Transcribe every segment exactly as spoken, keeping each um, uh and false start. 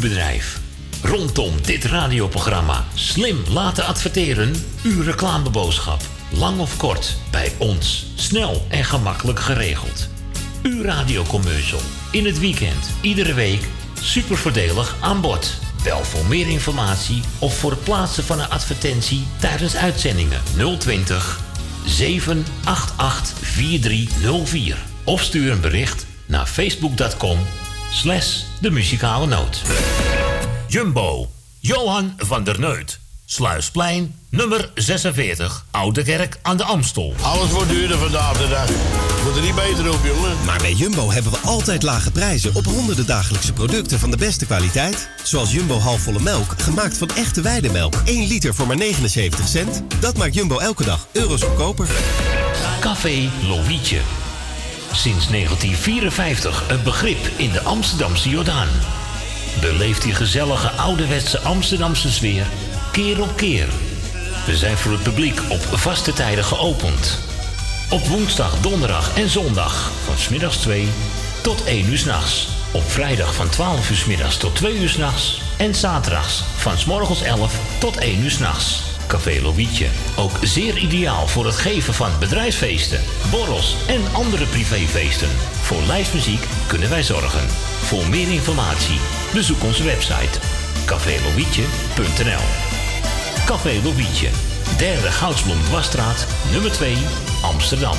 bedrijf. Rondom dit radioprogramma slim laten adverteren, uw reclameboodschap, lang of kort, bij ons, snel en gemakkelijk geregeld. Uw radiocommercial, in het weekend, iedere week, super voordelig aan bod. Bel voor meer informatie of voor het plaatsen van een advertentie tijdens uitzendingen nul twintig, zeven acht acht, vier drie nul vier. Of stuur een bericht naar facebook.com slash de muzikale noot. Jumbo, Johan van der Neut. Sluisplein, nummer zesenveertig, Oude Kerk aan de Amstel. Alles wordt duurder vandaag de dag. Wordt er niet beter op, jongen. Maar bij Jumbo hebben we altijd lage prijzen op honderden dagelijkse producten van de beste kwaliteit. Zoals Jumbo halfvolle melk, gemaakt van echte weidemelk. één liter voor maar negenenzeventig cent. Dat maakt Jumbo elke dag euro's goedkoper. Café Lovietje. Sinds negentien vierenvijftig een begrip in de Amsterdamse Jordaan. Beleeft die gezellige ouderwetse Amsterdamse sfeer keer op keer. We zijn voor het publiek op vaste tijden geopend. Op woensdag, donderdag en zondag van 's middags twee tot één uur 's nachts. Op vrijdag van twaalf uur 's middags tot twee uur 's nachts. En zaterdags van 's morgens elf tot één uur 's nachts. Café Lovietje. Ook zeer ideaal voor het geven van bedrijfsfeesten, borrels en andere privéfeesten. Voor lijstmuziek kunnen wij zorgen. Voor meer informatie bezoek onze website café lovietje punt n l. Café Lovietje, derde Goudsblom Dwarsstraat, nummer twee, Amsterdam.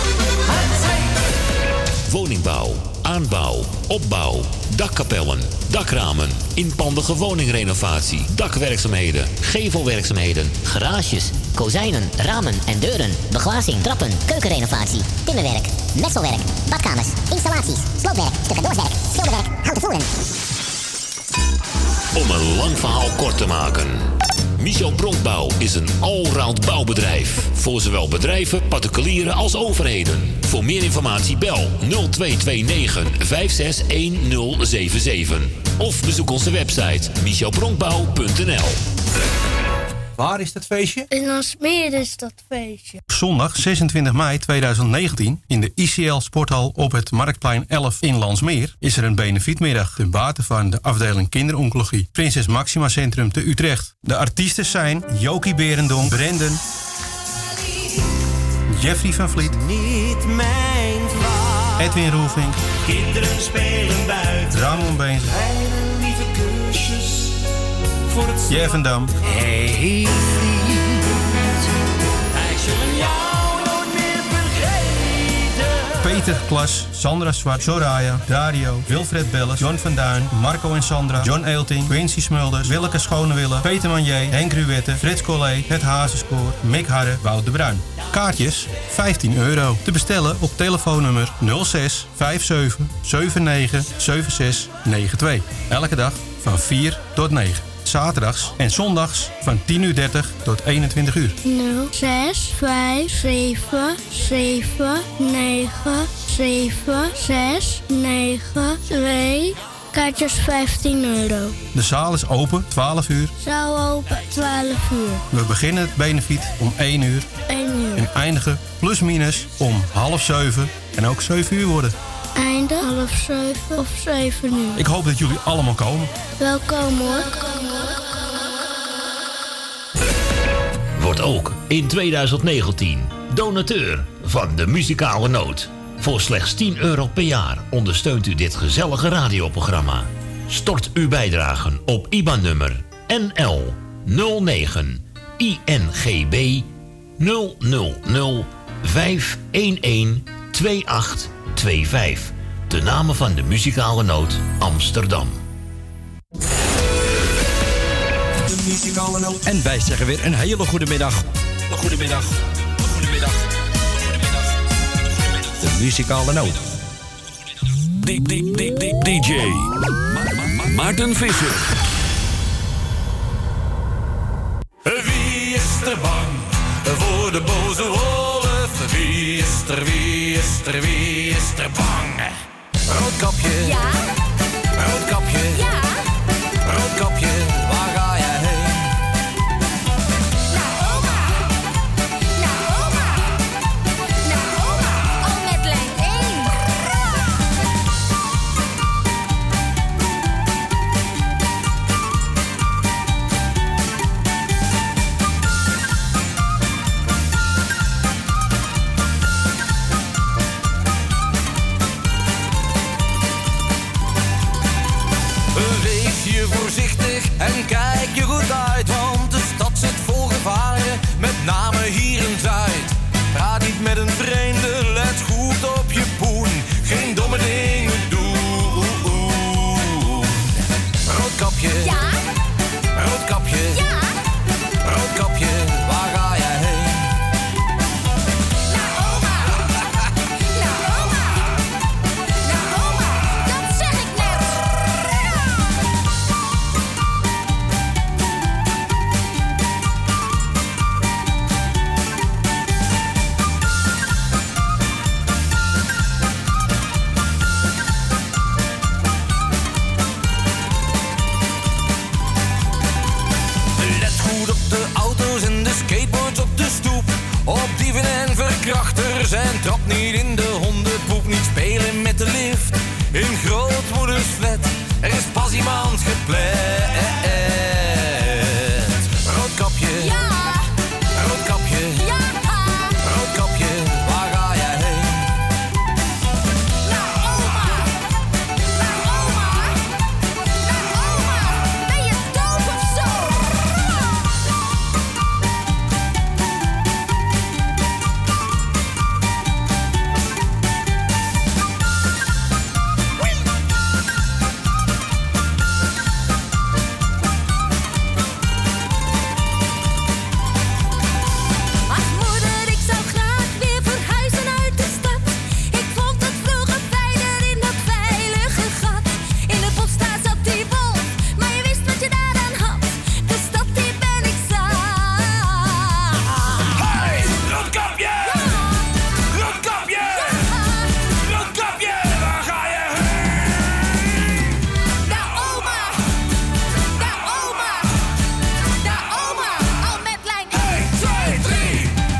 Woningbouw, aanbouw, opbouw, dakkapellen, dakramen, inpandige woningrenovatie, dakwerkzaamheden, gevelwerkzaamheden, garages, kozijnen, ramen en deuren, beglazing, trappen, keukenrenovatie, timmerwerk, messelwerk, badkamers, installaties, sloopwerk, stucadoorswerk, schilderwerk, houten voeren. Om een lang verhaal kort te maken. Michel Bronkbouw is een allround bouwbedrijf. Voor zowel bedrijven, particulieren als overheden. Voor meer informatie bel nul twee twee negen, vijf zes een nul zeven zeven. Of bezoek onze website michel bronkbouw punt n l. Waar is dat feestje? In Landsmeer is dat feestje. Zondag zesentwintig mei tweeduizend negentien in de I C L Sporthal op het Marktplein elf in Landsmeer is er een benefietmiddag ten bate van de afdeling kinderoncologie Prinses Maxima Centrum te Utrecht. De artiesten zijn Jokie Berendonk, Brendan, Jeffrey van Vliet, Niet mijn vader. Edwin Roelvink, Kinderen spelen buiten. Ramon Beense, Lieve kusjes voor het Jeff en Dam, Hey vriend, wij zullen jou nooit meer vergeten. Peter Klas, Sandra Zwart, Soraya, Dario, Wilfred Belles, John van Duin, Marco en Sandra, John Eelting, Quincy Smulders, Willeke Schonewille, Peter Manier, Henk Ruwette, Frits Collé, Het Hazenspoor, Mick Harre, Wout de Bruin. Kaartjes vijftien euro. Te bestellen op telefoonnummer nul zes vijf zeven zeven negen zeven zes negen twee. Elke dag van vier tot negen. Zaterdags en zondags van tien uur dertig tot eenentwintig uur. nul zes vijf zeven zeven negen zeven zes negen twee. Kaartjes vijftien euro. De zaal is open twaalf uur. Zaal open twaalf uur. We beginnen het benefiet om één uur. één uur. En eindigen plus minus om half zeven. En ook zeven uur worden. Einde half zeven of zeven uur. Ik hoop dat jullie allemaal komen. Welkom hoor. Wordt ook in tweeduizend negentien donateur van de muzikale noot. Voor slechts tien euro per jaar ondersteunt u dit gezellige radioprogramma. Stort uw bijdragen op I B A N-nummer N L nul negen I N G B nul nul nul vijf een een twee acht twee vijf. De namen van de muzikale noot Amsterdam. De muzikale noot. En wij zeggen weer een hele goede middag. Een goede middag. Een goede middag. De muzikale noot. D J Maarten Visser. Wie is er bang voor de boze wolf? Wie is er, wie is er, wie is er bang? Roodkapje. Ja. Roodkapje. Ja. Roodkapje, waar ga je heen? Naar oma. Naar oma. Naar oma. Al met lijn één. je voorzichtig en kijk je goed uit, want de stad zit vol gevaren, met name hier in Zuid. Praat niet met een vreemde, let goed op je poen, geen domme dingen doen. Roodkapje, Ja, roodkapje, ja. roodkapje, waar ga jij heen? Naar oma. Naar oma. Naar oma. Dat zeg ik net. Let goed op de auto's en de skateboards op de stoep. Op dieven en verkrachters en trap niet in de hondenpoep. Niet spelen met de lift in grootmoeders flat. Er is pas iemand gepland. Roodkapje, Ja, roodkapje, ja. roodkapje, waar ga jij heen? Naar oma. Naar oma. Naar oma. Ben je doof of zo? Ach moeder, ik zou graag weer verhuizen uit de stad. Ik vond het vroeger fijner in dat veilige gat. In het bos daar zat die wolf, maar je wist wat je daaraan had. De stad die ben ik zat. Hey, roodkapje, roodkapje, roodkapje, waar ga je heen? Naar oma. Naar oma. Naar oma. Al met lijn één, twee, drie.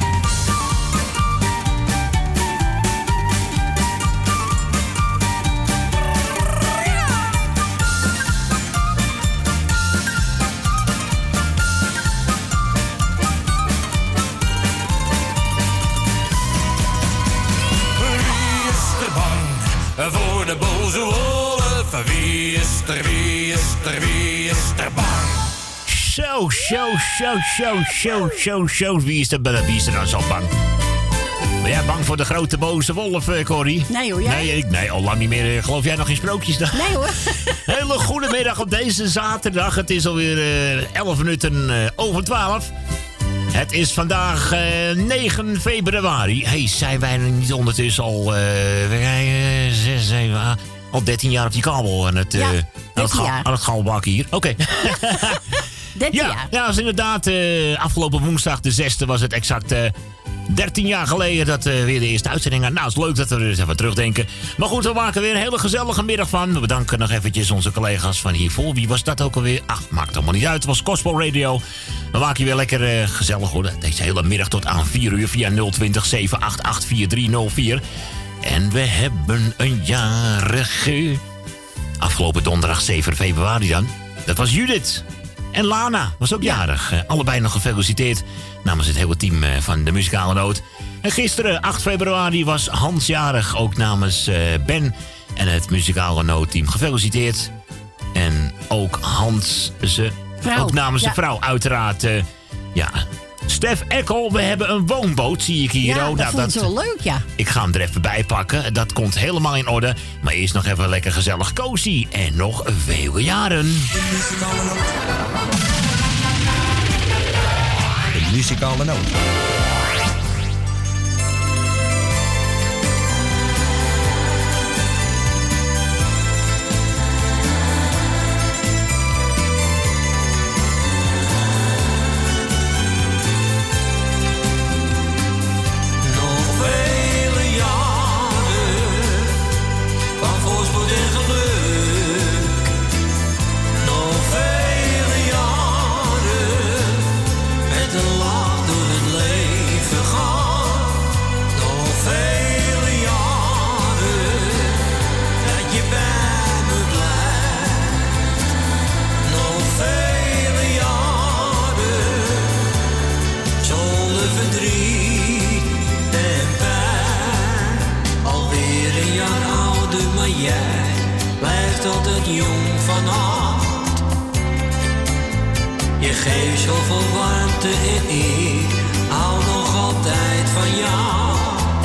Wie is er bang voor de boze wolf? Wie is er, wie is er, wie is er bang? Zo, zo, zo, zo, zo, zo, zo. Wie is er, wie is er nou zo bang? Ben jij bang voor de grote boze wolf, eh, Corrie? Nee hoor, jij? Nee, ik, nee, al lang niet meer. eh, Geloof jij nog in sprookjes dan? Nee hoor. Hele goede middag op deze zaterdag. Het is alweer eh, elf minuten eh, over twaalf. Het is vandaag eh, negen februari. Hey, zijn wij er niet ondertussen al, eh, zes, zeven, ah, al dertien jaar op die kabel aan het, eh, Ja, aan het, dertien ga- jaar. aan het galbakken hier? Oké. dertien Ja, jaar. ja, dat is inderdaad eh, afgelopen woensdag de zesde was het exact eh, dertien jaar geleden dat eh, weer de eerste uitzending had. Nou, het is leuk dat we er eens even terugdenken. Maar goed, we maken weer een hele gezellige middag van. We bedanken nog eventjes onze collega's van hiervoor. Wie was dat ook alweer? Ach, maakt allemaal niet uit. Het was Gospel Radio. We maken je weer lekker eh, gezellig hoor. Deze hele middag tot aan vier uur via nul twintig, zeven acht acht, vier drie nul vier. En we hebben een jarige. Afgelopen donderdag zeven februari dan. Dat was Judith. En Lana was ook jarig. Eh, allebei nog gefeliciteerd namens het hele team eh, van de Muzikale Noot. En gisteren, acht februari, was Hans jarig. Ook namens eh, Ben en het Muzikale Nootteam gefeliciteerd. En ook Hans, ze, Vrouw, ook namens ja. de vrouw uiteraard. eh, ja, Stef Ekkel, we hebben een woonboot, zie ik hier. Ja, Oh, dat nou, vond ze wel leuk, ja. Ik ga hem er even bij pakken. Dat komt helemaal in orde. Maar eerst nog even lekker gezellig cozy. En nog vele jaren. De muzikale noot. Nog vele jaren van voorspoed en geluk. Nog vele jaren met een lach door het leven gaan. Nog vele jaren dat je bij me blijft. Nog vele jaren zonder verdriet en pijn. Alweer een jaar ouder, maar jij blijft altijd jong van hart. Je geeft zoveel warmte en ik hou nog altijd van jou.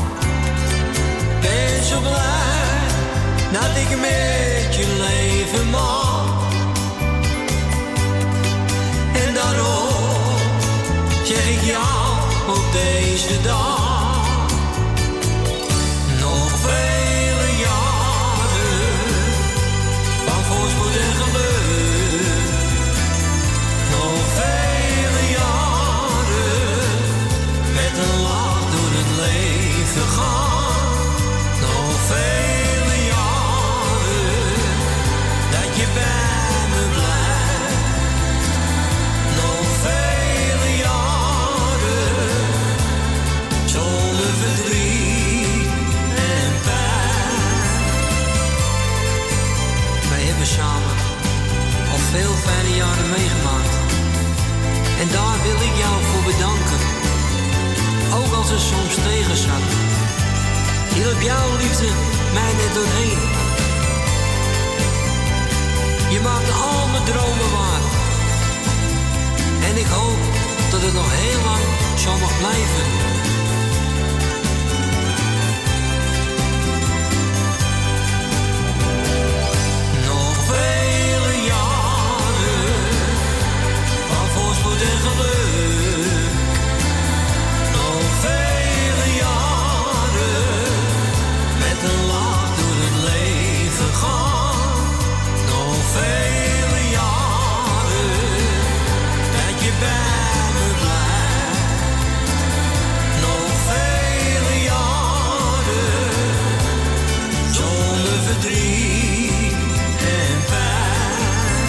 Ben zo blij dat ik met je leven mag. En daarom zeg ik jou op deze dag nog vele jaren van voorspoed en geluk. Nog vele jaren met een lach door het leven gaan. Nog vele jaren dat je bij me blijft. Nog vele jaren zonder verdriet en pijn. Wij hebben samen al veel fijne jaren meegemaakt. En daar wil ik jou voor bedanken. Ook als het soms tegen zat. Hielp jouw liefde mij net doorheen. Je maakte al mijn dromen waar. En ik hoop dat het nog heel lang zo mag blijven. Nog vele jaren van voorspoed en geluk. Nog vele jaren met een lach door het leven gaan. Nog vele jaren dat je bij me blijft. Nog vele jaren zonder verdriet en pijn.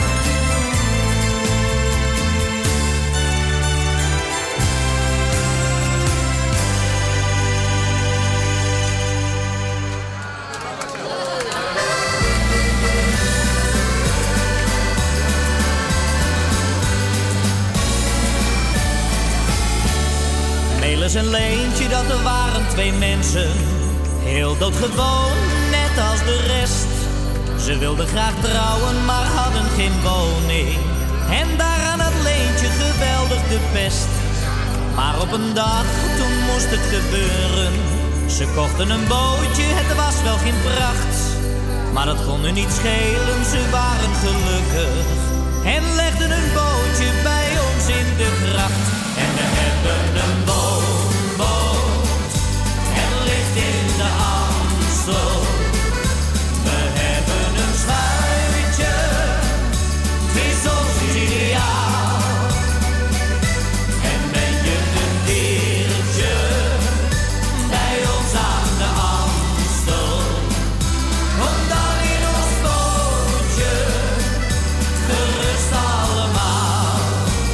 Melis en Leentje, dat er waren twee mensen. Heel doodgewoon, net als de rest. Ze wilden graag trouwen, maar hadden geen woning. En daaraan had Leentje geweldig de pest. Maar op een dag, toen moest het gebeuren. Ze kochten een bootje, het was wel geen pracht. Maar dat kon hun niet schelen, ze waren gelukkig. En legden een bootje bij ons in de gracht. En we hebben een woonboot. Het ligt in de Amstel. We hebben een schuitje. Het is ons ideaal. En ben je een keertje bij ons aan de Amstel. Kom dan in ons bootje. Gerust allemaal.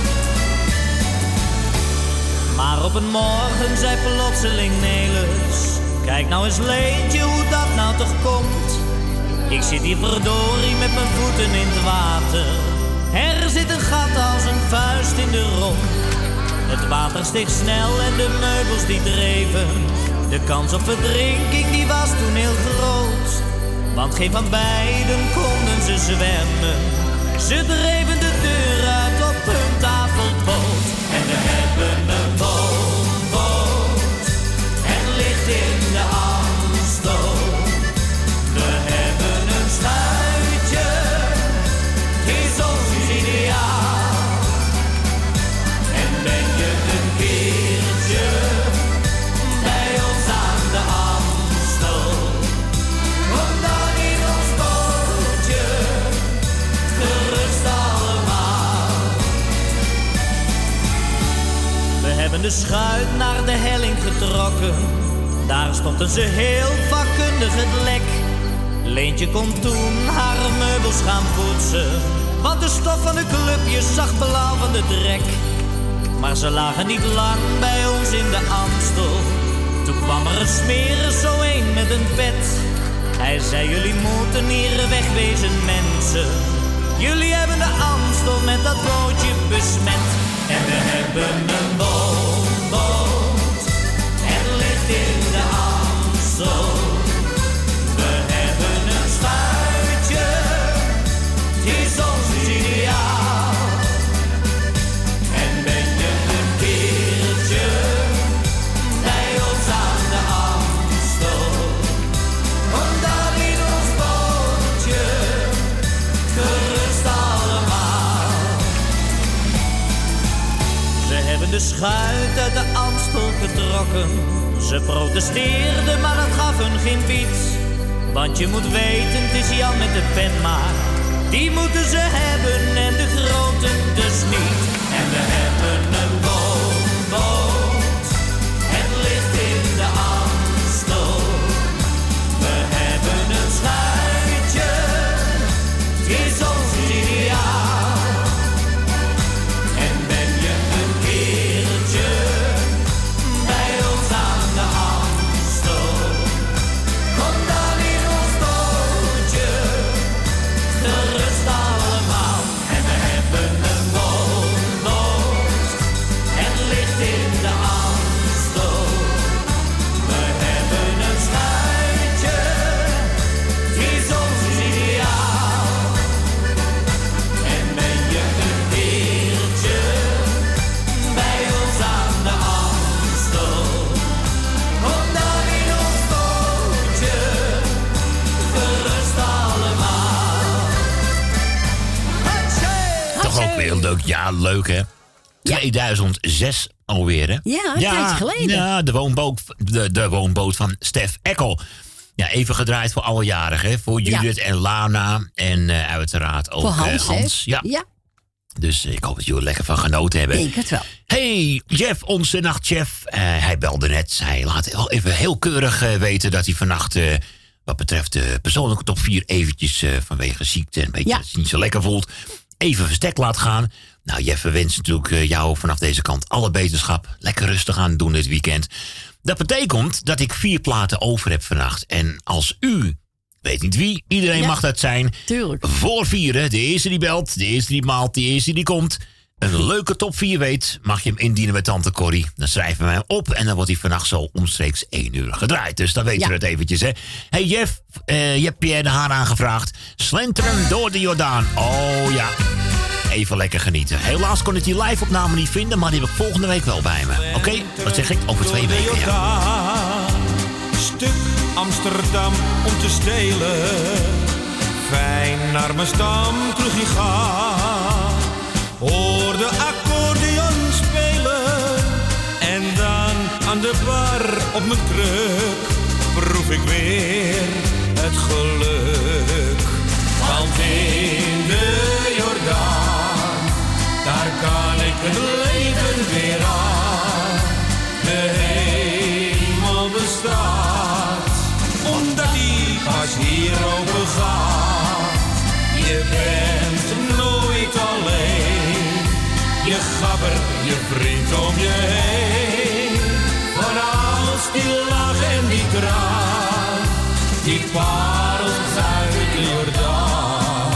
Maar op een morgen zei plotseling Nelis: kijk nou eens Leentje, hoe dat nou toch komt. Ik zit hier verdorie met mijn voeten in het water. Er zit een gat als een vuist in de romp. Het water steeg snel en de meubels die dreven. De kans op verdrinking die was toen heel groot. Want geen van beiden konden ze zwemmen. Ze dreven de deur uit op hun tafelboot. En we hebben een woonboot. Het ligt in de Amstel. We hebben een schuitje. Het is ons ideaal. En ben je een keertje bij ons aan de Amstel. Kom dan in ons bootje. Gerust allemaal. We hebben de schuit naar de helling getrokken. Daar stopten ze heel vakkundig het lek. Leentje kon toen haar meubels gaan poetsen. Want de stof van de clubjes zag blauw van de drek. Maar ze lagen niet lang bij ons in de Amstel. Toen kwam er een smerig zo een met een pet. Hij zei: jullie moeten hier wegwezen mensen. Jullie hebben de Amstel met dat bootje besmet. En we hebben een woonboot. Het ligt in de Amstel. We hebben een schuitje. Het is ons ideaal. de schuit uit de Amstel getrokken. Ze protesteerden, maar dat gaf hun geen biet. Want je moet weten, het is Jan met de pen maar. Die moeten ze hebben en de groten dus niet. En we hebben een woonboot. Het ligt in de Amstel. We hebben een schuitje. Het is ons ideaal. En ben je een keertje bij ons aan de Amstel, kom dan in ons bootje, gerust allemaal. En we hebben een woonboot, het ligt in de Amstel. We hebben een schuitje, het is ons ideaal. En ben je een keertje bij ons aan de Amstel, kom dan in ons bootje, gerust allemaal. Toch ook weer leuk. Ja, leuk hè. tweeduizend zes alweer hè. Ja, een tijdje geleden. Ja, de woonboot, de, de woonboot van Stef Eckel. Ja, even gedraaid voor alle jarigen. Hè? Voor Judith Ja. en Lana. En uh, uiteraard ook Voor Hans, uh, Hans. hè? Ja. Ja, Dus ik hoop dat jullie er lekker van genoten hebben. denk het wel. Hey, Jeff, onze nachtchef. Uh, hij belde net. Hij laat wel even heel keurig uh, weten dat hij vannacht, uh, wat betreft de persoonlijke top vier, eventjes uh, vanwege ziekte en een beetje Ja. dat hij niet zo lekker voelt, even verstek laat gaan. Nou, Jeff, we wensen natuurlijk uh, jou vanaf deze kant alle beterschap. Lekker rustig aan doen dit weekend. Dat betekent dat ik vier platen over heb vannacht. En als u, weet niet wie, iedereen Ja. mag dat zijn, Tuurlijk. voor vieren, de eerste die belt, de eerste die maalt, de eerste die komt, een leuke top vier weet, mag je hem indienen met tante Corrie. Dan schrijven we hem op en dan wordt hij vannacht zo omstreeks één uur gedraaid. Dus dan weten Ja. we het eventjes, hè. Hey Jeff, uh, je hebt Pierre de Haan aangevraagd. Slenteren door de Jordaan. Oh ja, even lekker genieten. Helaas kon ik die live-opname niet vinden, maar die heb ik volgende week wel bij me. Oké, okay? Wat zeg ik? Over twee weken, ja. Stuk Amsterdam om te stelen. Fijn naar mijn stam terug je gaat. Hoor de accordeon spelen. En dan aan de bar op mijn kruk proef ik weer het geluk. Want in de Jordaan, daar kan ik het leven weer aan. De hemel bestaat, omdat die pas hier open gaat. Je bent nooit alleen, je gabber, je vriend om je heen. Van als die lach en die traan, die parels uit de Jordaan.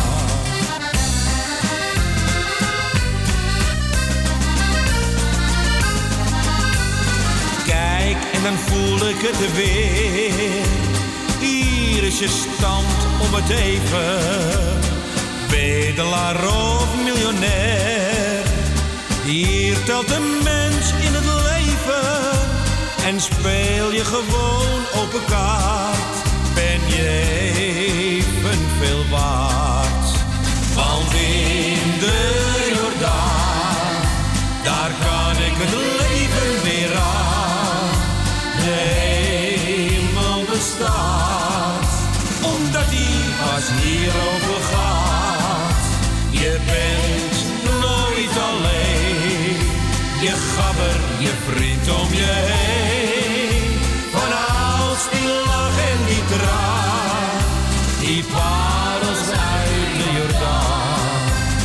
Kijk en dan voel ik het weer. Hier is je stand om het even. Bedelaar of miljonair. Hier telt een mens in het leven. En speel je gewoon open kaart. Ben je evenveel waard. Want in de Jordaan, daar kan ik het leven weer aan. De hemel bestaat, omdat die pas hier open gaat. Je bent nooit alleen, je gabber, je vriend om je heen. Van als die lach en die traan, die parels uit de Jordaan.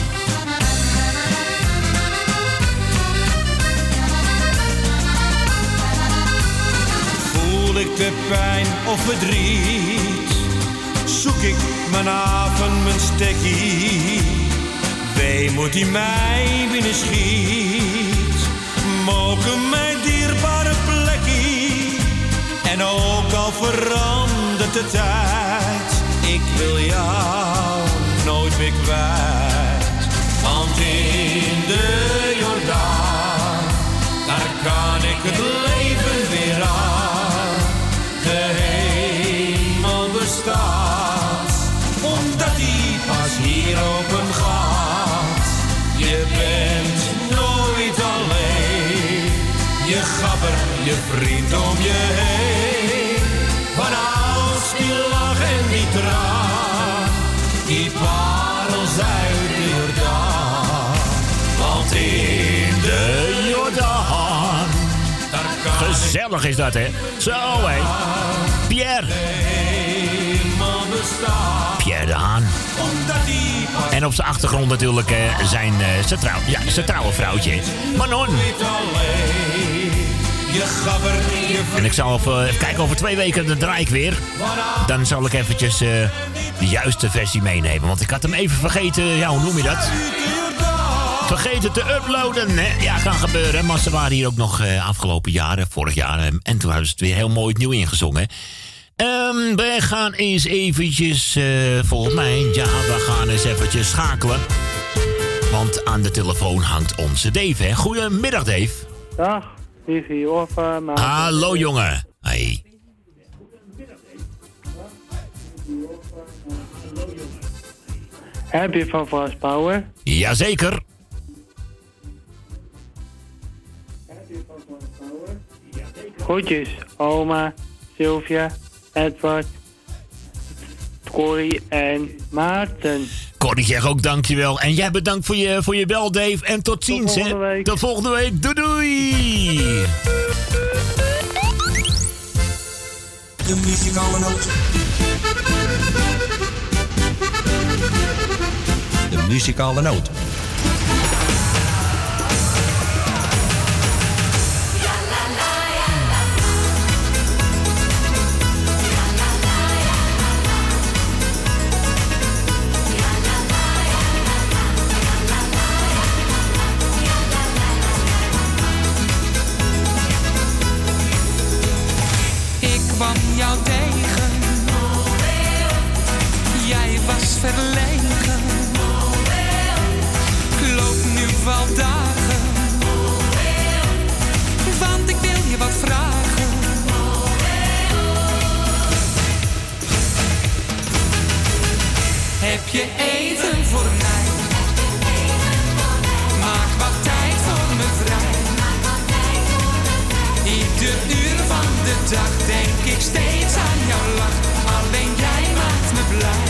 Voel ik de pijn of verdriet, zoek ik mijn avond, mijn stekkie. Weemoed die mij binnen schiet, mogen mijn dierbare plekkie. En ook al verandert de tijd, ik wil jou nooit meer kwijt. Want in de Jordaan, daar kan ik het leven weer aan. De hemel bestaat, omdat die pas hier open gaat. Je bent nooit alleen, je vriend om je heen. Van als die lach en die traan, die parels uit de Jordaan. Want in de Jordaan. Gezellig is dat, hè? Zo, hé. Pierre. Pierre de Haan. En op zijn achtergrond natuurlijk uh, zijn, uh, zijn, trouw, ja, zijn trouwe vrouwtje. Manon. En ik zal even, even kijken, over twee weken dan draai ik weer. Dan zal ik eventjes uh, de juiste versie meenemen. Want ik had hem even vergeten, ja, hoe noem je dat? Vergeten te uploaden, hè? Ja, kan gebeuren. Maar ze waren hier ook nog uh, afgelopen jaren, vorig jaar. Uh, en toen hebben ze het weer heel mooi nieuw ingezongen. Um, we gaan eens eventjes, uh, volgens mij, ja, we gaan eens eventjes schakelen. Want aan de telefoon hangt onze Dave, hè? Goedemiddag, Dave. Dag, Vivi, of... Uh, maar... Hallo, jongen. Hey. Heb je van Fast Power? Jazeker. Groetjes, oma, Sylvia, Edward, Corrie en Maarten. Corrie zegt ook dankjewel. En jij bedankt voor je, voor je bel, Dave. En tot ziens, hè. Tot volgende week. Tot volgende week. Doei, doei. De muzikale noot. De muzikale noot. Jou tegen, jij was verlegen, ik loop nu wel dagen, want ik wil je wat vragen. Heb je even voor mij, maak wat tijd voor me vrij. Ieder uur van de dag denk ik steeds aan jouw lach. Alleen jij maakt me blij.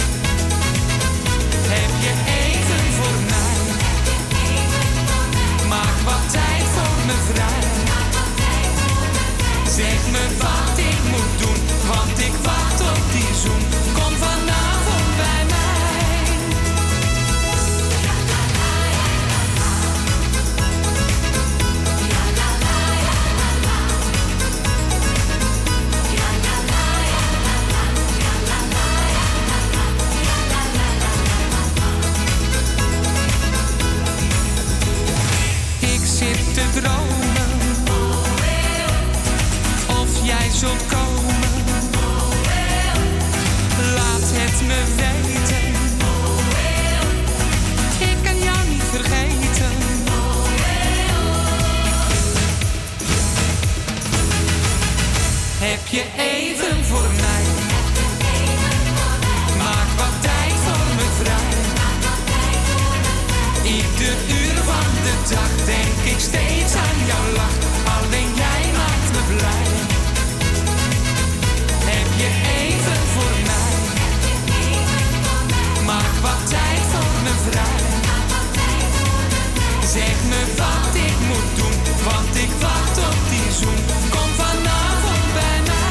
Heb je even voor mij? Maak wat tijd voor me vrij. Zeg me wat ik moet doen, want ik wacht op die zoen. Kom vanavond bij mij. Te dromen, of jij zult komen, laat het me weten, ik kan jou niet vergeten. Heb je even voor mij, maak wat tijd voor me vrij. Ieder uur van de dag denk ik steeds aan jouw lach. Alleen jij maakt me blij. Heb je even voor mij? Maak wat tijd voor me vrij. Zeg me wat ik moet doen, want ik wacht op die zoen. Kom vanavond bij mij.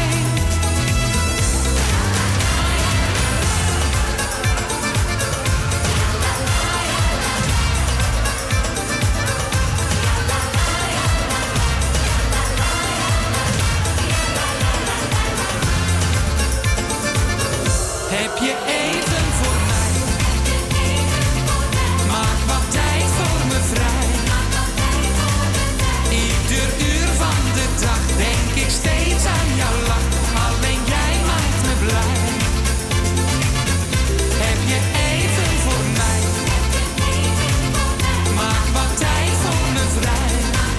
Heb je even voor mij? Maak wat tijd voor me vrij. Ieder uur van de dag denk ik steeds aan jouw lach. Alleen jij maakt me blij. Heb je even voor mij? Maak wat tijd voor me vrij.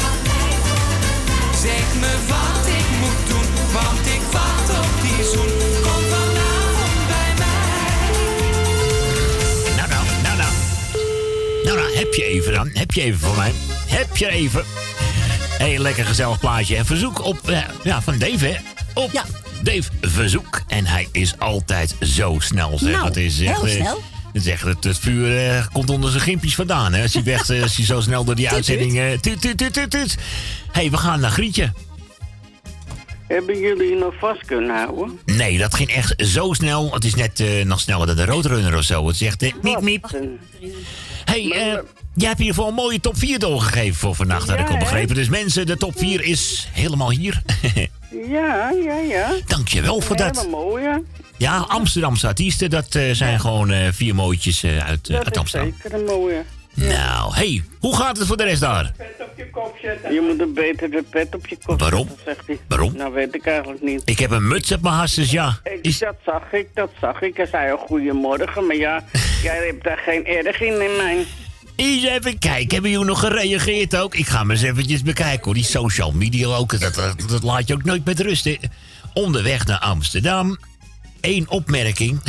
Zeg me wat ik moet doen, want ik wacht op die zoen. Kom vanavond bij mij. Nou, nou, nou, nou. Nou, nou, heb je even dan. Heb je even voor mij. Heb je even. Heel lekker gezellig plaatje. En verzoek op, uh, ja, van Dave, hè? Op ja. Dave Verzoek. En hij is altijd zo snel, zeg. Nou, het is echt, heel uh, snel. Het, is echt, het, het vuur uh, komt onder zijn gimpjes vandaan, hè? Als hij, weg, uh, als hij zo snel door die uitzending... Uh, tuut, tuut, tuut, tuut, tuut. Hey, we gaan naar Grietje. Hebben jullie nog vast kunnen houden? Nee, dat ging echt zo snel. Het is net uh, nog sneller dan de Roadrunner of zo. Het zegt uh, miep, miep. Hey, uh, jij hebt hier voor een mooie top vier doorgegeven voor vannacht, ja, had ik al begrepen. Dus mensen, de top vier is helemaal hier. Ja, ja, ja. Dankjewel voor dat. Helemaal mooi, hè? Ja, Amsterdamse artiesten, dat uh, zijn ja. gewoon uh, vier mooitjes uh, uit, uh, uit Amsterdam. Dat is zeker een mooie. Nou, hey, hoe gaat het voor de rest daar? Pet op je kop zetten. Je moet een beter de pet op je kop Waarom? zetten, zegt hij. Waarom? Nou, weet ik eigenlijk niet. Ik heb een muts op mijn hasses, ja. Ik, Is... Dat zag ik, dat zag ik. Hij zei al goeiemorgen, maar ja, jij hebt daar geen erg in in mijn... Eens even kijken, hebben jullie nog gereageerd ook? Ik ga maar eens eventjes bekijken hoor, die social media ook, dat, dat, dat laat je ook nooit met rust. Hè. Onderweg naar Amsterdam, Eén opmerking.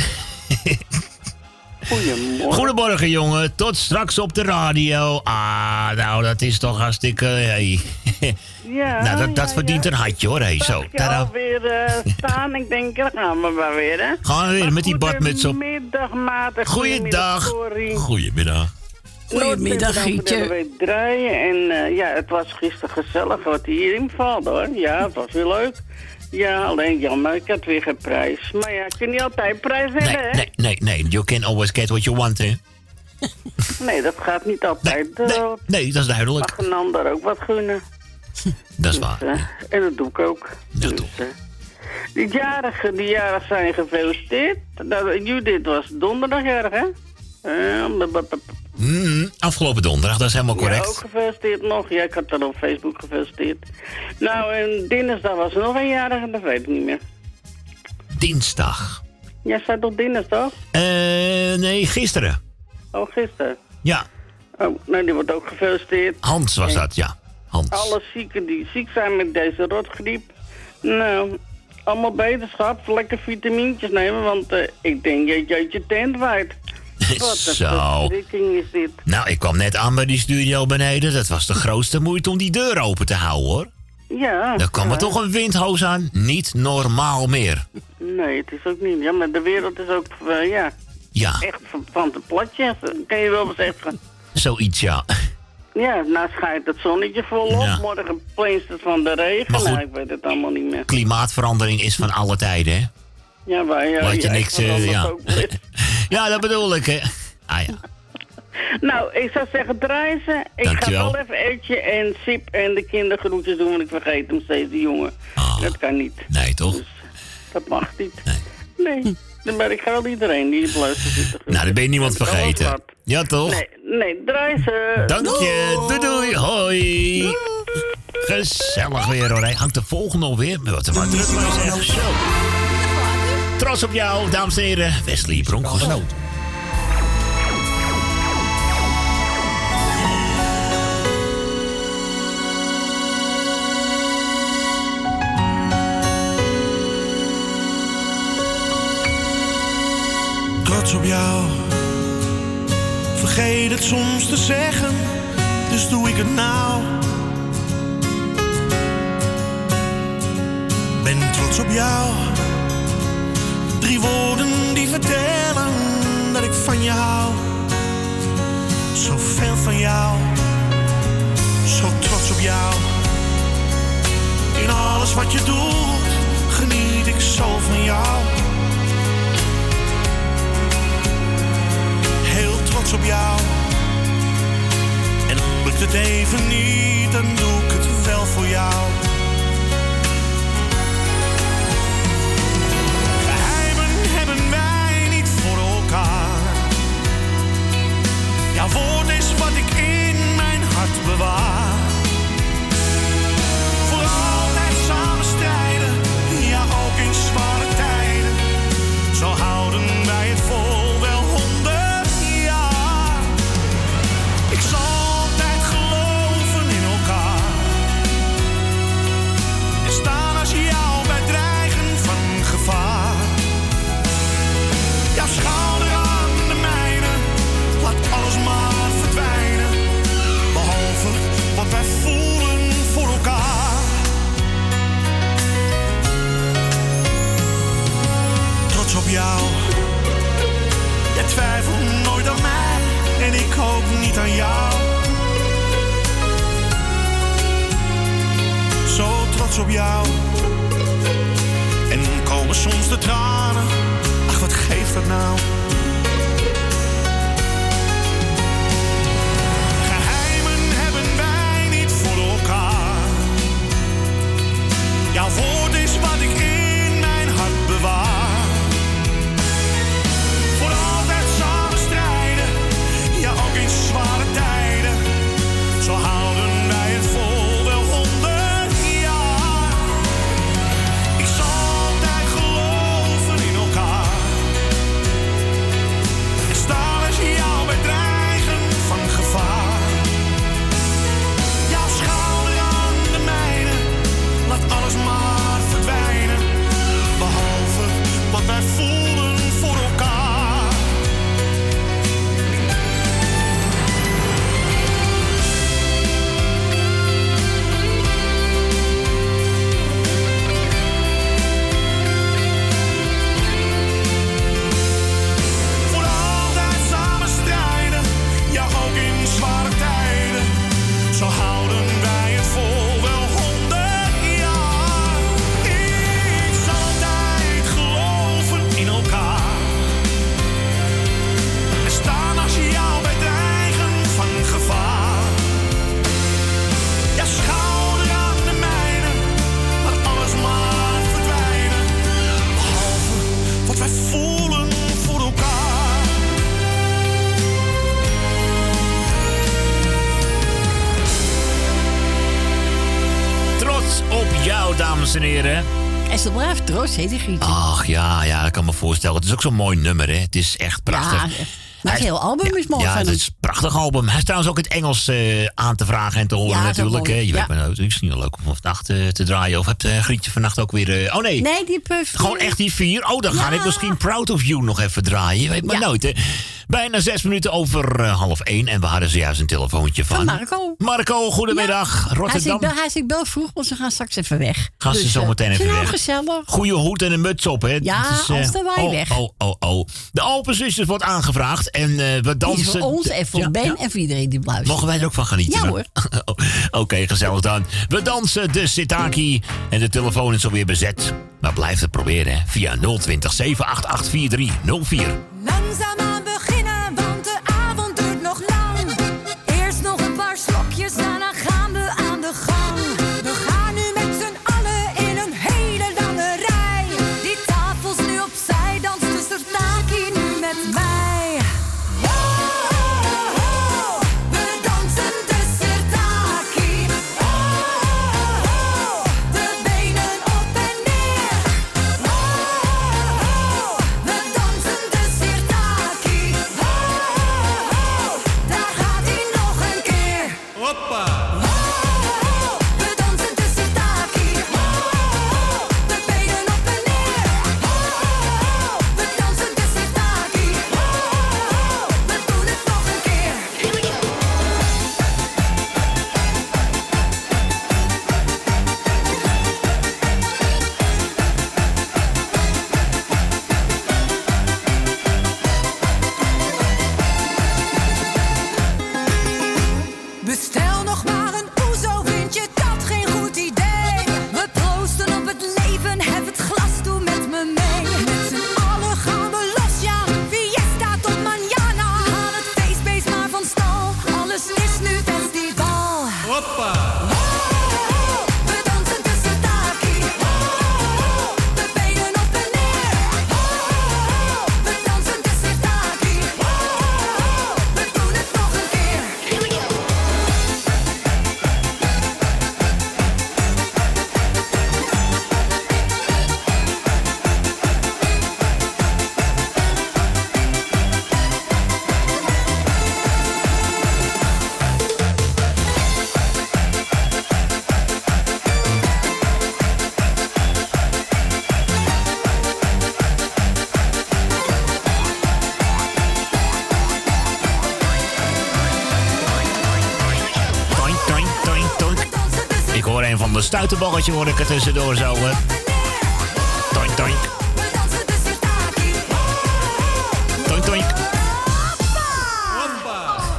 Goedemorgen. Goedemorgen jongen, tot straks op de radio. Ah, nou dat is toch hartstikke... Hey. Ja, nou, dat, dat ja, verdient ja. een hartje hoor, hey, zo. Ik alweer uh, staan, ik denk, daar gaan we maar weer, hè. Gaan we weer maar met die badmuts op. Goedemiddag, maat. Goedemiddag. Goedemiddag. Goedemiddag, Gietje. We draaien en uh, ja, het was gisteren gezellig wat hierin valt, hoor. Ja, het was weer leuk. Ja, alleen jammer, ik had weer geen prijs. Maar ja, ik kan niet altijd prijs hebben, nee, hè? Nee, nee, nee, you can always get what you want, hè. Nee, dat gaat niet altijd. Nee, nee, nee, dat is duidelijk. Mag een ander ook wat gunnen. Dat is dus, waar. Uh, en dat doe ik ook. Dat dus, toch. Uh, die jarigen, die jarig zijn gefeliciteerd. Dat, Judith was donderdag jarig, hè? Uh, mm, afgelopen donderdag, dat is helemaal correct. Ja, ook gefeliciteerd nog. Ja, ik had dat op Facebook gefeliciteerd. Nou, en dinsdag was er nog een jarige, dat weet ik niet meer. Dinsdag? Ja, zei toch dinsdag? Eh, uh, nee, gisteren. Oh, gisteren? Ja. Oh, nou, die wordt ook gefeliciteerd. Hans was en dat, ja. Hans. Alle zieken die ziek zijn met deze rotgriep. Nou, allemaal beterschap. Lekker vitamintjes nemen, want uh, ik denk dat je uit je tent waait. Wat een verschrikking is dit. Nou, ik kwam net aan bij die studio beneden. Dat was de grootste moeite om die deur open te houden, hoor. Ja. Daar kwam ja. er toch een windhoos aan. Niet normaal meer. Nee, het is ook niet. Ja, maar de wereld is ook, uh, ja... Ja. Echt van, van het platje, kan je wel zeggen. Zoiets, ja. Ja, nou schijnt het zonnetje volop. Ja. Morgen pleenst het van de regen. Maar goed, nou, ik weet het allemaal niet meer. Klimaatverandering is van alle tijden, hè? Ja, maar ja... Laat je ja, niks... Uh, ja. ja, dat bedoel ik, hè. Ah, ja. Nou, ik zou zeggen dreizen. Ik Dankjewel. ga wel even Etje en Sip en de kindergroetjes doen, want ik vergeet hem steeds, die jongen. Oh. Dat kan niet. Nee, toch? Dus, dat mag niet. Nee. Nee. Maar ik ga wel iedereen die luistert zitten. Nou, dan ben je niemand vergeten. Ja, toch? Nee, nee, dreizen. Dank je. Doei, doei. Hoi. Doei. Gezellig weer, hoor. Hij hangt de volgende alweer. Wat een wat druk maar zeg. Zo. Trots op jou, dames en heren. Wesley Bronkgenoot. Trots op jou. Vergeet het soms te zeggen, dus doe ik het nou. Ben trots op jou. Drie woorden die vertellen dat ik van je hou. Zoveel van jou. Zo trots op jou. In alles wat je doet, geniet ik zo van jou. Heel trots op jou. En lukt het even niet, dan doe ik het wel voor jou. Geheimen hebben wij niet voor elkaar. Jouw woord is wat ik in mijn hart bewaar. Voor altijd samen strijden, ja ook in zware tijden. Zo houden wij het vol wel honderd jaar. Ik zal altijd geloven in elkaar. en ik ook niet aan jou. Zo trots op jou. En komen soms de tranen. Ach, wat geeft dat nou? Geheimen hebben wij niet voor elkaar. Jouw woord is wat ik in mijn hart bewaar. Voor altijd samen strijden. Ja, ook in zware tijden. Zo houden wij het vol wel honderd jaar. Ik zal altijd geloven in elkaar. En staan als jou bij dreigen van gevaar. Jouw schouder aan de mijne. Laat alles maar verdwijnen. Behalve wat wij voelen voor elkaar. Voor altijd samen strijden, ja ook in zware tijden. Zo houden wij het vol wel honderd jaar. Ik zal altijd geloven in elkaar. En staan als jou bij dreigen van gevaar. Ja, schouder aan de mijne, laat alles maar verdwijnen. Behalve wat wij voelen voor elkaar. Trots op jou, dames en heren. En ze blijft trots, heet die Gietje. Ach ja, ja, ik kan me voorstellen. Het is ook zo'n mooi nummer, hè. Het is echt prachtig. Ja, maar het hele album is mooi Ja, van het hem. is een prachtig album. Hij is trouwens ook in het Engels eh, aan te vragen en te horen Ja, zo natuurlijk. mooi. Hè. Je Ja. weet maar nooit, het is niet leuk om vannacht eh, te draaien. Of hebt uh, Grietje vannacht ook weer... eh, oh nee, Nee, die heeft... eh, gewoon echt die vier. Oh, dan ga Ja. ik misschien Proud of You nog even draaien. Je weet maar Ja. nooit, hè. Bijna zes minuten over eh, half één. En we hadden zojuist een telefoontje van... Van Marco. Marco, goedemiddag. Hij Rotterdam. zegt, bel, hij zegt bel vroeg, want ze gaan straks even weg. Gaan ze Dus, zo eh, meteen even is nou weg. gezellig. Goeie hoed en een muts op, hè? Ja, Het is, eh, anders dan wij oh, weg. Oh, oh, oh. De Alpen Zusters wordt aangevraagd en eh, we Die dansen... is voor ons en voor Ja, Ben ja. en voor iedereen die luistert. Mogen wij er ook van genieten? Ja, maar- Oké, gezellig dan. We dansen de Sitaki en de telefoon is alweer bezet. Maar blijf het proberen, hè. Via nul twintig, zeven acht acht, vier drie nul vier. Langzaamaan beginnen, want de avond duurt nog lang. Eerst nog een paar slokjes, daarna gaan we aan de gang. We gaan nu met z'n allen in een hele lange rij. Die tafels nu opzij, danst de Sirtaki nu met mij. Oh, we dansen de Sirtaki. Oh, de benen op en neer. Oh, we dansen de Sirtaki. Oh, daar gaat hij nog een keer. Hoppa! Oh, we dansen de Sirtaki. Oh, de benen op en neer. Oh, we dansen de Sirtaki. Oh, we doen het nog een keer. Bestel nog maar een oezo, vind je dat geen goed idee? We proosten op het leven, hef het glas toe met me mee. Met z'n allen gaan we los, ja, fiesta tot mañana. Haal het feestbeest maar van stal, alles is nu festival. Hoppa! Oh, we dansen de Sirtaki. Oh, de benen op en neer. Oh, we dansen de Sirtaki. Oh, we doen het nog een keer. Toink, toink, toink, toink. Ik hoor een van de stuiterballetje hoor ik er tussendoor zo. hè. Toink, toink. Toink, toink.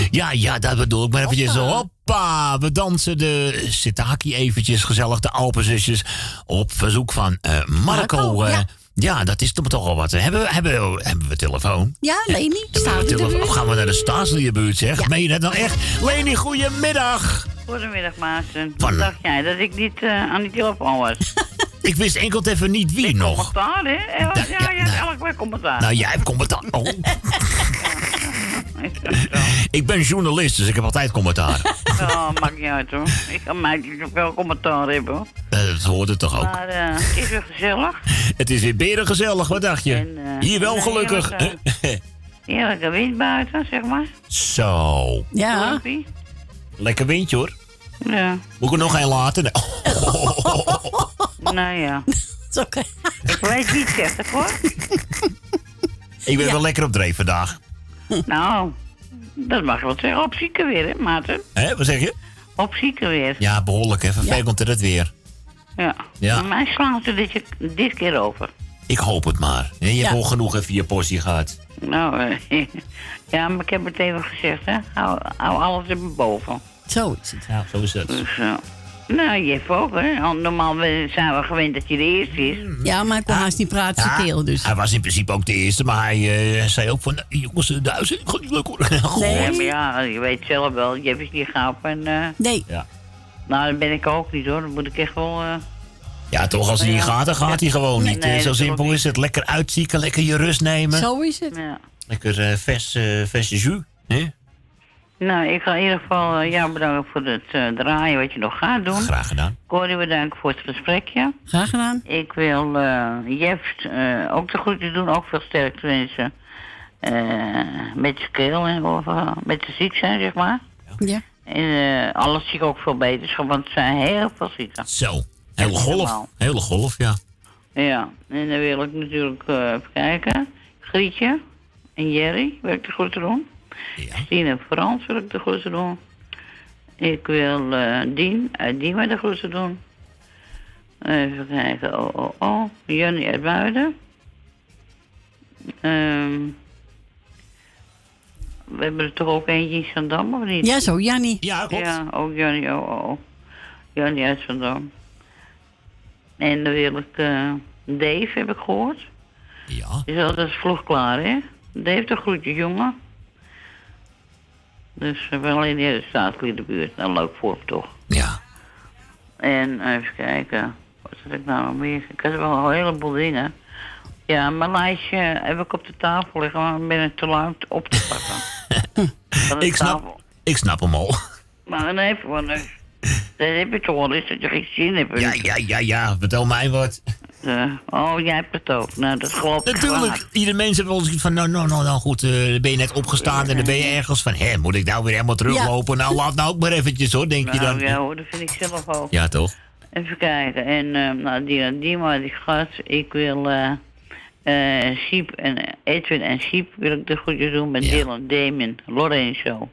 Ja, ja, dat bedoel ik. Maar eventjes zo, hoppa. We dansen de Sitaki eventjes gezellig, de Alpenzusjes. Op verzoek van uh, Marco. Marco, uh, ja. ja, dat is toch toch al wat. Hebben we, hebben we, hebben we telefoon? Ja, Leni, Hebben staat we in de telefoon? buurt. Of gaan we naar de Staatslierbuurt, zeg? Ja. Meen je dat nou echt? Leni, goedemiddag. Goedemiddag, Maarten. Van- Wat dacht jij dat ik niet uh, aan die telefoon was? Ik wist enkel even niet wie nog. Commentaar, hè? Ja, ja, ja, ja, nou. elk week commentaar. Nou, jij hebt commentaar. Oh. Ik ben journalist, dus ik heb altijd commentaar. Ja, maakt niet uit hoor. Ik kan mij niet zoveel commentaar hebben hoor. Uh, dat hoort het toch ook. Maar uh, het is weer gezellig. Het is weer berengezellig, wat dacht je? En, uh, Hier wel nee, gelukkig. Heerlijke, heerlijke wind buiten, zeg maar. Zo. Ja. Wimpie. Lekker windje hoor. Ja. Moet ik er nog een laten? Nee. Nou ja. Is oké. Ik weet wie het zegt, het hoor. Ik ben Ja. wel lekker op dreef vandaag. Nou, dat mag je wel zeggen. Op zieke weer, hè, Maarten? Hé, wat zeg je? Op zieke weer. Ja, behoorlijk. Hè. Vervelend het weer. Ja. Ja. Maar mij slaat het dit, dit keer over. Ik hoop het maar. Je hebt Ja. al genoeg even je portie gehad. Nou, uh, ja, maar ik heb het even gezegd, hè. Hou, hou alles er boven. Zo is het. Ja, zo is het. Dus, uh, nou, Jeff ook, hè. Want normaal zijn we gewend dat je de eerste is. Ja, maar hij kon haast niet praten, zijn keel dus. Hij was in principe ook de eerste, maar hij uh, zei ook van... Jongens, de uitzending gaat niet leuk worden. Nee, maar ja, je weet zelf wel. Jeff is niet gaaf en... Uh, nee. Ja. Nou, dat ben ik ook niet, hoor. Dan moet ik echt wel... Uh, Ja, toch, als hij niet gaat, dan gaat hij gewoon niet. Nee, Uh, zo dat simpel klopt is het. Lekker uitzieken, lekker je rust nemen. Zo is het. Ja. Lekker uh, vers, uh, verse jus. Hè? Nou, ik ga in ieder geval uh, jou bedanken voor het uh, draaien wat je nog gaat doen. Graag gedaan. Corrie bedanken voor het gesprekje. Graag gedaan. Ik wil uh, Jeff uh, ook de groeten doen, ook veel sterkte wensen. Uh, met je keel en of, uh, met de ziek zijn, zeg maar. Ja. En uh, alles zie ik ook veel beter, want er zijn heel veel zieken. Zo, hele golf. Helemaal. Hele golf, ja. Ja, en dan wil ik natuurlijk uh, even kijken. Grietje en Jerry wil ik de groeten doen. Ja. Stine en Frans wil ik de groeten doen. Ik wil uh, Dien uit Diemen de groeten doen. Even kijken, oh, oh, oh. Jannie uit Muiden. Um, we hebben er toch ook eentje in Zandam, of niet? Ja, zo, Jannie. Ja, klopt. Ja, ook Jannie, oh, oh, oh. Jannie uit Zandam. En dan wil ik uh, Dave, heb ik gehoord. Ja. Is altijd vroeg klaar, hè? Dave, de groetjes, jongen. Dus we hebben alleen de staatsliedenbuurt. Nou, leuk voor hem, toch? Ja. En even kijken. Wat had ik nou nog meer? Ik had wel een heleboel dingen. Ja, mijn lijstje heb ik op de tafel liggen, maar ben ik te lui op te pakken. ik, snap, ik snap hem al. Maar nee, voor nu. Dat heb je toch wel eens, dat je geen zin hebt. Ja, ja, ja, ja. Vertel mij wat. Uh, oh, jij hebt het ook. Nou, dat geloof ik Natuurlijk. graag. Iedere mens heeft wel eens iets van... Nou, nou, nou, nou goed. Uh, dan ben je net opgestaan en dan ben je ergens van... Hé, moet ik nou weer helemaal teruglopen? Ja. Nou, laat nou ook maar eventjes hoor, denk nou, je dan. Ja hoor, dat vind ik zelf ook. Ja, toch? Even kijken. En uh, nou, die, die maar die gast. Ik wil... Uh, uh, Siep en Edwin en Siep wil ik de groetjes doen. Met ja. Dylan, Damien, Lorenzo.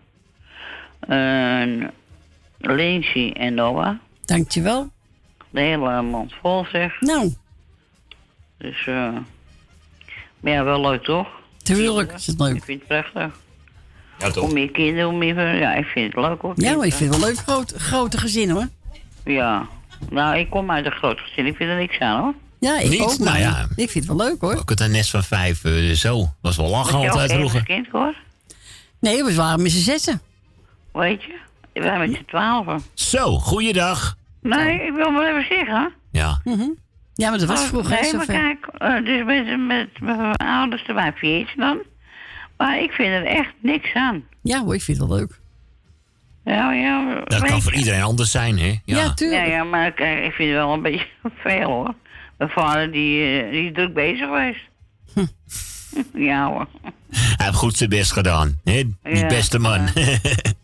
Uh, Lindsay en Noah. Dankjewel. De hele mond vol, zeg. Nou. Dus, eh... Uh, maar ja, wel leuk, toch? Tuurlijk is het leuk. Ik vind het prachtig. Ja, toch? Hoe meer kinderen, hoe meer... Ja, ik vind het leuk, hoor. Ja, maar ik vind het wel leuk. Groot, grote gezin, hoor. Ja. Nou, ik kom uit een groot gezin. Ik vind er niks aan, hoor. Ja, ik Niet? ook. Nou ja. Ik vind het wel leuk, hoor. Ook het een nest van vijf, uh, zo. Was wel lachen altijd vroeger. kind, hoor? Nee, we waren met z'n zessen. Weet je? We waren met z'n twaalfen. Zo, goeiedag. Nee, ik wil maar even zeggen. Ja. Mm-hmm. Ja, maar dat was vroeger. Oh, nee, zo maar ver. kijk, uh, dus met, met, met mijn ouders erbij veertje dan. Maar ik vind er echt niks aan. Ja hoor, ik vind het wel leuk. Ja, ja. Dat kan voor iedereen anders zijn, hè? Ja, ja tuurlijk. Ja, ja, maar kijk, ik vind het wel een beetje veel, hoor. Mijn vader, die, die is druk bezig geweest. Hm. Ja, hoor. Hij heeft goed zijn best gedaan, hè? Die Ja, beste man. Ja.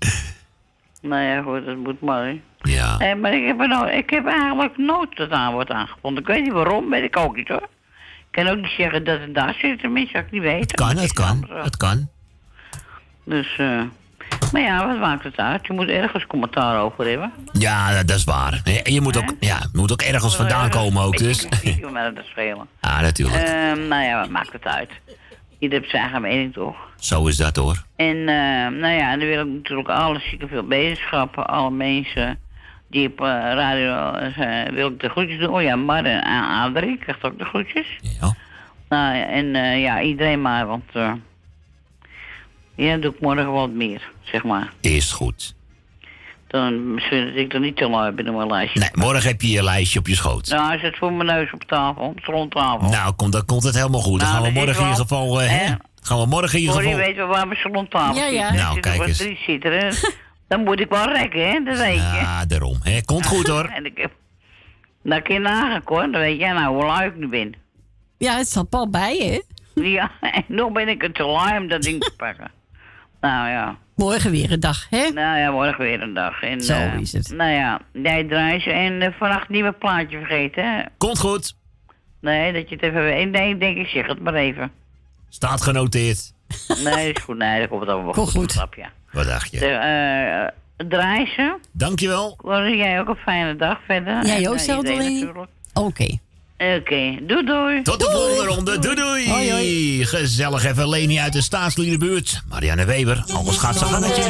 Nou ja, goed, dat moet maar, hè. Ja. Eh, maar ik heb, er nou, ik heb eigenlijk nooit het aanbod aangevonden. Ik weet niet waarom, weet ik ook niet, hoor. Ik kan ook niet zeggen dat het daar zit, tenminste, zou ik niet weten. Het kan, het kan, het kan. Dus, eh... Uh, maar ja, wat maakt het uit? Je moet ergens commentaar over hebben. Ja, dat, dat is waar. En je moet ook, ja, je moet ook ergens vandaan komen ook, dus. Ik maar dat schelen. Ja, natuurlijk. Uh, nou ja, wat maakt het uit? Ieder heeft zijn eigen mening, toch? Zo is dat, hoor. En uh, nou ja, dan wil ik natuurlijk alle zieken veel bezelschappen, alle mensen die op uh, radio uh, wil ik de groetjes doen. Oh ja, Mar en Adrie krijgt ook de groetjes. Ja. Nou ja, en uh, ja, iedereen maar, want uh, ja, doe ik morgen wat meer, zeg maar. Is goed. Dan misschien dat ik er niet te lui ben op mijn lijstje. Nee, morgen heb je je lijstje op je schoot. Nou, hij zit voor mijn neus op tafel, op de rondtafel. Nou, komt, dan komt het helemaal goed. Dan nou, gaan we morgen in ieder wel, geval... Uh, hè? Gaan we morgen in ieder geval... je weet wel waar mijn salontafel ja, ja. zit. Nou, zit kijk eens. Drie zitten, dan moet ik wel rekken, hè? Dat weet je. Ja, daarom. Hè? Komt goed, hoor. En ik heb... Dat kun je nagaan, hoor. Dan weet jij nou hoe lui ik nu ben. Ja, het zat al bij, hè? Ja, en nog ben ik het te lui om dat ding te pakken. Nou ja. Morgen weer een dag, hè? Nou ja, morgen weer een dag. En, Zo uh, is het. Nou ja, jij draait je en uh, vannacht nieuwe plaatje vergeten, hè? Komt goed. Nee, dat je het even weet. Nee, ik denk ik zeg het maar even. Staat genoteerd. Nee, is goed. Nee, dat komt allemaal goed. goed. Grap, ja. Wat dacht je? De, uh, draai ze. Dankjewel. Hoor jij ook een fijne dag verder. Jij ook, uh, Zeldeling? Oké. Okay. Oké, okay. doei doei. Tot de doei. volgende ronde. Doei doei. Hoi, hoi. Gezellig even Leni uit de staatsliedenbuurt. Marianne Weber, alles gaat zo gangetje.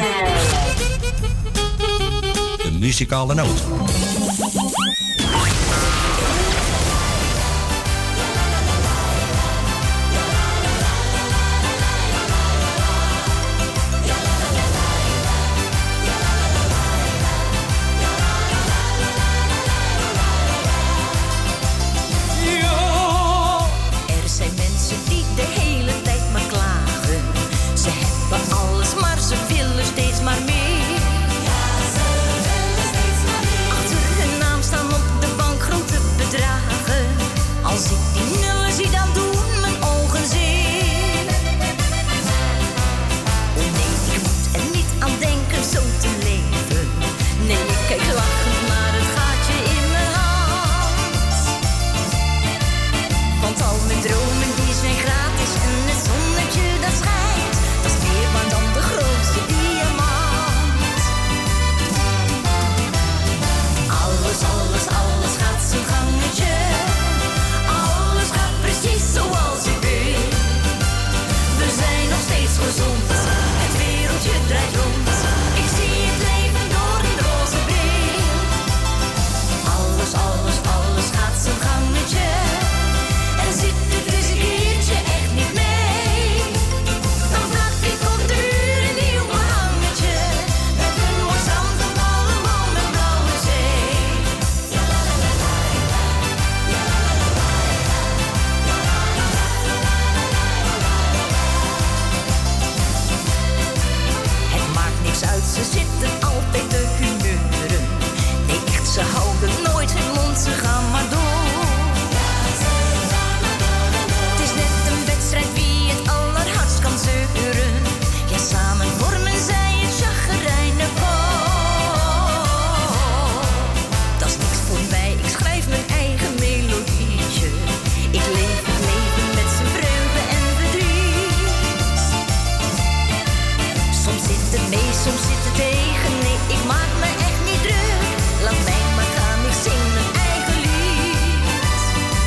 De muzikale noot. Als ik die nullen zie, dan doen mijn ogen zeer. Oh nee, ik moet er niet aan denken zo te leven. Nee, ik kijk lachend naar het gaatje in mijn hand. Want al mijn dromen die zijn gratis en het zonnetje dat schijnt, dat is meer maar dan de grootste diamant. Alles, alles, alles gaat zijn gangetje. Precies zoals ik wil. We zijn nog steeds gezond. Het wereldje draait rond. Ik zie het leven door een roze bril. Alles, alles, alles gaat zijn gangetje. En zit het dus een keertje echt niet mee. Dan plak ik op de muur een nieuw behangetje. Met een mooi strand, een malle man met blauwe zee. Uit, ze zitten altijd te humeuren. Nee, echt, ze houden nooit hun mond, ze gaan maar door. Het is net een wedstrijd wie het allerhardst kan zeuren. Ja, samen vormen zij het chagrijnig koor. Dat is niks voor mij, ik schrijf mijn eigen melodietje. Ik leef het leven met zijn vreugde en verdriet. Soms zit het mee, soms zit het tegen. Nee, ik maak me echt niet druk. Laat mij maar gaan, ik zing mijn eigen lied.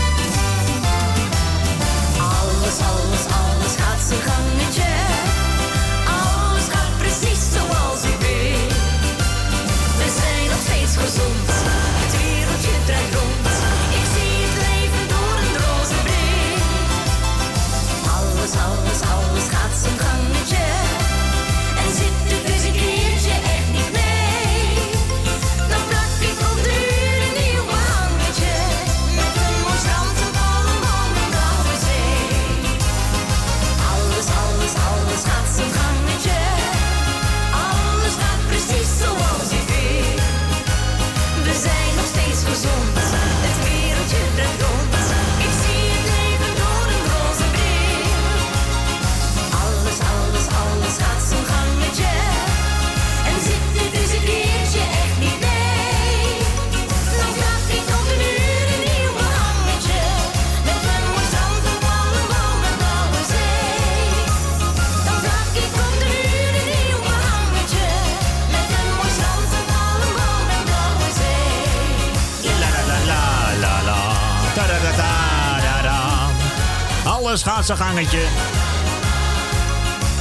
Alles, alles, alles gaat zijn gangetje. Alles gaat precies zoals ik wil. We zijn nog steeds gezond. Het wereldje draait rond. Ik zie het leven door een roze bril. Alles, alles, alles gaat zijn gangetje. En zit het dus een keertje echt niet mee. Dan plak ik op de muur een nieuw behangetje. Met een mooi strand, een palmboom en blauwe zee. Alles, alles, alles gaat zijn gangetje. Alles gaat precies zoals ik wil. We zijn nog steeds gezond. Het wereldje draait rond. Ik zie het leven door een roze bril. Alles, alles, alles gaat zijn gangetje. En zit het dus een keertje echt niet mee. Dan plak ik op de muur een nieuw behangetje. Met een mooi strand, een palmboom en blauwe zee. Dan plak ik op de muur een nieuw behangetje. Met een mooi strand, een palmboom en blauwe zee. La la la la la la. Da da da da da da. Alles gaat zijn gangetje.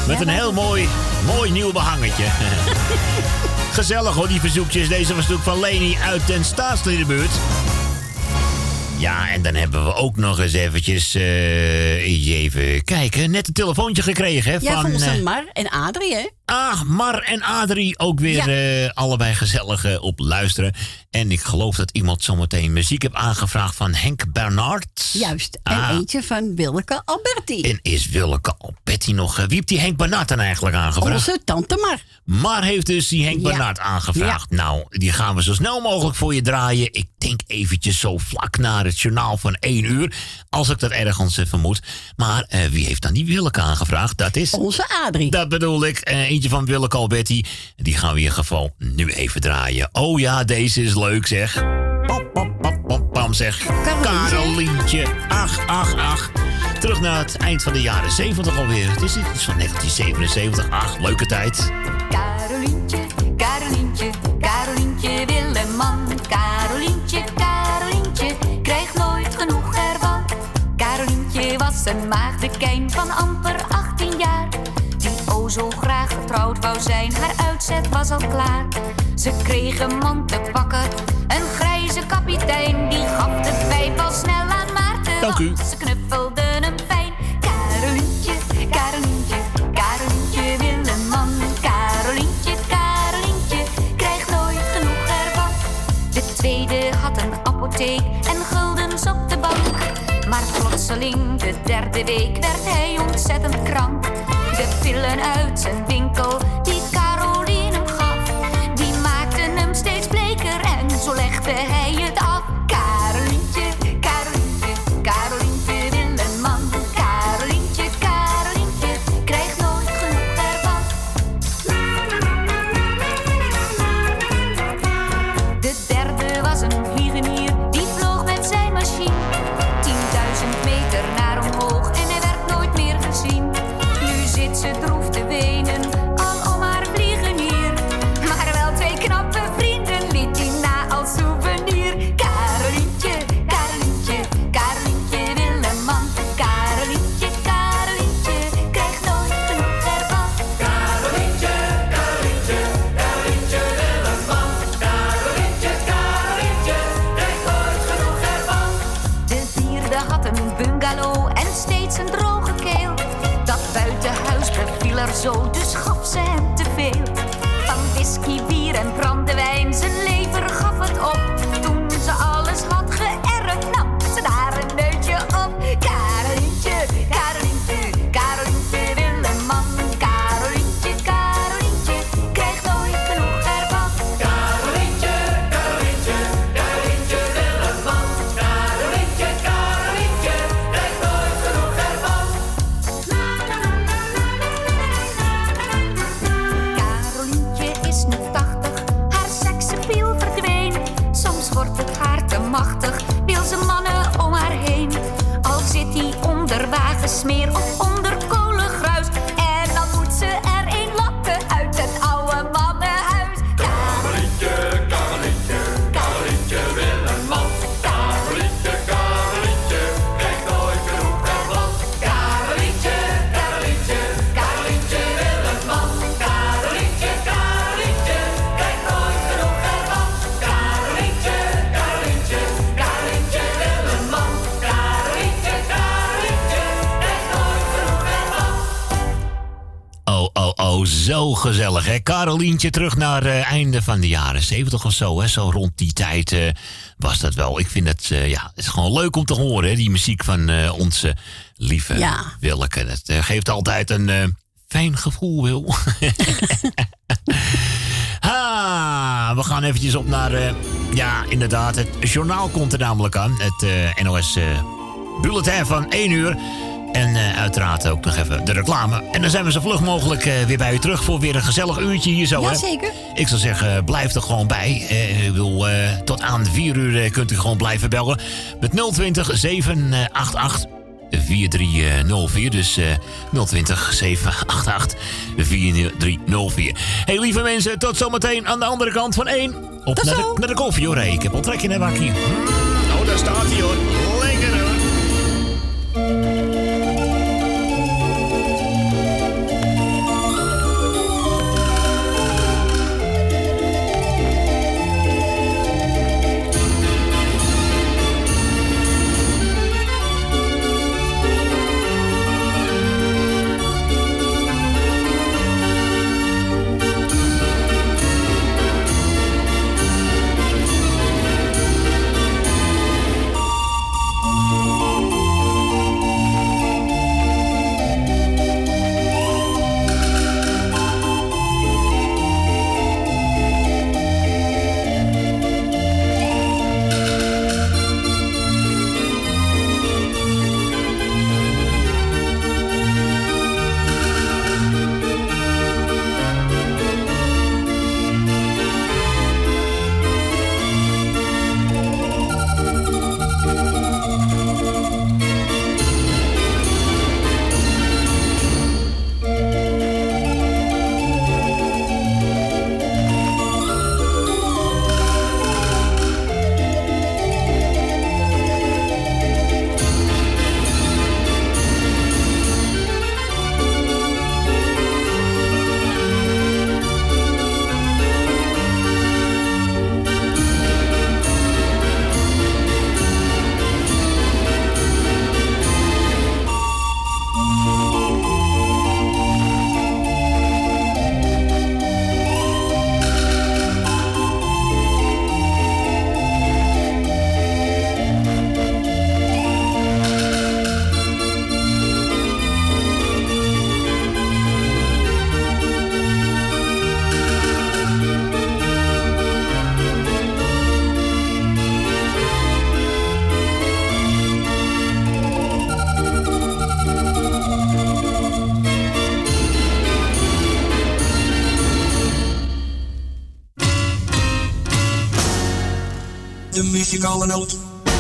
Met een heel mooi, mooi nieuw behangetje. Gezellig hoor, die verzoekjes. Deze verzoek van Leni uit Den Staatsledenbuurt. Ja, en dan hebben we ook nog eens eventjes... Uh, even kijken. Net een telefoontje gekregen, hè? Ja, van, van ons uh, Mar en Adrie, hè? Ah, Mar en Adrie ook weer ja. uh, allebei gezellig uh, op luisteren. En ik geloof dat iemand zometeen muziek heeft aangevraagd van Henk Bernhard. Juist, en ah. eentje van Willeke Alberti. En is Willeke Alberti nog... Uh, wie heeft die Henk Bernhard dan eigenlijk aangevraagd? Onze tante Mar. Mar heeft dus die Henk ja. Bernhard aangevraagd. Ja. Nou, die gaan we zo snel mogelijk voor je draaien. Ik denk eventjes zo vlak na het journaal van één uur. Als ik dat ergens uh, vermoed. Maar uh, wie heeft dan die Willeke aangevraagd? Dat is... Onze Adrie. Dat bedoel ik. Uh, eentje van Willeke Alberti. Die gaan we in ieder geval nu even draaien. Oh ja, deze is leuk zeg. Pam, pam, pam, pam, pam zeg. Carolientje. Ach, ach, ach. Terug naar het eind van de jaren zeventig alweer. Het is iets van negentien zevenenzeventig. Ach, leuke tijd. Carolientje, Carolientje, Carolientje Willeman. Carolientje, Carolientje, krijgt nooit genoeg ervan. Carolientje was een maagdekijn van amper achttien jaar. Die o zo graag getrouwd wou zijn, haar uitzet was al klaar. Ze kreeg een man te pakken, een grijze kapitein. Die gaf de pijp al snel aan Maarten. Dank u. Ze knuffelden hem fijn. Carolientje, Carolientje, Carolientje Willeman. Carolientje, Carolientje, krijgt nooit genoeg ervan. De tweede had een apotheek en guldens op de bank. Maar plotseling, de derde week, werd hij ontzettend krank. De pillen uit zijn winkel, die Caroline hem gaf, die maakten hem steeds bleker en zo legde hij het af. Carolientje, Carolientje, Carolientje Willeman. Carolientje, Carolientje, krijgt nooit genoeg ervan. De derde was een vliegenier, die vloog met zijn machine tienduizend meter naar omhoog en hij werd nooit meer gezien. Nu zit ze droef te wenen, al om haar vliegenier. Maar wel twee knappe vrienden liet hij na als souvenir. Carolientje, Carolientje, Carolientje Willeman. Carolientje, Carolientje, krijgt nooit genoeg ervan. Carolientje, Carolientje, Carolientje Willeman. Carolientje, Carolientje, krijgt nooit genoeg ervan. De vierde had een bungalow en steeds een droge keel. Dat buitenhuis beviel er zo, dus gaf ze hem te veel. Van whisky, bier en brandewijn, zijn lever gaf het op. Toen ze alles had geërfd, nam ze daar een neutje op. Carolientje, Carolientje, Carolientje Willeman. Carolientje, Carolientje, krijgt nooit genoeg ervan. Carolientje, Carolientje, Carolientje Willeman. Carolientje, Carolientje, krijgt nooit genoeg ervan. Carolientje is nu tachtig, haar seksappeal verdween. Soms wordt het haar te machtig, wil ze mannen om haar heen. Al zit hij onder wagensmeer of onder kolengruis. En dan moet ze er een lappen uit het oude mannenhuis. Carolientje, Carolientje, Carolientje Willeman. Carolientje, Carolientje, krijgt nooit genoeg ervan. Carolientje, Carolientje, Carolientje Willeman. Carolientje, Carolientje, krijgt nooit genoeg ervan. Carolientje, Carolientje, Carolientje Willeman. Carolientje, Carolientje, krijgt nooit genoeg ervan. Oh, oh, oh, zo gezellig, hè? Carolientje, terug naar het uh, einde van de jaren zeventig of zo, hè? Zo rond die tijd uh, was dat wel. Ik vind het, uh, ja, het is gewoon leuk om te horen, hè? Die muziek van uh, onze lieve ja. Willeke. Dat uh, geeft altijd een uh, fijn gevoel, Wil. Ha, we gaan eventjes op naar, uh, ja, inderdaad, het journaal komt er namelijk aan. Het uh, N O S uh, bulletin van één uur. En uh, uiteraard ook nog even de reclame. En dan zijn we zo vlug mogelijk uh, weer bij u terug voor weer een gezellig uurtje hier zo. Jazeker. Ik zou zeggen, blijf er gewoon bij. Uh, ik wil, uh, tot aan vier uur uh, kunt u gewoon blijven bellen. Met nul twintig, zeven acht acht, vier drie nul vier. Dus uh, nul twintig, zeven acht acht, vier drie nul vier. Hey lieve mensen, tot zometeen aan de andere kant van één. Op naar de, naar de koffie hoor. Hey, ik heb al trek in een bakkie. Mm, oh, daar staat hij hoor. Lekker hoor. muzikale noot.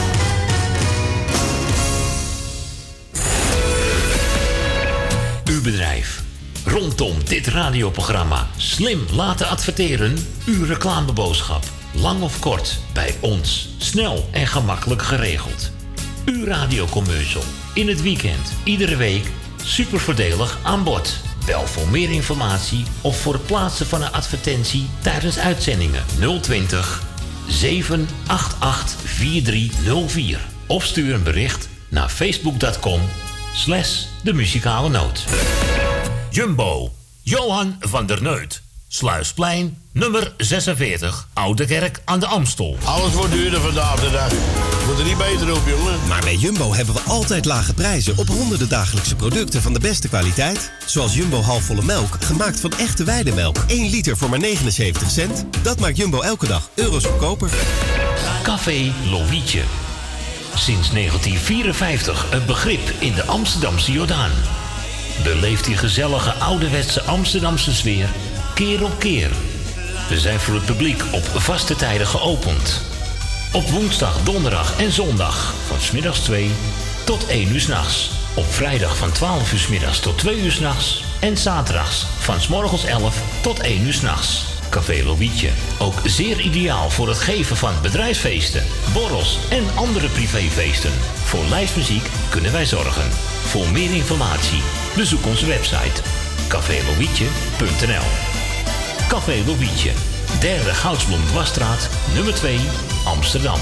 Uw bedrijf. Rondom dit radioprogramma slim laten adverteren. Uw reclameboodschap. Lang of kort, bij ons. Snel en gemakkelijk geregeld. Uw radiocommercial. In het weekend, iedere week. Super voordelig aan bod. Bel voor meer informatie of voor het plaatsen van een advertentie tijdens uitzendingen nul twintig, zeven acht acht, vier drie nul vier. Of stuur een bericht naar facebook.com slash de muzikale noot. Jumbo, Johan van der Neut. Sluisplein, nummer zesenveertig, Oude Kerk aan de Amstel. Alles wordt duurder vandaag de dag. Wordt er niet beter op, jongen. Maar bij Jumbo hebben we altijd lage prijzen op honderden dagelijkse producten van de beste kwaliteit. Zoals Jumbo halfvolle melk, gemaakt van echte weidemelk. één liter voor maar negenenzeventig cent. Dat maakt Jumbo elke dag euro's goedkoper. Café Lovietje. Sinds negentien vierenvijftig een begrip in de Amsterdamse Jordaan. Beleef die gezellige ouderwetse Amsterdamse sfeer keer op keer. We zijn voor het publiek op vaste tijden geopend. Op woensdag, donderdag en zondag van 's middags twee tot één uur 's nachts. Op vrijdag van twaalf uur 's middags tot twee uur 's nachts. En zaterdags van 's morgens elf tot één uur 's nachts. Café Lovietje. Ook zeer ideaal voor het geven van bedrijfsfeesten, borrels en andere privéfeesten. Voor lijstmuziek kunnen wij zorgen. Voor meer informatie bezoek onze website café lovietje punt n l. Café Lovietje, derde Goudsblom-Dwarsstraat, nummer twee, Amsterdam.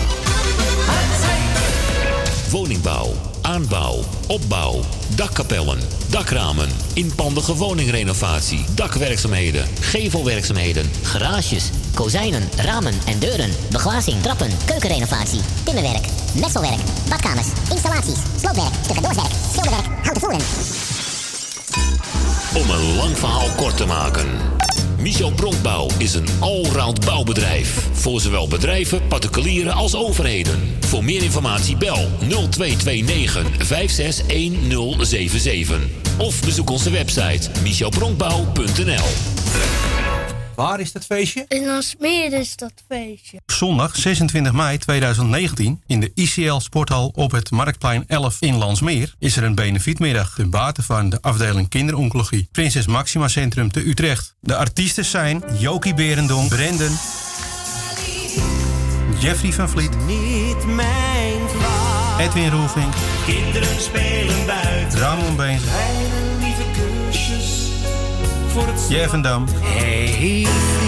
Woningbouw, aanbouw, opbouw, dakkapellen, dakramen, inpandige woningrenovatie, dakwerkzaamheden, gevelwerkzaamheden, Garages, kozijnen, ramen en deuren, beglazing, trappen, keukenrenovatie, timmerwerk, messelwerk, badkamers, installaties, sloopwerk, stucadoorswerk, schilderwerk, houten voeren. Om een lang verhaal kort te maken. Michel Bronkbouw is een allround bouwbedrijf. Voor zowel bedrijven, particulieren als overheden. Voor meer informatie bel nul twee twee negen, vijf zes een nul zeven zeven. Of bezoek onze website michel bronkbouw punt n l. Waar is dat feestje? In Landsmeer is dat feestje. Zondag zesentwintig mei tweeduizend negentien in de I C L Sporthal op het Marktplein elf in Landsmeer is er een benefietmiddag ten bate van de afdeling kinderoncologie Prinses Maxima Centrum te Utrecht. De artiesten zijn Jokie Berendonk, Brendan, Jeffrey van Vliet, Niet mijn vrouw. Edwin Roelvink, Kinderen spelen buiten. Ramon Beens, Kleine lieve kusjes voor het Jeff van Dam, Hey vriend,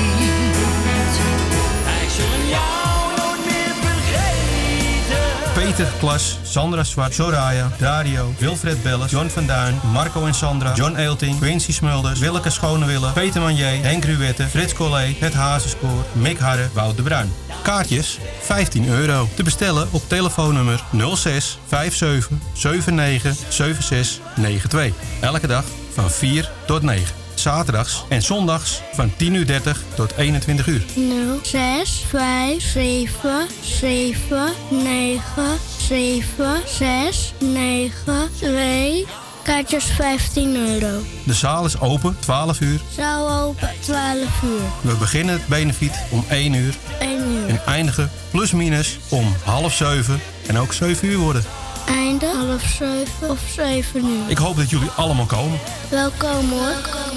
wij zullen jou nooit meer vergeten. Peter Klas, Sandra Zwart, Soraya, Dario, Wilfred Belles, John van Duin, Marco en Sandra, John Eelting, Quincy Smulders, Willeke Schonewille, Peter Manier, Henk Ruwette, Frits Collé, Het Hazenskoor, Mick Harre, Wout de Bruin. Kaartjes vijftien euro. Te bestellen op telefoonnummer nul zes vijf zeven zeven negen zeven zes negen twee. Elke dag van vier tot negen. Zaterdags en zondags van tien uur dertig tot eenentwintig uur. nul zes vijf zeven zeven negen zeven zes negen twee. Kaartjes vijftien euro. De zaal is open twaalf uur. Zaal open twaalf uur. We beginnen het benefiet om één uur. één uur. En eindigen plus minus om half zeven en ook zeven uur worden. Einde half zeven of zeven uur. Ik hoop dat jullie allemaal komen. Welkom hoor.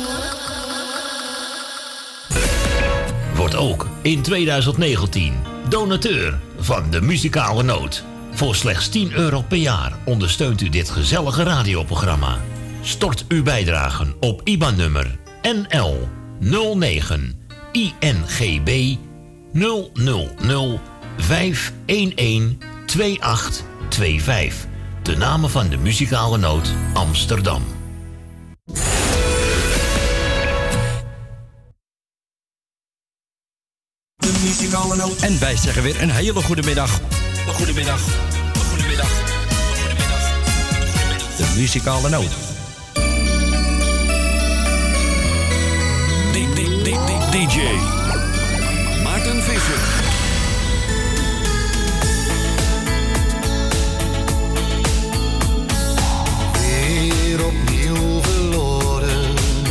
Wordt ook in tweeduizend negentien donateur van de muzikale noot. Voor slechts tien euro per jaar ondersteunt u dit gezellige radioprogramma. Stort uw bijdragen op I B A N-nummer N L nul negen I N G B nul nul nul vijf een een twee acht twee vijf. De namen van de muzikale noot Amsterdam. De muzikale noot. En wij zeggen weer een hele goede middag. Een goede middag. Een goede middag. Een goede middag. De muzikale noot. D J Maarten Visser. Weer opnieuw verloren,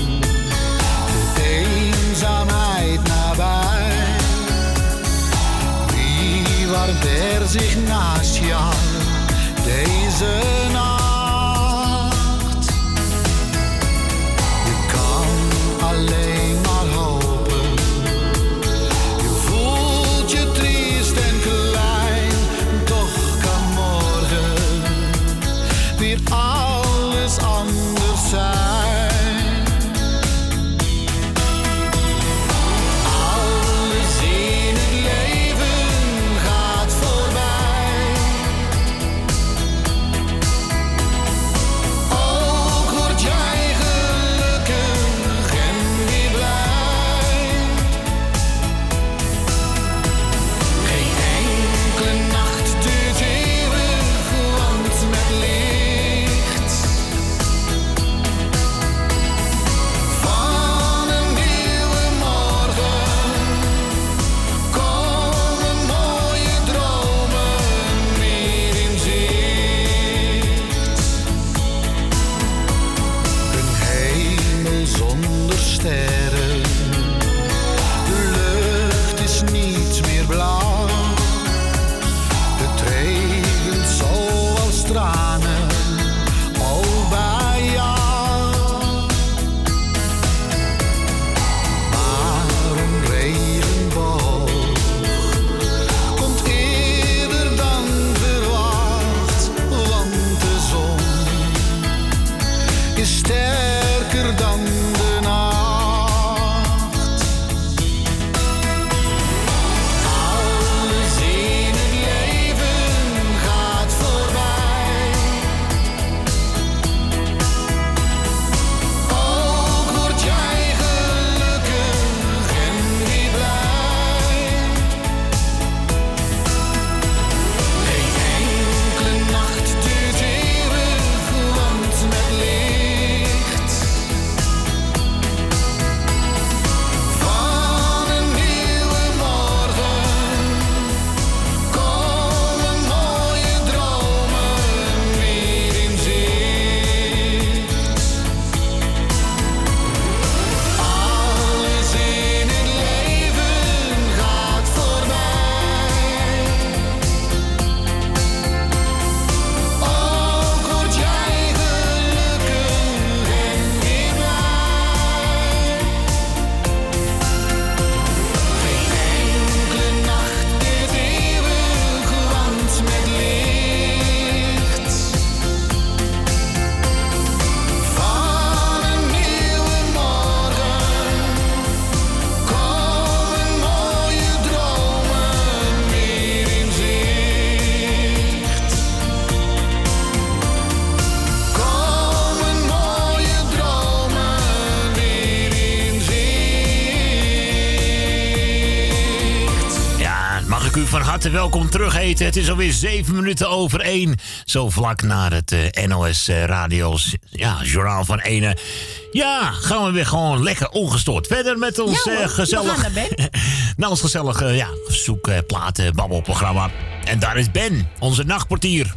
de eenzaamheid nabij. Wie warmt zich naast jou deze nacht. Je kan alleen maar hopen. Je voelt je triest en klein, toch kan morgen weer alles anders zijn. Welkom terug eten. Het is alweer zeven minuten over één. Zo vlak naar het uh, N O S uh, Radio's ja, journaal van ene. Ja, gaan we weer gewoon lekker ongestoord verder met ons ja, uh, gezellig... naar, naar ons gezellige uh, ja, zoek, uh, platen, babbelprogramma. En daar is Ben, onze nachtportier.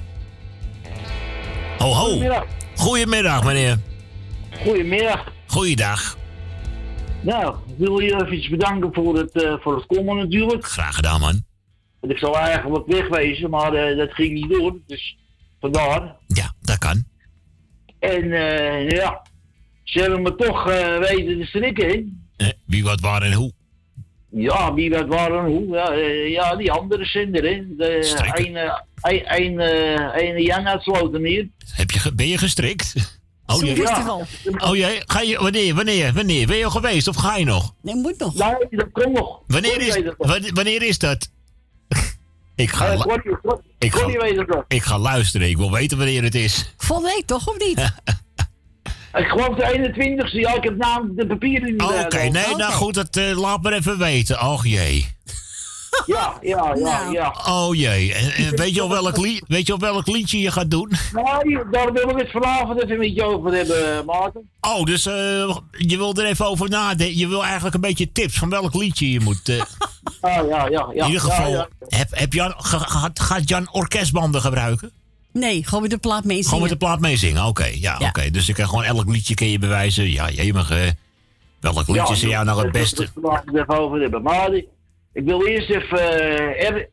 Ho, ho. Goedemiddag. Goedemiddag, meneer. Goedemiddag. Goeiedag. Nou, ik wil je even bedanken voor het, uh, voor het komen natuurlijk. Graag gedaan, man. Ik zou eigenlijk wegwezen, maar uh, dat ging niet door. Dus vandaar. Ja, dat kan. En uh, ja, ze hebben me toch uh, weten te strikken. Eh, wie, wat, waar en hoe? Ja, wie, wat, waar en hoe. Ja, uh, ja die andere zender, hè. De, een, uh, een, een, uh, een Jan uit Slotermeer. Heb je, ben je gestrikt? Oh jee. Ja. Oh jee, ga je, wanneer, wanneer, wanneer? Ben je al geweest of ga je nog? Nee, moet nog. Nee, dat komt nog. Wanneer is, wanneer, wanneer is dat? Ik ga, uh, Corrie, Corrie, ik, ga, ik ga luisteren, ik wil weten wanneer het is. Volgende week toch, of niet? Ik geloof de eenentwintigste, ja, ik heb naam de papieren niet. Oké, okay, nee, okay. Nou goed, dat, uh, laat maar even weten. Och jee. Ja, ja, ja, ja. Oh jee, en, en weet, je al welk lied, weet je al welk liedje je gaat doen? Nee, daar wil ik het vanavond even met je over hebben, Maarten. Oh, dus uh, je wil er even over nadenken. Je wil eigenlijk een beetje tips van welk liedje je moet... Uh, ah, ja, ja, ja. In ieder geval, ja, ja. Heb, heb Jan, gaat, gaat Jan orkestbanden gebruiken? Nee, gewoon met de plaat meezingen. Gewoon met de plaat meezingen, oké. Okay, ja, ja. oké. Okay. Dus je kan gewoon elk liedje kun je bewijzen. Ja, jemig, uh, welk liedje is ja, jou nou het beste? Ik wil even over hebben. Maar ik wil eerst even... Uh, er,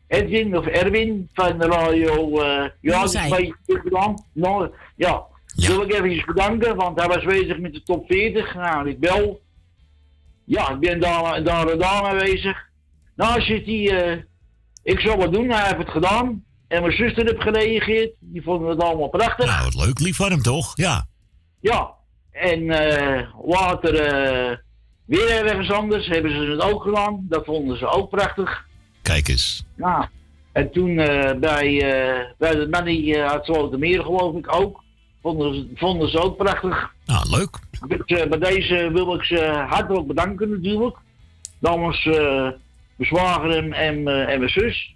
Edwin of Erwin van de radio. Uh, ja, dat is een beetje gedaan. Nou, ja, ja. Wil ik even bedanken, want hij was bezig met de top veertig. Nou, ik bel. Ja, ik ben daar, daar en daar mee bezig. Nou zit hij, uh, ik zal wat doen, hij heeft het gedaan. En mijn zuster heeft gereageerd, die vonden het allemaal prachtig. Nou, wat leuk, lief van hem toch? Ja. Ja, en uh, later uh, weer ergens anders hebben ze het ook gedaan. Dat vonden ze ook prachtig. Kijk eens. Nou, en toen uh, bij, uh, bij de Manny uh, uit Slotermeer geloof ik ook. Vonden ze, vonden ze ook prachtig. Nou, leuk. Dus, uh, bij deze wil ik ze hartelijk bedanken natuurlijk. Namens uh, mijn zwager en, en, uh, en mijn zus.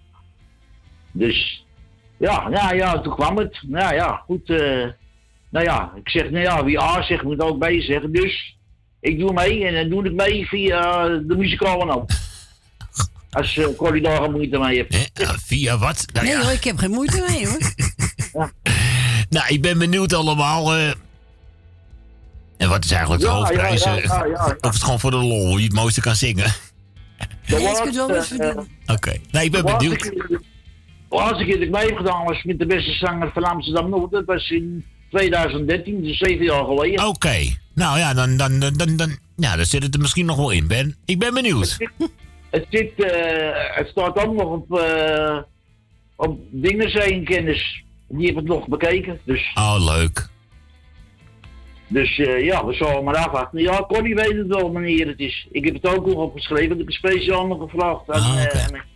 Dus, ja, ja, ja, toen kwam het. Nou ja, goed. Uh, nou ja, ik zeg, nou ja, wie A zegt moet ook B zeggen. Dus, ik doe mee en dan doe ik mee via uh, de muzikale noot. Als uh, Corrie daar geen moeite mee heeft. Eh, uh, via wat? Nou, nee ja. hoor, ik heb geen moeite mee hoor. Ja. Nou, ik ben benieuwd allemaal. Uh, en wat is eigenlijk de ja, hoofdprijs? Ja, ja, ja, ja, ja. Of het gewoon voor de lol, wie het mooiste kan zingen? Ja, je kunt wel eens verdienen. Oké, okay. Nee, ik ben benieuwd. De laatste keer dat ik mee heb gedaan was met de beste zanger van Amsterdam-Noord. Dat was in twintig dertien, dus zeven jaar geleden. Oké, okay. Nou ja, dan, dan, dan, dan, dan, ja, dan zit het er misschien nog wel in, Ben. Ik ben benieuwd. Het, zit, het, zit, uh, het staat ook nog op, uh, op dingen zijn kennis. Die heb ik nog bekeken, dus... Oh, leuk. Dus uh, ja, we zullen maar afwachten. Ja, Connie weet het wel wanneer het is. Ik heb het ook nog opgeschreven, dat ik het speciaal nog gevraagd. Ah, en, okay. uh,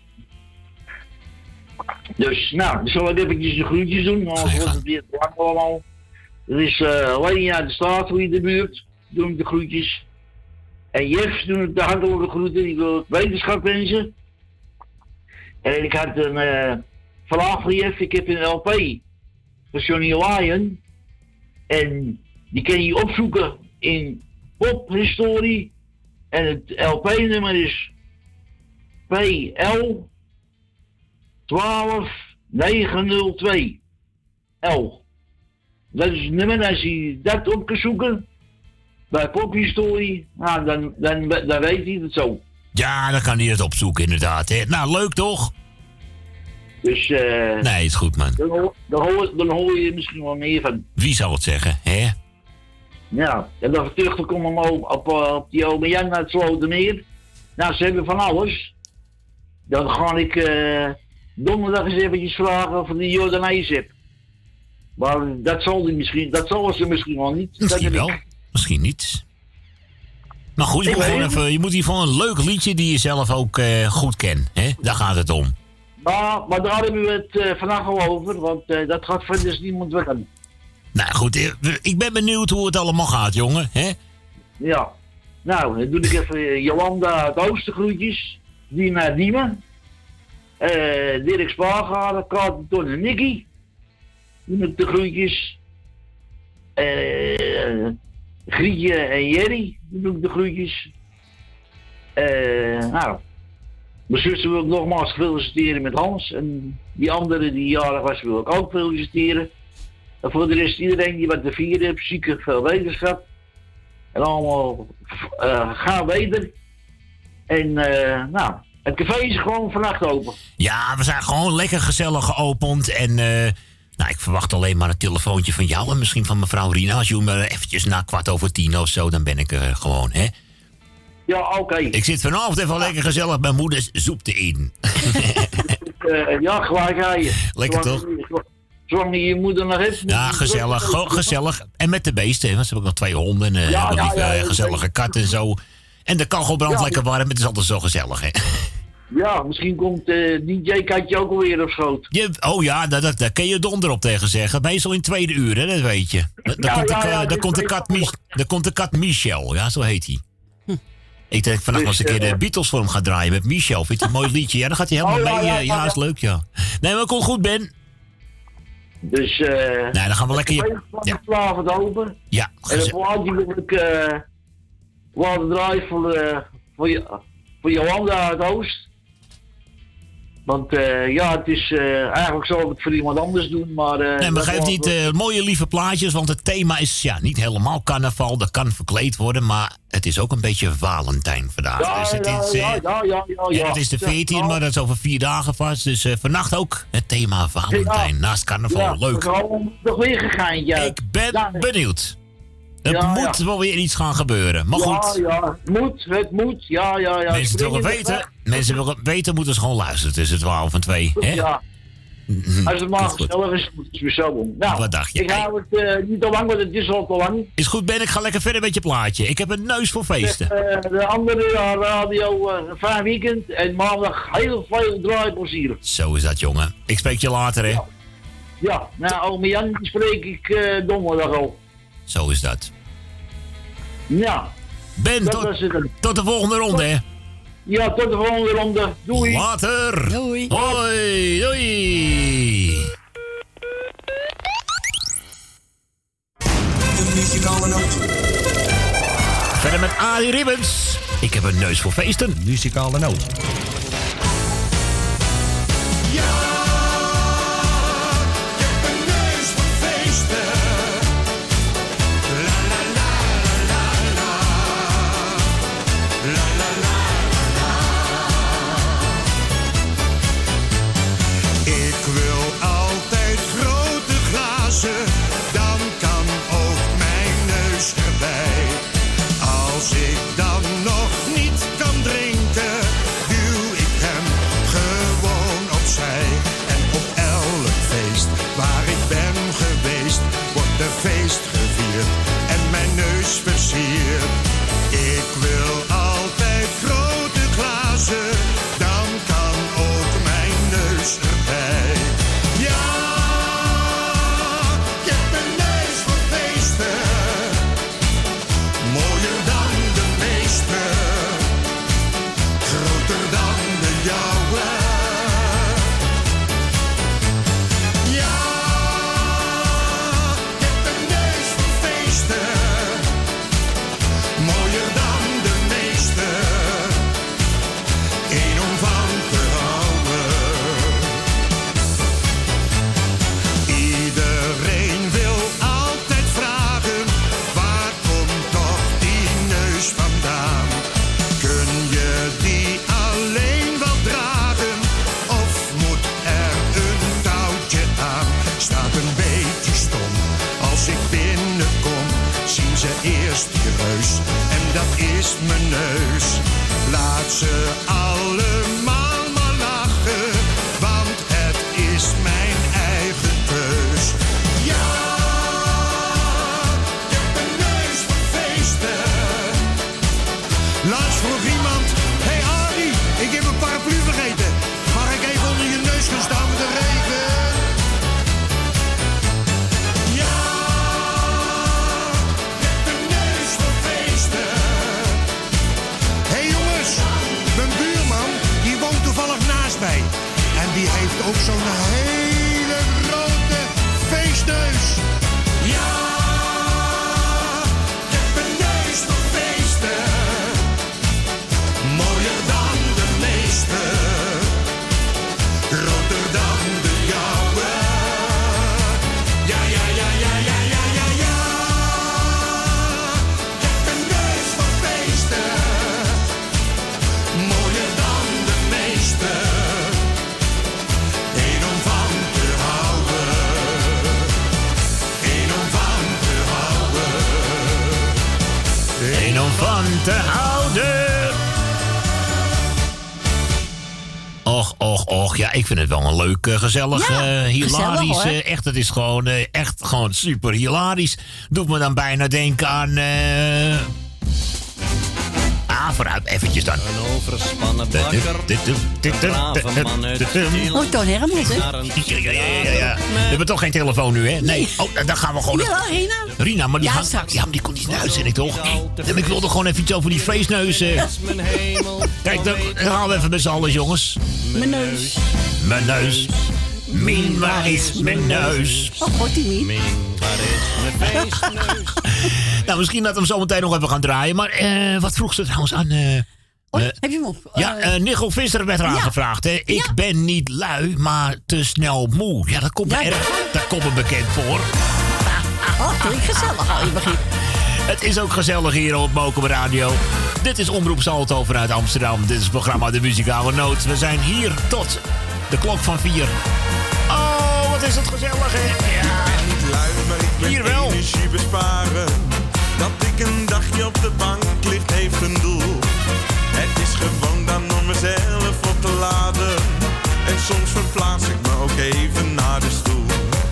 dus, nou, dan zal ik eventjes de groetjes doen, anders wordt het weer te lang allemaal. Er is uh, Lenia uit de straat voor in de buurt, doen ik de groetjes. En Jeff doen ik de hartelijke groeten, die wil wetenschap wensen. En ik had een uh, vraag voor Jeff, ik heb een L P van Johnny Lion. En die kan je opzoeken in pophistorie. En het L P-nummer is P L twaalf negenhonderdtwee L. Dat is het nummer, als je dat op kan zoeken bij pophistorie, nou, dan, dan, dan weet hij het zo. Ja, dan kan hij het opzoeken inderdaad. Hè. Nou, leuk toch? Dus, uh, nee, is goed man. Dan hoor, dan, hoor, dan hoor je misschien wel meer van. Wie zou het zeggen, hè? Ja, en dan terug te komen op, op, op die ome Jan naar het Slotermeer. Nou, ze hebben van alles. Dan ga ik uh, donderdag eens eventjes vragen of die Jordanees heb. Maar dat zal, die misschien, dat zal ze misschien wel niet. Misschien dat wel, ik... misschien niet. Maar goed, je moet, gewoon even, je moet hier gewoon een leuk liedje die je zelf ook uh, goed kent. Hè? Daar gaat het om. Maar, maar daar hebben we het uh, vandaag al over, want uh, dat gaat verder niemand werken. Nou goed, ik ben benieuwd hoe het allemaal gaat, jongen. Hè? Ja. Nou, dan doe ik even uh, Jolanda het Oostergroetjes. Dina Diemen. Uh, Dirk Spaargaren, Kaartenton en Nicky. Doe ik de groetjes. Uh, Grietje en Jerry. Doe ik de groetjes. Uh, nou, mijn zuster wil ik nogmaals feliciteren met Hans. En die andere die jarig was wil ik ook feliciteren. En voor de rest iedereen die wat te vieren heeft, zieke veel wetenschap. En allemaal uh, gaan weten. En uh, nou, het café is gewoon vannacht open. Ja, we zijn gewoon lekker gezellig geopend. En uh, nou, ik verwacht alleen maar een telefoontje van jou en misschien van mevrouw Rina. Als je me eventjes na kwart over tien of zo, dan ben ik er uh, gewoon, hè? Ja, oké. Okay. Ik zit vanavond even ja. lekker gezellig bij moeders zoepte in. uh, ja, gelijk ga je. Lekker toch? Zolang je je moeder nog hebt. Ja, gezellig. Gewoon gezellig. En met de beesten, want ze hebben ook nog twee honden en uh, ja, ja, lief, ja, ja, gezellige kat en zo. En de kachel brandt ja, lekker warm. Het is altijd zo gezellig, hè? Ja, misschien komt uh, D J Katje ook alweer op schoot. Je, oh ja, daar, daar, daar kun je donder op tegen zeggen. Meestal in het tweede uur, hè, dat weet je. Daar ja, komt, ja, ja, komt, komt de kat Michel, ja, zo heet hij. Hm. Ik denk vannacht dus, als ik een keer de Beatles voor hem ga draaien met Michel. Vindt hij een mooi liedje? Ja, dan gaat hij helemaal oh, ja, mee. Ja, ja, ja, is leuk, ja. Nee, maar komt goed, Ben. Dus, eh... Uh, nee, dan gaan we lekker... Je... Ja. vanavond open. Ja, en dan plaatje wil ik... Uh, laten draaien voor, uh, voor, je, voor Jolanda uit Oost. Want uh, ja, het is uh, eigenlijk zou ik het voor iemand anders doen, maar... Uh, nee, maar geef niet uh, mooie lieve plaatjes, want het thema is ja niet helemaal carnaval. Dat kan verkleed worden, maar het is ook een beetje Valentijn vandaag. Ja, dus het ja, is, ja, uh, ja, ja, ja, ja. Het is de veertiende, ja, maar dat is over vier dagen vast. Dus uh, vannacht ook het thema Valentijn, ja, naast carnaval. Ja, leuk. Nog weer gegaan, ja. Ik ben ja, benieuwd. Er ja, moet ja. wel weer iets gaan gebeuren. Maar ja, goed. Ja, het moet, het moet. Ja, ja, ja. Mensen willen weten, mensen willen weten, moeten ze gewoon luisteren tussen twaalf en twee. Hè? Ja. Als het maar gezellig is, moet het weer zo doen. Nou, wat dacht je? Ik hou het uh, niet te lang, want het is al te lang. Is goed, Ben, ik ga lekker verder met je plaatje. Ik heb een neus voor feesten. Uh, de andere uh, radio, uh, fijn weekend en maandag heel veel draaiplezier. Zo is dat, jongen. Ik spreek je later, hè? Ja, ja. Nou, ome Jan spreek ik uh, donderdag al. Zo is dat. Ja. Ben, tot, tot de volgende ronde, hè? Ja, tot de volgende ronde. Doei. Later. Doei. Hoi, doei. De muzikale noot. Verder met Arie Ribbens. Ik heb een neus voor feesten. Muzikale noot. Als ik dan nog niet kan drinken, duw ik hem gewoon opzij. En op elk feest waar ik ben geweest, wordt er feest gevierd en mijn neus versierd. Ik wil altijd grote glazen, dan kan ook mijn neus erbij. Ja, ik heb een neus voor feesten. Mooier dan de meeste, groter dan de jouwe. Ja, ik heb een neus voor feesten. Mooier dan de meeste, één om van te houden. Iedereen wil altijd vragen, waar komt toch die neus vandaan? Kun je die alleen wel dragen, of moet er een touwtje aan? Staat een beetje stom, als ik binnenkom, zien ze eerst je reus, en dat is mijn neus. Laat ze allemaal maar lachen, want het is mijn eigen keus. Ja, ik heb een neus voor feesten. Laatst vroeg iemand, hey Arie, ik heb een paraplu vergeten. Mag ik even onder je neus gaan staan met de regen? Ja, ik heb een neus voor feesten. Hey jongens, mijn buurman, die woont toevallig naast mij. En die heeft ook zo'n hele grote feestneus. Ja, ik heb een neus voor feesten. Mooier dan de meeste, groter dan de jouwe. Ja, ja, ja, ja, ja, ja, ja, ja. Ik heb een neus voor feesten. Mooier dan de meeste, één om van te houden. Één om van te houden. Eén om van te houden. Och, och, och. Ja, ik vind het wel een leuk, uh, gezellig, Ja, uh, hilarisch. gezellig, hoor. uh, echt, het is gewoon, uh, echt gewoon super hilarisch. Doet me dan bijna denken aan... Uh... Ah, vooruit, eventjes dan. Een overspannen bakker, een brave man uit Tiel. Oh, Toon Hermans, hè? Ja, ja, ja, ja, ja. We hebben toch geen telefoon nu, hè? Nee. Oh, dan gaan we gewoon... Ja, Rina. Rina, maar die, Ja, hangt- straks. ja, maar die komt niet naar uitzending, toch? Nee, ik wilde gewoon even iets over die feestneus. eh. Kijk, dan dan gaan we even met z'n allen, jongens. Mijn neus. Mijn neus. Min, waar is mijn neus? Oh, wordt die niet? Min, waar is mijn feestneus? Nou, misschien dat we hem zo meteen nog even gaan draaien. Maar eh, wat vroeg ze trouwens aan... eh, Oh, Eh, heb je hem op? Ja, Eh, uh, Nichel Visser werd eraan ja. gevraagd. Hè. Ik ben niet lui, maar te snel moe. Ja, dat komt me, erg, dat komt me bekend voor. Oh, klinkt gezellig al, je begint. Het is ook gezellig hier op Mokum Radio. Dit is Omroep Salto vanuit Amsterdam. Dit is het programma De Muzikale Noot. We zijn hier tot de klok van vier. Oh, wat is het gezellig, hè? Ja. Ik ben niet lui, maar ik ben hier wel. energie besparen. Dat ik een dagje op de bank ligt heeft een doel. Het is gewoon dan om mezelf op te laden. En soms verplaats ik me ook even naar de stoel.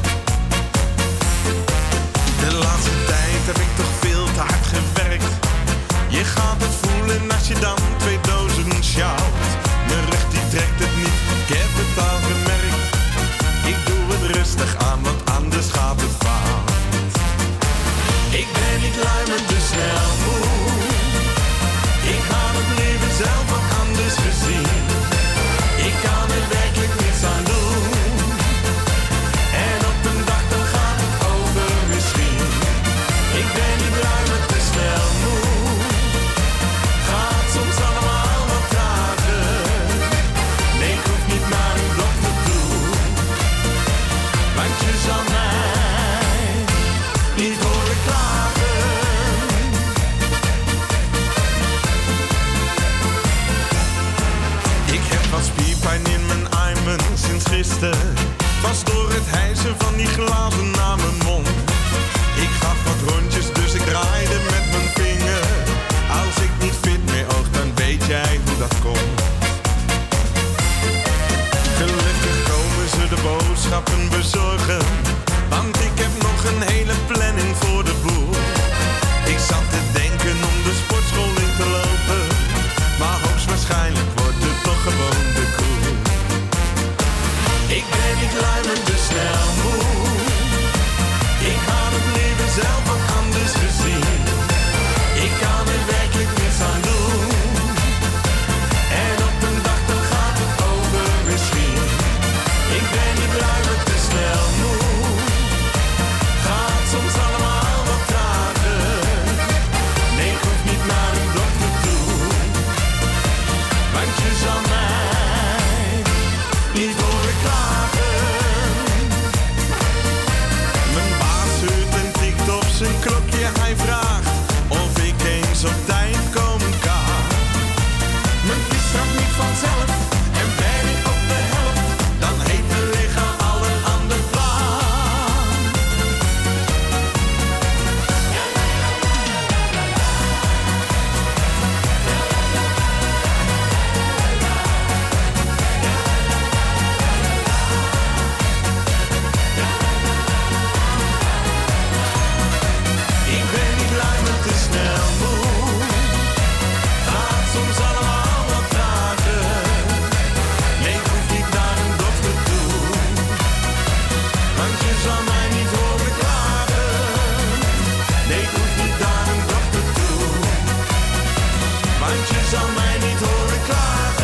De laatste tijd heb ik toch veel te hard gewerkt. Je gaat het voelen als je dan twee dozen sjouwt. Mijn rug die trekt het niet, ik heb het al gemerkt. Ik doe het rustig aan, want anders gaat het fout. Ik ben niet lui, maar te snel moe. Ik had het leven zelf wat anders gezien. Ik kan er werkelijk niets aan doen. En op een dag dan gaat het over misschien. Ik ben niet lui, maar te snel moe. Gaat soms allemaal wat trager. Nee, ik hoef niet naar een dokter toe. Want je zal mij niet horen klagen. Ik heb wat spierpijn in mijn armen sinds gisteren. Was door het hijsen van die glazen naar mijn mond. Ik gaf wat rondjes, dus ik draaide met mijn vinger. Als ik niet fit meer oog, dan weet jij hoe dat komt. Gelukkig komen ze de boodschappen bezorgen. Want ik heb nog een hele planning voor de boer. Ik zat te denken om de sportschool in te lopen. Maar hoogstwaarschijnlijk wordt het toch gewoon de koer. Ik ben niet lui, maar te snel moe. Ik had het leven zelf wat anders gezien. Ik kan er werkelijk niets aan doen. En op een dag dan gaat het over misschien. Ik ben niet lui, maar te snel moe. Gaat soms allemaal wat trager. Nee, ik hoef niet naar een dokter toe. Want je zal mij niet horen klagen. Mijn baas zeurt en tikt op zijn klokje. Hij vraagt of ik eens op tijd komen kan. Mijn fiets gaat niet vanzelf en ben ik op de helft. Dan heeft mijn lichaam al een ander plan. Ik ben niet lui, maar te snel moe. Gaat soms allemaal wat trager. Nee, ik hoef niet naar een dokter toe. Want je zal mij niet horen klagen. Nee, ik hoef niet naar een dokter toe. Want je zal mij niet horen klagen.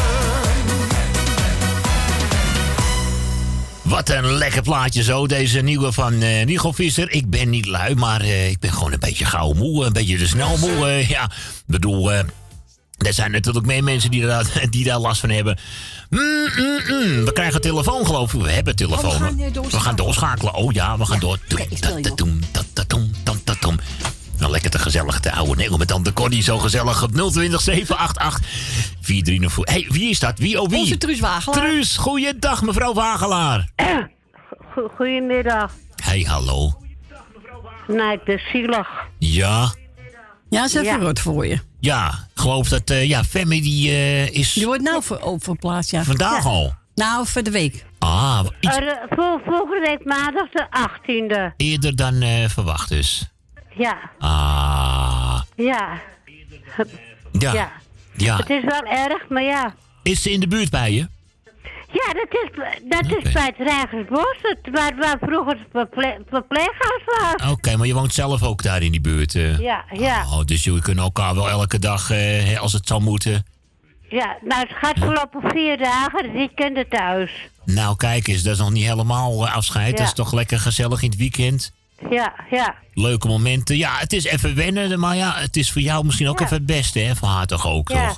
Wat een lekker plaatje zo, deze nieuwe van uh, Nichel Visser. Ik ben niet lui, maar uh, ik ben gewoon een beetje gauw moe. Een beetje te snel moe. Uh, ja, ik bedoel, uh, er zijn natuurlijk meer mensen die daar, die daar last van hebben. Mm, mm, mm. We krijgen telefoon, geloof ik. We hebben telefoon. Oh, we gaan, uh, doorschakelen. we gaan doorschakelen. Oh ja, we gaan Ja, door. oké, ik speel je op. Toem, dat, dat, toem, dat, dat, toem. Nou, lekker te gezellig, te oude Nederland met tante Connie. Zo gezellig op nul twintig zeven acht acht vier drie nul vier. Hé, hey, wie is dat? Wie, oh wie? Onze Truus Wagelaar. Truus, goeiedag mevrouw Wagelaar. Go- Goedemiddag. Hey, hallo. Nee, het is zielig. Ja, Ja, ze heeft Ja. verrot voor je. ja, ik geloof dat, uh, ja, Femi die uh, is Die wordt nou ver, op verplaatst, ja. vandaag Ja. al. Nou, voor de week. Ah, iets Uh, vol- volgende week maandag de achttiende. eerder dan uh, verwacht dus. Ja, Ah, ja. ja. Ja. Ja. Het is wel erg, maar ja. Is ze in de buurt bij je? Ja, dat is, dat is bij het Rijgersbos, het, waar, waar vroeger het verple verpleeghuis was. Oké, maar je woont zelf ook daar in die buurt. Uh. Ja, ja. Oh, dus jullie kunnen elkaar wel elke dag, uh, als het zal moeten. Ja, nou, het gaat voorlopig vier dagen, het weekenden thuis. Nou, kijk eens, dat is nog niet helemaal uh, afscheid. Ja. Dat is toch lekker gezellig in het weekend. Ja, ja. Leuke momenten. Ja, het is even wennen, maar ja, het is voor jou misschien ook Ja. even het beste, hè? Voor haar toch ook, Ja, toch?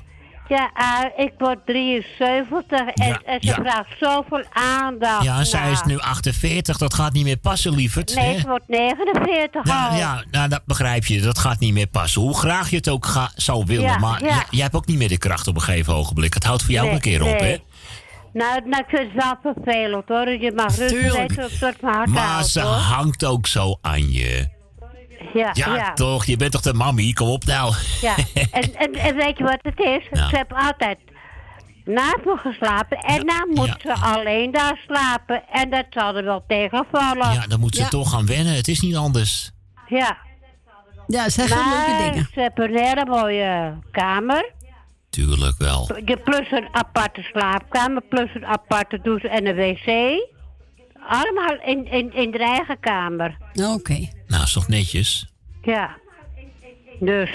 Ja, uh, ik word drieënzeventig en, Ja, en ze ja. vraagt zoveel aandacht. Ja, zij naar. is nu achtenveertig, dat gaat niet meer passen, lieverd. Nee, hè? ze wordt negenenveertig Ja, al. ja, nou, dat begrijp je. Dat gaat niet meer passen. Hoe graag je het ook ga, zou willen. Ja, maar ja. j- jij hebt ook niet meer de kracht op een gegeven ogenblik. Het houdt voor jou ook Nee, een keer op, nee. hè? Nou, nou, ik vind het wel vervelend hoor. Je mag rustig Tuurlijk. weten of het mijn hart Maar houdt, ze hoor. hangt ook zo aan je. Ja, Ja, ja. toch? Je bent toch de mammy? Kom op nou. Ja, en, en, en weet je wat het is? Ja. Ze heeft altijd naast me geslapen en dan moet ze alleen daar slapen. En dat zal er wel tegenvallen. Ja, dan moet ze toch gaan wennen. Het is niet anders. Ja. Ja, zeg gewoon leuke Maar dingen. ze heeft een hele mooie kamer. Tuurlijk wel. Je plus een aparte slaapkamer, plus een aparte douche en een wc. Allemaal in, in, in de eigen kamer. Oké. Nou, is toch netjes? Ja. Dus.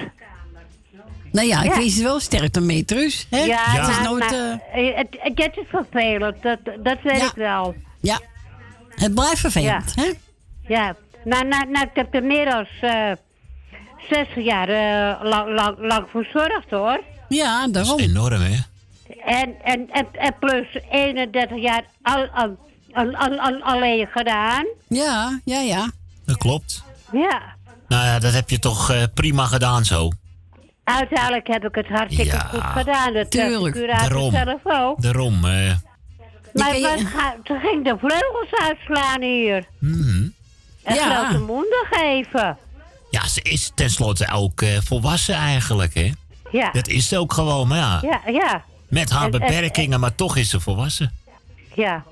Nou ja, ik Ja. wens je wel sterkte mee, Truus. Hè? Ja, Het is maar, nooit... maar, eh, eh, het, het, het is vervelend, dat, dat weet ik wel. Ja, het blijft vervelend, Ja. hè? Ja, nou, nou, nou, ik heb er meer dan uh, zestig jaar uh, lang, lang, lang voor gezorgd, hoor. Ja, daarom. Dat is enorm, hè? En, en, en, en plus eenendertig jaar al, al, al, al, al- alleen gedaan. Ja, ja, ja. Dat klopt. Ja. Nou ja, dat heb je toch eh, prima gedaan zo. Uiteindelijk heb ik het hartstikke Ja, goed gedaan. Dat tuurlijk. de curator Daarom. zelf ook. Daarom, eh. Maar wat ga- ze ging de vleugels uitslaan hier. mhm. En Ja. grote monden geven. Ja, ze is tenslotte ook eh, volwassen eigenlijk, hè? Ja. Dat is ze ook gewoon, maar ja. Ja, ja. Met haar En- en- beperkingen, maar toch is ze volwassen. Ja.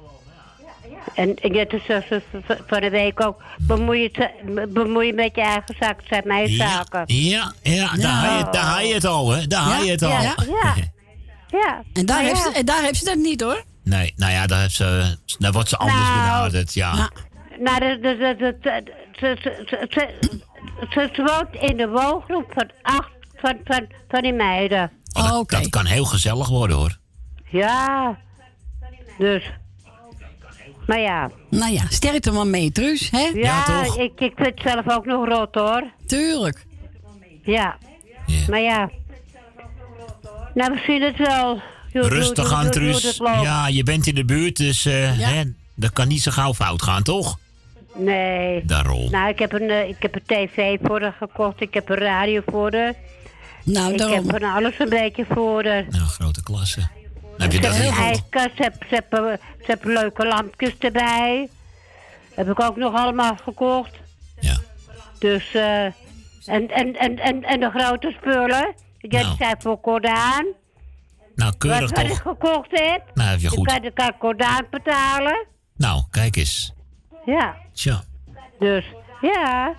En, en net als ze van de week ook, bemoei je, te- bemoei je met je eigen zaak, het zijn mijn zaken. Ja, ja, daar haal je, daar haal je het al, hè? Daar haal je het al. Ja, ja. ja. En daar, Maar heeft ja. ze, en daar heeft ze dat niet, hoor. Nee, nou ja, daar, heeft ze, daar wordt ze anders Nou, benaderd, ja. Nou, de, de, de, de, de- ze, ze, ze, ze, ze, ze woont in de woongroep van acht van, van, van die meiden. Oh, dat, dat kan heel gezellig worden, hoor. Ja. Dus. Maar ja. Nou ja, sterkte maar mee, Truus, hè? Ja, ik, ik vind het zelf ook nog rot, hoor. Tuurlijk. Ja. Maar ja. Nou, we zien het wel. Hoe- Rustig hoe- aan, hoe- hoe Truus. het loopt. Ja, je bent in de buurt, dus eh, hè, dat kan niet zo gauw fout gaan, toch? Nee. Daarom. Nou, ik heb een, eh, ik heb een tv voor haar gekocht. Ik heb een radio voor haar. Nou, ik daarom. heb van alles een beetje voor haar. Nou, grote klasse. Dan heb je Ze dat heeft niet een goed. ijskast, ze heeft, ze, heeft, ze heeft leuke lampjes erbij. Heb ik ook nog allemaal gekocht. Ja. Dus, eh en, en, en, en, en de grote spullen. Die Nou. zijn voor Cordaan. Nou, keurig Wat, wat ik toch? gekocht heb. Nou, heb je Die goed. kan, die kan Cordaan betalen. Nou, kijk eens. Ja. Tja. Dus, ja.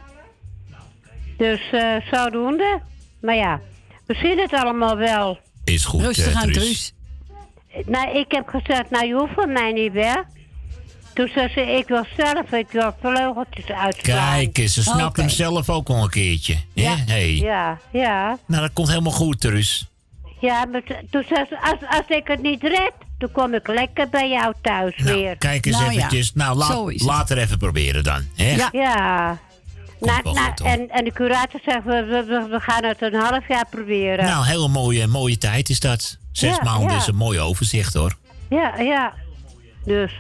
Dus, eh zodoende. Maar ja, we zien het allemaal wel. Is goed, Rustig eh, aan, Truus. Truus. Nou, ik heb gezegd, nou, je hoeft van mij niet weg. Toen zei ze, ik wil zelf, ik wil vleugeltjes uitslaan. Kijk eens, ze snapt Oké. hem zelf ook wel een keertje. Ja. Hey. Ja, ja. Nou, dat komt helemaal goed, Truus. Ja, maar t- toen zei ze, als, als ik het niet red, dan kom ik lekker bij jou thuis weer. Kijk eens eventjes. Nou, laat, later even proberen dan. Hè? Ja. ja. Nou, wel nou, goed, hoor. en, en de curator zegt, we, we, we- we gaan het een half jaar proberen. Nou, hele mooie, mooie tijd is dat. Zes Ja, maanden ja. is een mooi overzicht, hoor. Ja, ja. Dus.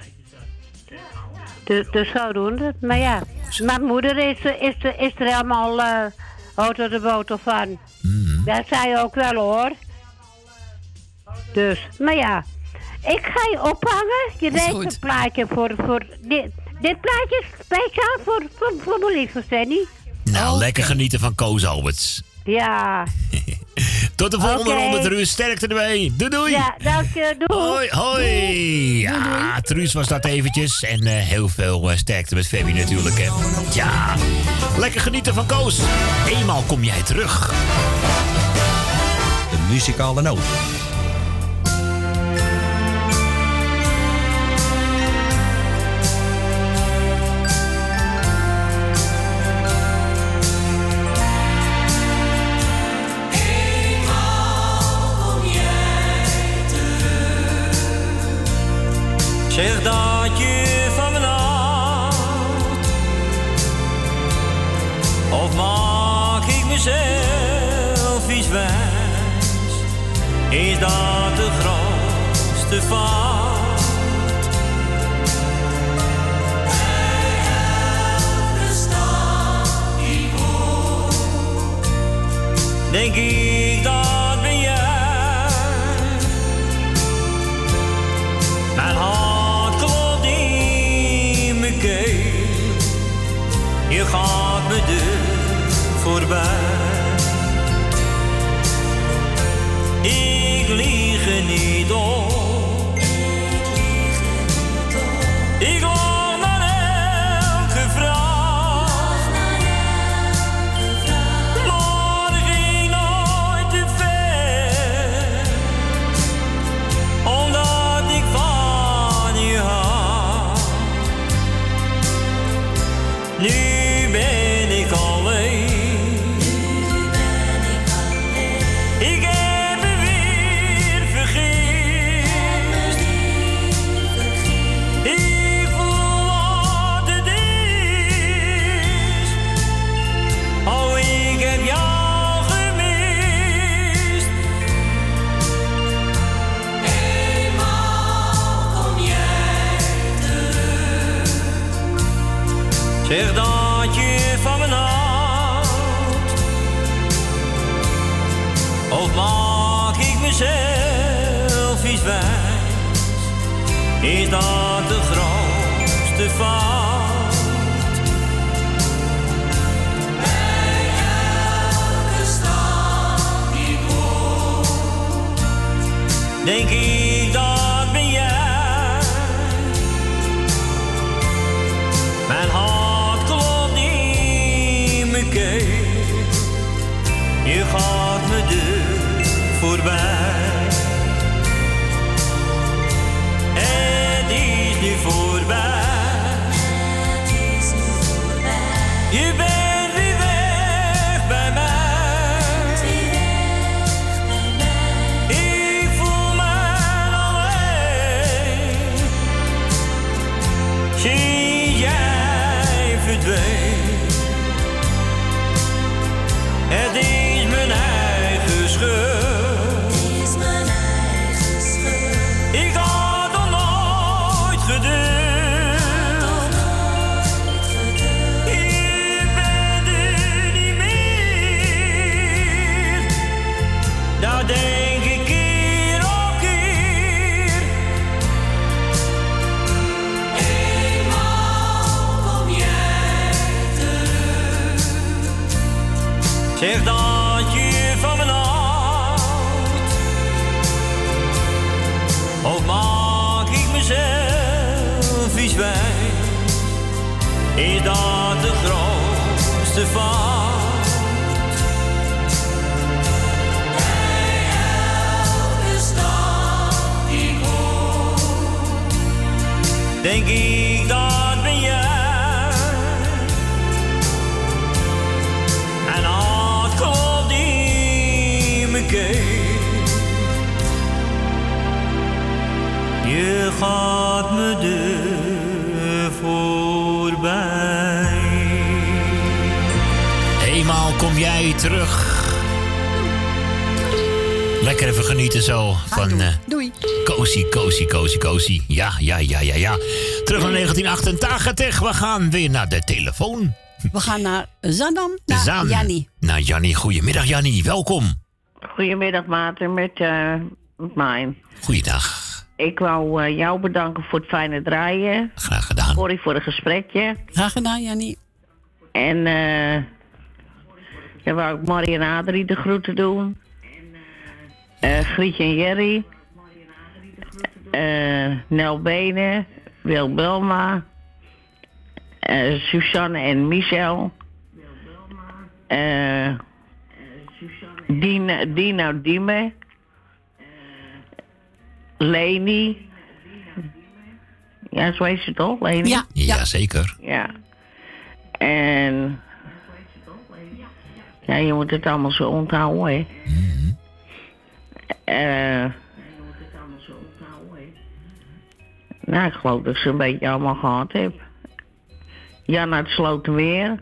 Dus, dus zodoende. Maar ja, mijn moeder is, is, is er helemaal uh, auto de boter van. Mm. Dat zei je ook wel, hoor. Dus, maar ja. Ik ga je ophangen. Je Dat is weet goed. een plaatje voor... voor dit, dit plaatje is speciaal voor, voor, voor mijn lieve Fanny. Nou, lekker genieten van Koos Alberts. Ja. Tot de volgende Oké. ronde, Truus. Sterkte ermee. Doei, doei. Ja, dank je. Doei. Hoi, hoi. Ja, Truus was dat eventjes. En eh, heel veel eh, sterkte met Fabby natuurlijk, hè. Ja, lekker genieten van Koos. Eenmaal kom jij terug. De muzikale noot. Zeg dat je van me houdt, of maak ik mezelf iets wijs? is dat de grootste fout. Bij elke stap die ik hoor, denk ik dat ben jij. Mijn hart klopt in mijn keel, je gaat me deur voorbij. Ik lieg er niet op, ik loop naar elke vraag, maar ik ging nooit te ver, omdat ik van je hou. Nu ben ik alleen. Ik heb me weer vergist. Ik voel wat het is. Oh, ik heb jou gemist. Eenmaal kom jij terug. Zeg dat je van me houdt. Of maak ik mezelf iets wijs? Is dat de grootste fout? Bij elke stap die ik hoor, denk ik dat ben jij. Mijn hart klopt in mijn keel, je gaat me deur voorbij. Het is nu voorbij. Je bent weer weg bij mij. Ik voel me alleen. Sinds jij verdween. Het is mijn eigen schuld. Ik had nog nooit geduld. Je bent er niet meer. Daar denk ik keer op keer. Eenmaal kom jij terug. Zeg dat je van me houdt. Of maak ik mezelf iets wijs? Is dat de grootste fout? Bij elke stap die ik hoor, denk ik dat ben jij. En hart klopt in mijn keel, je gaat me deur voorbij. Eenmaal kom jij terug. Lekker even genieten zo van... Uh, Doei. Cozy, cozy, cozy, cozy. Ja, ja, ja, ja, ja. Terug naar negentien achtentachtig. We gaan weer naar de telefoon. We gaan naar Zandam, naar Zan. Jannie. Naar Jannie. Goedemiddag, Jannie. Welkom. Goedemiddag, Maarten, met, uh, met mij. Goeiedag. Ik wou uh, jou bedanken voor het fijne draaien. Graag gedaan. Sorry voor het gesprekje. Graag gedaan, Jannie. En eh uh, dan wou ik Marie en Adrie de groeten doen. Uh, Grietje en Jerry. Uh, Nel Benen. Wil Belma. Uh, Suzanne en Michel. Uh, Dina, Dina Diemen. Leni. Ja, zo heet ze toch, Leni? Ja, ja, zeker. Ja. En... Ja, je moet het allemaal zo onthouden, hè. Mm-hmm. Uh, nou, ik geloof dat ik ze een beetje allemaal gehad heb. Jan uit Slotermeer.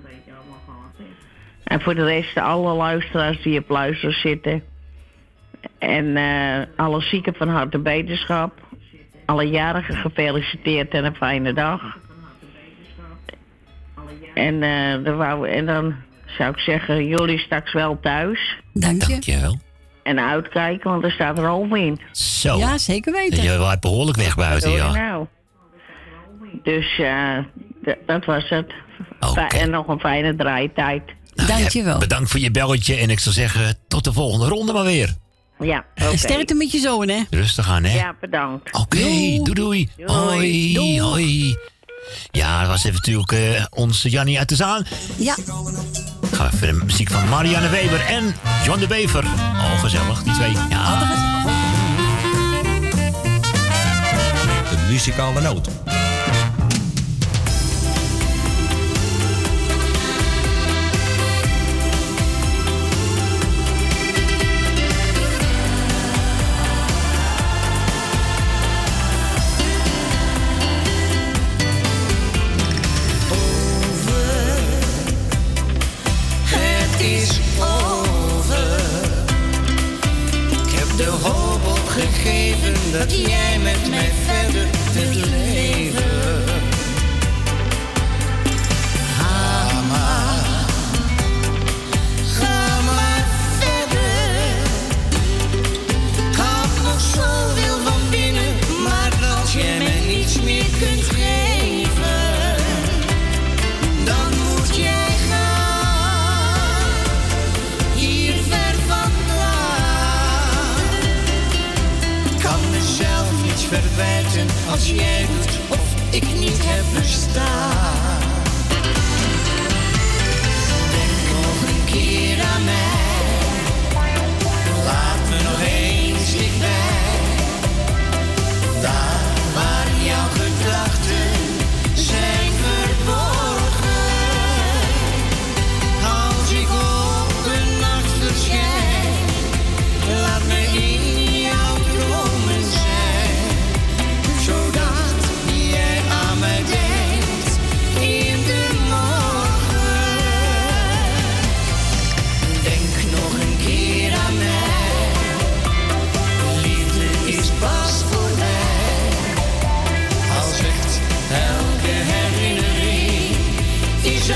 En voor de rest alle luisteraars die op luisteren zitten. En uh, alle zieken van harte beterschap. Alle jarigen gefeliciteerd en een fijne dag. En, uh, dan, wou, en dan zou ik zeggen, jullie straks wel thuis. Dank je. Dankjewel. En uitkijken, want er staat roomwind. Zo. Ja, zeker weten. Je waait behoorlijk weg buiten, Wat ja. doe je nou? Dus uh, d- dat was het. Okay. En nog een fijne draaitijd. Nou, Dankjewel. Bedankt voor je belletje en ik zou zeggen, tot de volgende ronde maar weer. Ja, oké. Okay. Sterkte met je zoon, hè? Rustig aan, hè? Ja, bedankt. Oké, okay, doei. doei doei. Hoi, doei. hoi. Ja, dat was even natuurlijk uh, onze Jannie uit de Zaan. Ja. Gaan we even de muziek van Marianne Weber en John de Bever. Oh, gezellig, die twee. Ja. De muzikale noot. Gegeven dat jij met mij verder wilt leven. Ga maar, ga maar verder. Ik had nog zoveel van binnen, maar als jij mij niets meer kunt geven, dan moet jij gaan, hier ver vandaan. Kan mezelf niets verwijten als jij doet of ik niet heb bestaan. Denk nog een keer aan mij, laat me nog eens dichtbij. Daar waar jouw gedachten zijn verborgen. Als ik op de nacht verschijn, laat me in jouw dromen zijn, zodat jij aan mij denkt in de morgen. Denk nog een keer aan mij, liefde is pas voorbij. Al zegt elke herinnering is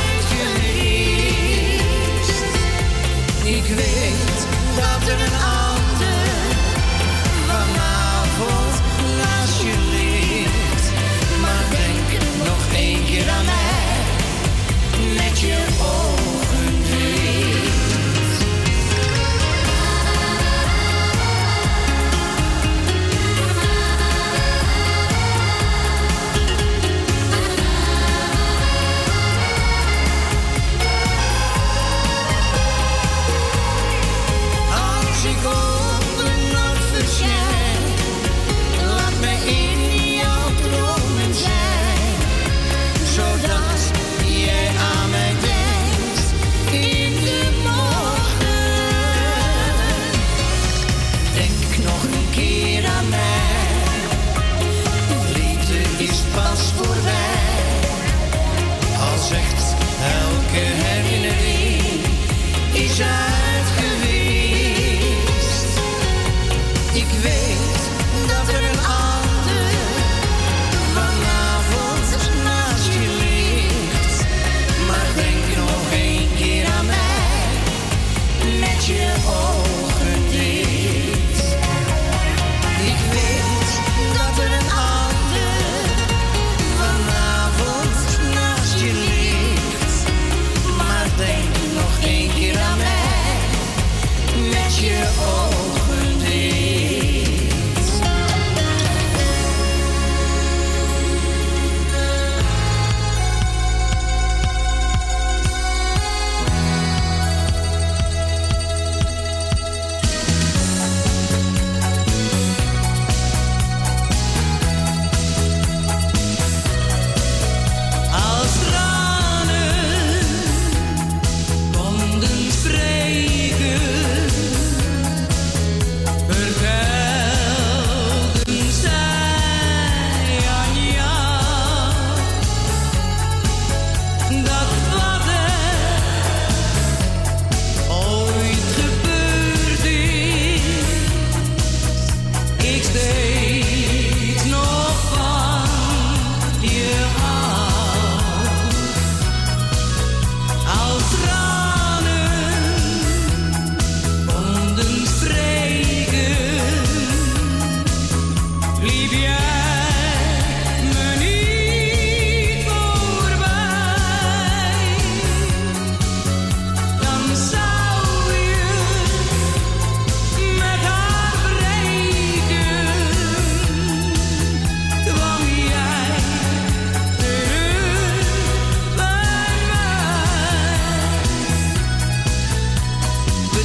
uitgewiest. Ik weet dat er een ander vanavond naast je ligt, maar denk nog één keer aan mij, met je ogen dicht. Als ik op de nacht verschijn, laat me in jouw dromen zijn, zodat jij aan mij denkt in de morgen. Denk nog een keer aan mij, liefde is pas voorbij. Al zegt elke herinnering is uitgewiest. Ik weet dat er een ander vanavond naast je ligt, maar denk nog één keer aan mij, met je ogen dicht. Ik weet dat er een ander vanavond naast je ligt, maar denk nog één keer aan mij, met je ogen dicht. Als tranen konden spreken,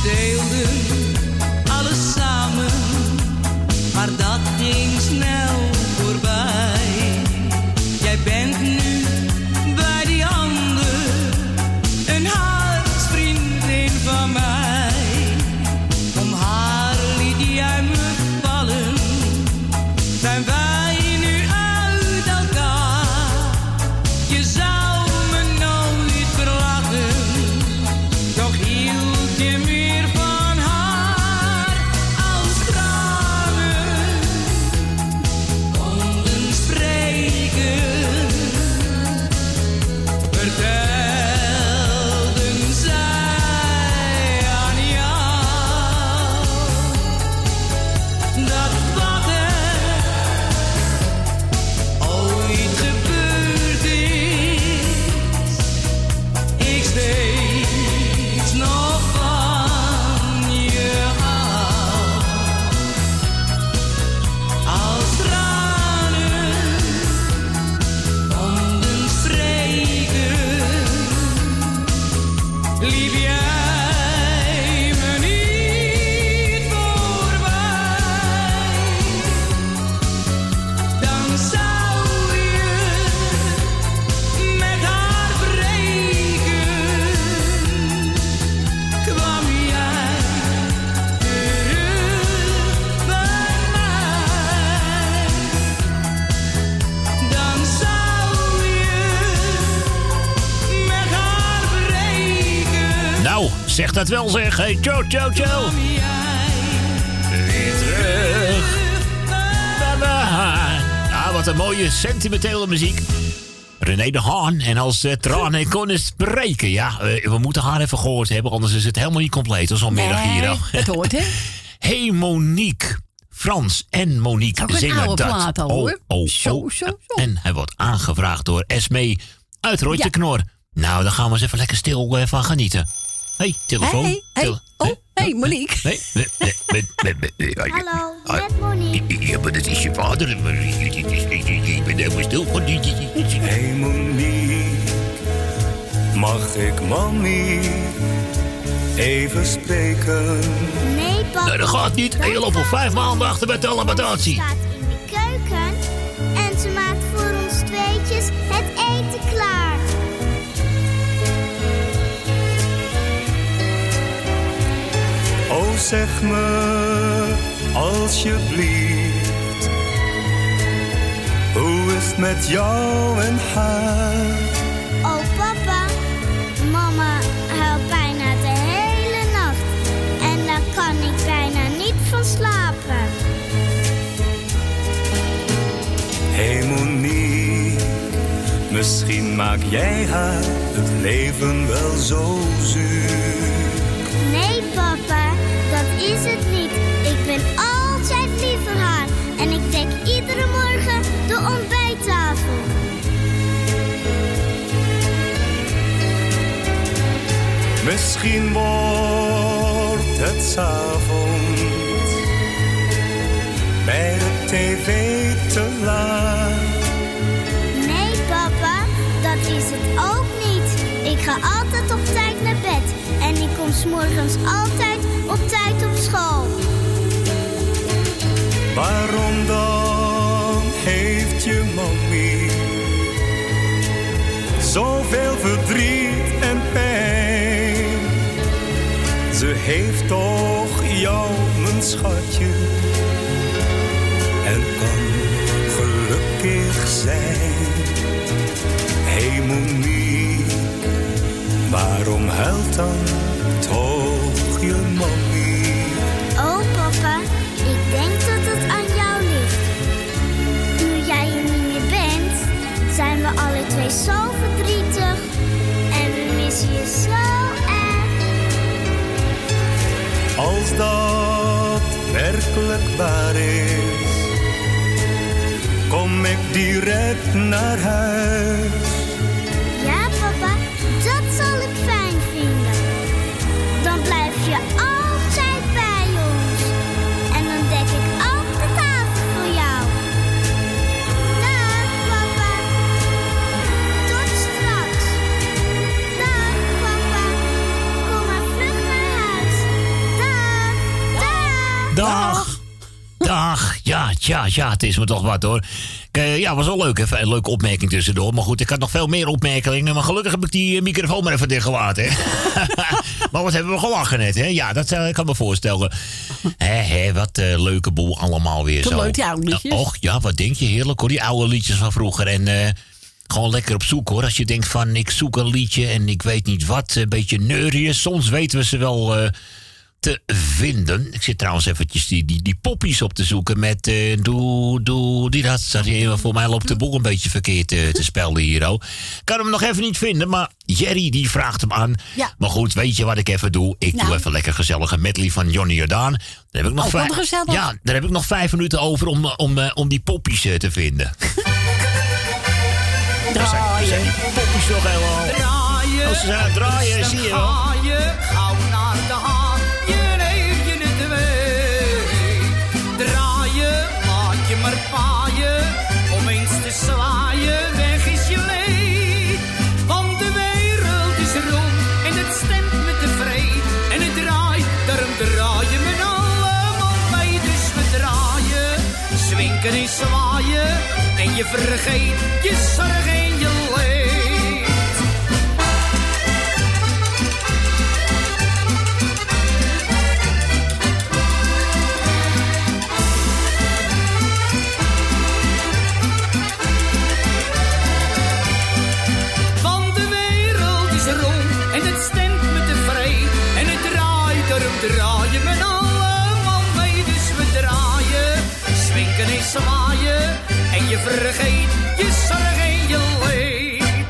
deelden alles samen, maar dat ging snel voorbij. Jij bent nu bij die ander, een hartsvriendin van mij. Om haar liet jij me vallen, zijn wij nu uit elkaar. Je zou me nooit verlaten, toch hield je meer van haar als tranen konden spreken. Vertelden zij aan jou dat wat er ooit gebeurd is, ik steeds nog van je hou. Als tranen konden spreken, liep jij me niet voorbij, dan zou je met haar breken. Kwam jij terug bij mij, dan zou je met haar breken. Nou, zeg dat wel zeg. Hey, ciao, ciao, ciao. Weer terug. Ah, wat een mooie sentimentele muziek. René de Haan. En als uh, tranen konden spreken. Ja, uh, we moeten haar even gehoord hebben. Anders is het helemaal niet compleet. Zo'n middag Nee, hier. dat hoort, hè? Hey Monique. Frans en Monique Ook een zingen oude dat. plaat al, oh, hoor. oh, Zo, oh. zo, zo. En hij wordt aangevraagd door Esmee uit Rotteknor. Nou, dan gaan we eens even lekker stil uh, van genieten. Hey, telefoon. Hey, hey, Tele- oh, hey, Monique. Nee, nee, nee, nee, nee, nee, nee. Hallo, Ah, met Monique. Ja, maar dat is je vader. Ik ben helemaal stil van die... Hey Monique, mag ik mami even spreken? Nee, papa. Nee, dat gaat niet. En je loopt al vijf maanden achter met de alimentatie. staat in de keuken en ze maakt voor ons tweetjes het eten klaar. Oh, zeg me alsjeblieft, hoe is het met jou en haar? Oh papa, mama huilt bijna de hele nacht en daar kan ik bijna niet van slapen. Hey Monique, misschien maak jij haar het leven wel zo zuur. Nee papa, dat is het niet. Ik ben altijd lief voor haar en ik dek iedere morgen de ontbijttafel. Misschien wordt het 's avonds bij de tv te laat. Nee papa, dat is het ook niet. Ik ga altijd op tijd naar bed en ik kom 's morgens altijd op tijd op school. Waarom dan heeft je mami zoveel verdriet en pijn? Ze heeft toch jou, mijn schatje, en kan gelukkig zijn. Hey Monique, waarom huilt dan toch je mami? Oh papa, ik denk dat het aan jou ligt. Nu jij er niet meer bent, zijn we alle twee zo verdrietig en we missen je zo erg. Als dat werkelijk waar is, kom ik direct naar huis. Ja papa, dat zal ik fijn vinden. Dan blijf je altijd bij ons. En dan dek ik ook de tafel voor jou. Dag papa. Tot straks. Dag papa. Kom maar vlug naar huis. Dag. Dag. Ja, tja, ja, het is me toch wat hoor. Uh, ja, was wel leuk. Even een leuke opmerking tussendoor. Maar goed, ik had nog veel meer opmerkingen. Maar gelukkig heb ik die uh, microfoon maar even dichtgelaten. Maar wat hebben we gelachen net, hè? Ja, dat uh, kan me voorstellen. Hé, hé, wat uh, leuke boel allemaal weer te zo. leuk, die oude liedjes. Uh, och, ja, wat denk je? Heerlijk hoor, die oude liedjes van vroeger. En uh, gewoon lekker op zoek hoor. Als je denkt van, ik zoek een liedje en ik weet niet wat. Een beetje neurieën. Soms weten we ze wel... Uh, te vinden. Ik zit trouwens eventjes die, die, die poppies op te zoeken met uh, doe, doe, die dat. Voor mij loopt de boel een beetje verkeerd uh, te spelden hier. Oh. Kan hem nog even niet vinden, maar Jerry die vraagt hem aan. Ja. Maar goed, weet je wat ik even doe? Ik nou. doe even lekker gezellige medley van Johnny Jordaan. Daar heb ik nog, oh, vijf, ja, daar heb ik nog vijf minuten over om, om, uh, om die poppies uh, te vinden. Daar zijn, daar zijn die poppies nog helemaal. Draaien. Als ze zijn aan het draaien, zie je wel. Gauw naar de haan. Maar paaien, om eens te zwaaien, weg is je leed. Want de wereld is rond en het stemt met de vrede. En het draait, daarom draaien we allemaal mee. Dus we draaien, swinken en zwaaien. En je vergeet je zorg en je leed. Draaien met allemaal mee, dus we draaien, swinken en zwaaien. En je vergeet je zorg en je leed.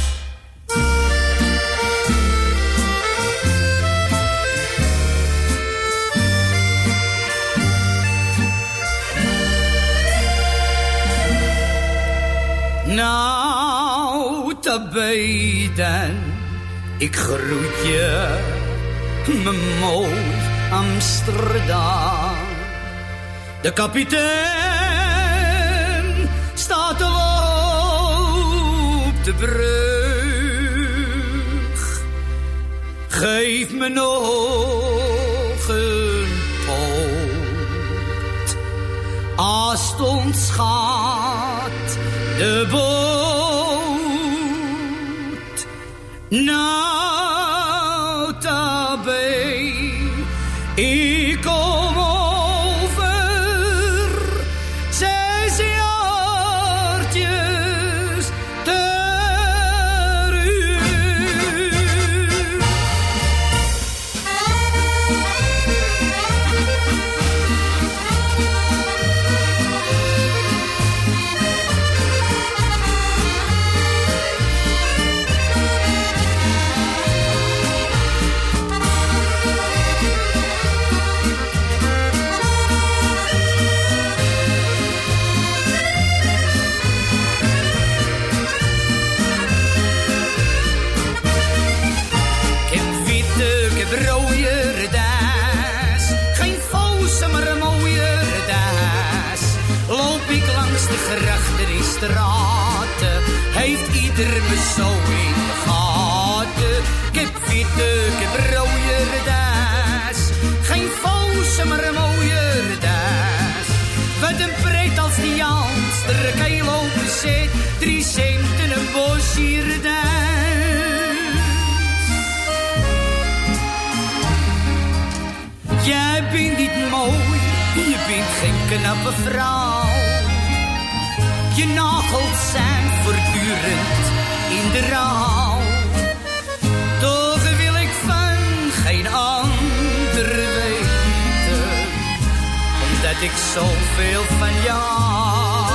Nou, te beden, ik groet je. Mijn mooi Amsterdam. De kapitein staat al op de brug. Geef me nog een poot. Als het ons gaat de boot. Nou, ik kom over zes jaartjes terug. Straten heeft ieder me zo in de gaten. Ik heb witte, ik heb rode das. Geen fauze, maar een mooie das. Wat een pret als die Amster keel open zit. Drie cent en een bosje das. Jij bent niet mooi, je bent geen knappe vrouw. Je nagels zijn voortdurend in de rouw. Toch wil ik van geen ander weten, omdat ik zoveel van jou.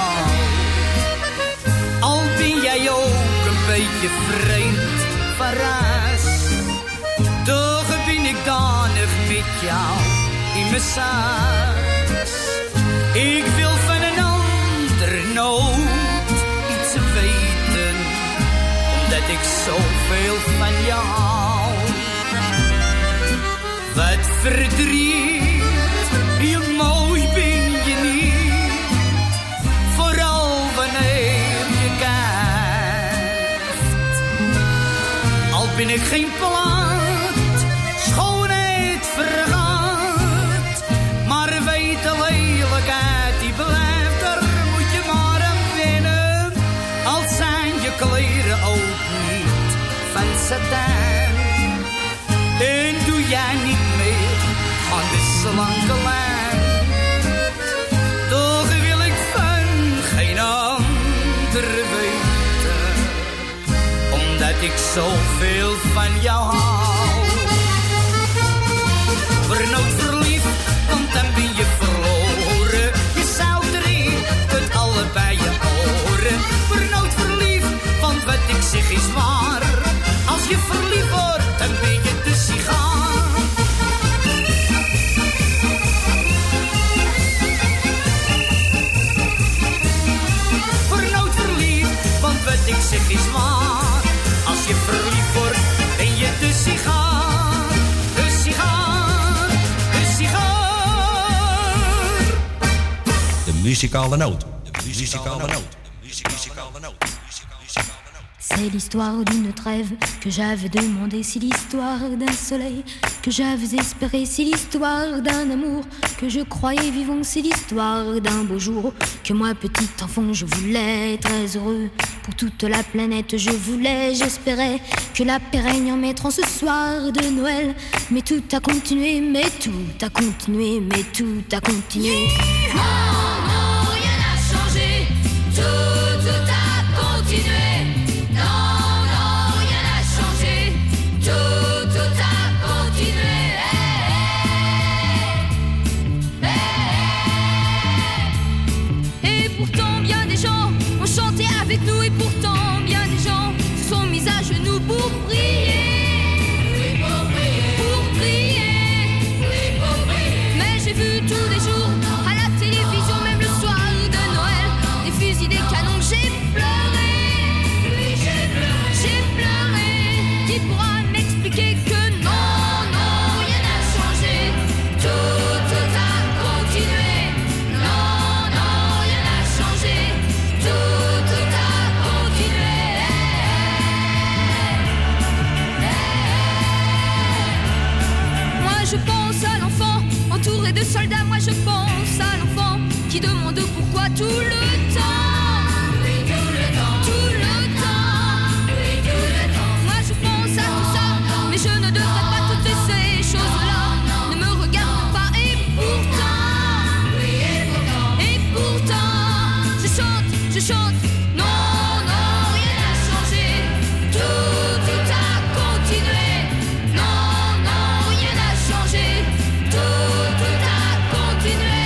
Al ben jij ook een beetje vreemd van ras, toch ben ik danig met jou in mijn saas. Ik wil van een ander nooit iets weten, omdat ik zoveel van jou. Wat verdriet, je mooi ben je niet, vooral wanneer je kijkt. Al ben ik geen plaat, schoonheid vergaat, satijn. En doe jij niet meer aan de slanke lijn. Toch wil ik van geen ander weten, omdat ik zoveel van jou hou. Word nooit verliefd, want dan ben je verloren. Je zou erin, kunt allebei je oren. Word nooit verliefd, want wat ik zeg is waar. Als je verliefd wordt, dan ben je de sigaar. Word nooit verliefd, want wat ik zeg is waar. Als je verliefd wordt, ben je de sigaar. De sigaar, de sigaar. De muzikale noot. De muzikale noot. De muzikale noot. C'est l'histoire d'une trêve que j'avais demandé, c'est l'histoire d'un soleil que j'avais espéré, c'est l'histoire d'un amour que je croyais vivant, c'est l'histoire d'un beau jour que moi petit enfant je voulais très heureux pour toute la planète, je voulais, j'espérais que la paix règne en mettant ce soir de Noël, mais tout a continué, mais tout a continué, mais tout a continué. Non, non, rien n'a changé, tout, tout a continué. Non, non, rien n'a changé, tout, tout a continué. Et pourtant bien des gens ont chanté avec nous, et pourtant bien des gens se sont mis à genoux pour prier. Oui, pour prier. Pour prier. Oui, pour prier. Mais j'ai vu tous les jours à la télévision, même le soir de Noël, des fusils, des canons, j'ai pleuré. Oui, j'ai pleuré. J'ai pleuré. Qui pourra m'expliquer que non, non, rien n'a changé, tout, tout a continué. Non, non, rien n'a changé, tout, tout a continué. Moi je pense à l'enfant entouré de soldats, moi je pense à l'enfant qui demande pourquoi tout le temps. Oui, tout le temps. Tout le temps. Oui, tout le temps. Moi je pense à tout ça, mais je ne devrais pas toutes ces choses-là. Ne me regarde pas et pourtant, Oui, et pourtant, et pourtant, je chante, je chante. Non, non, rien n'a changé, tout, tout a continué. Non, non, rien n'a changé, tout, tout a continué.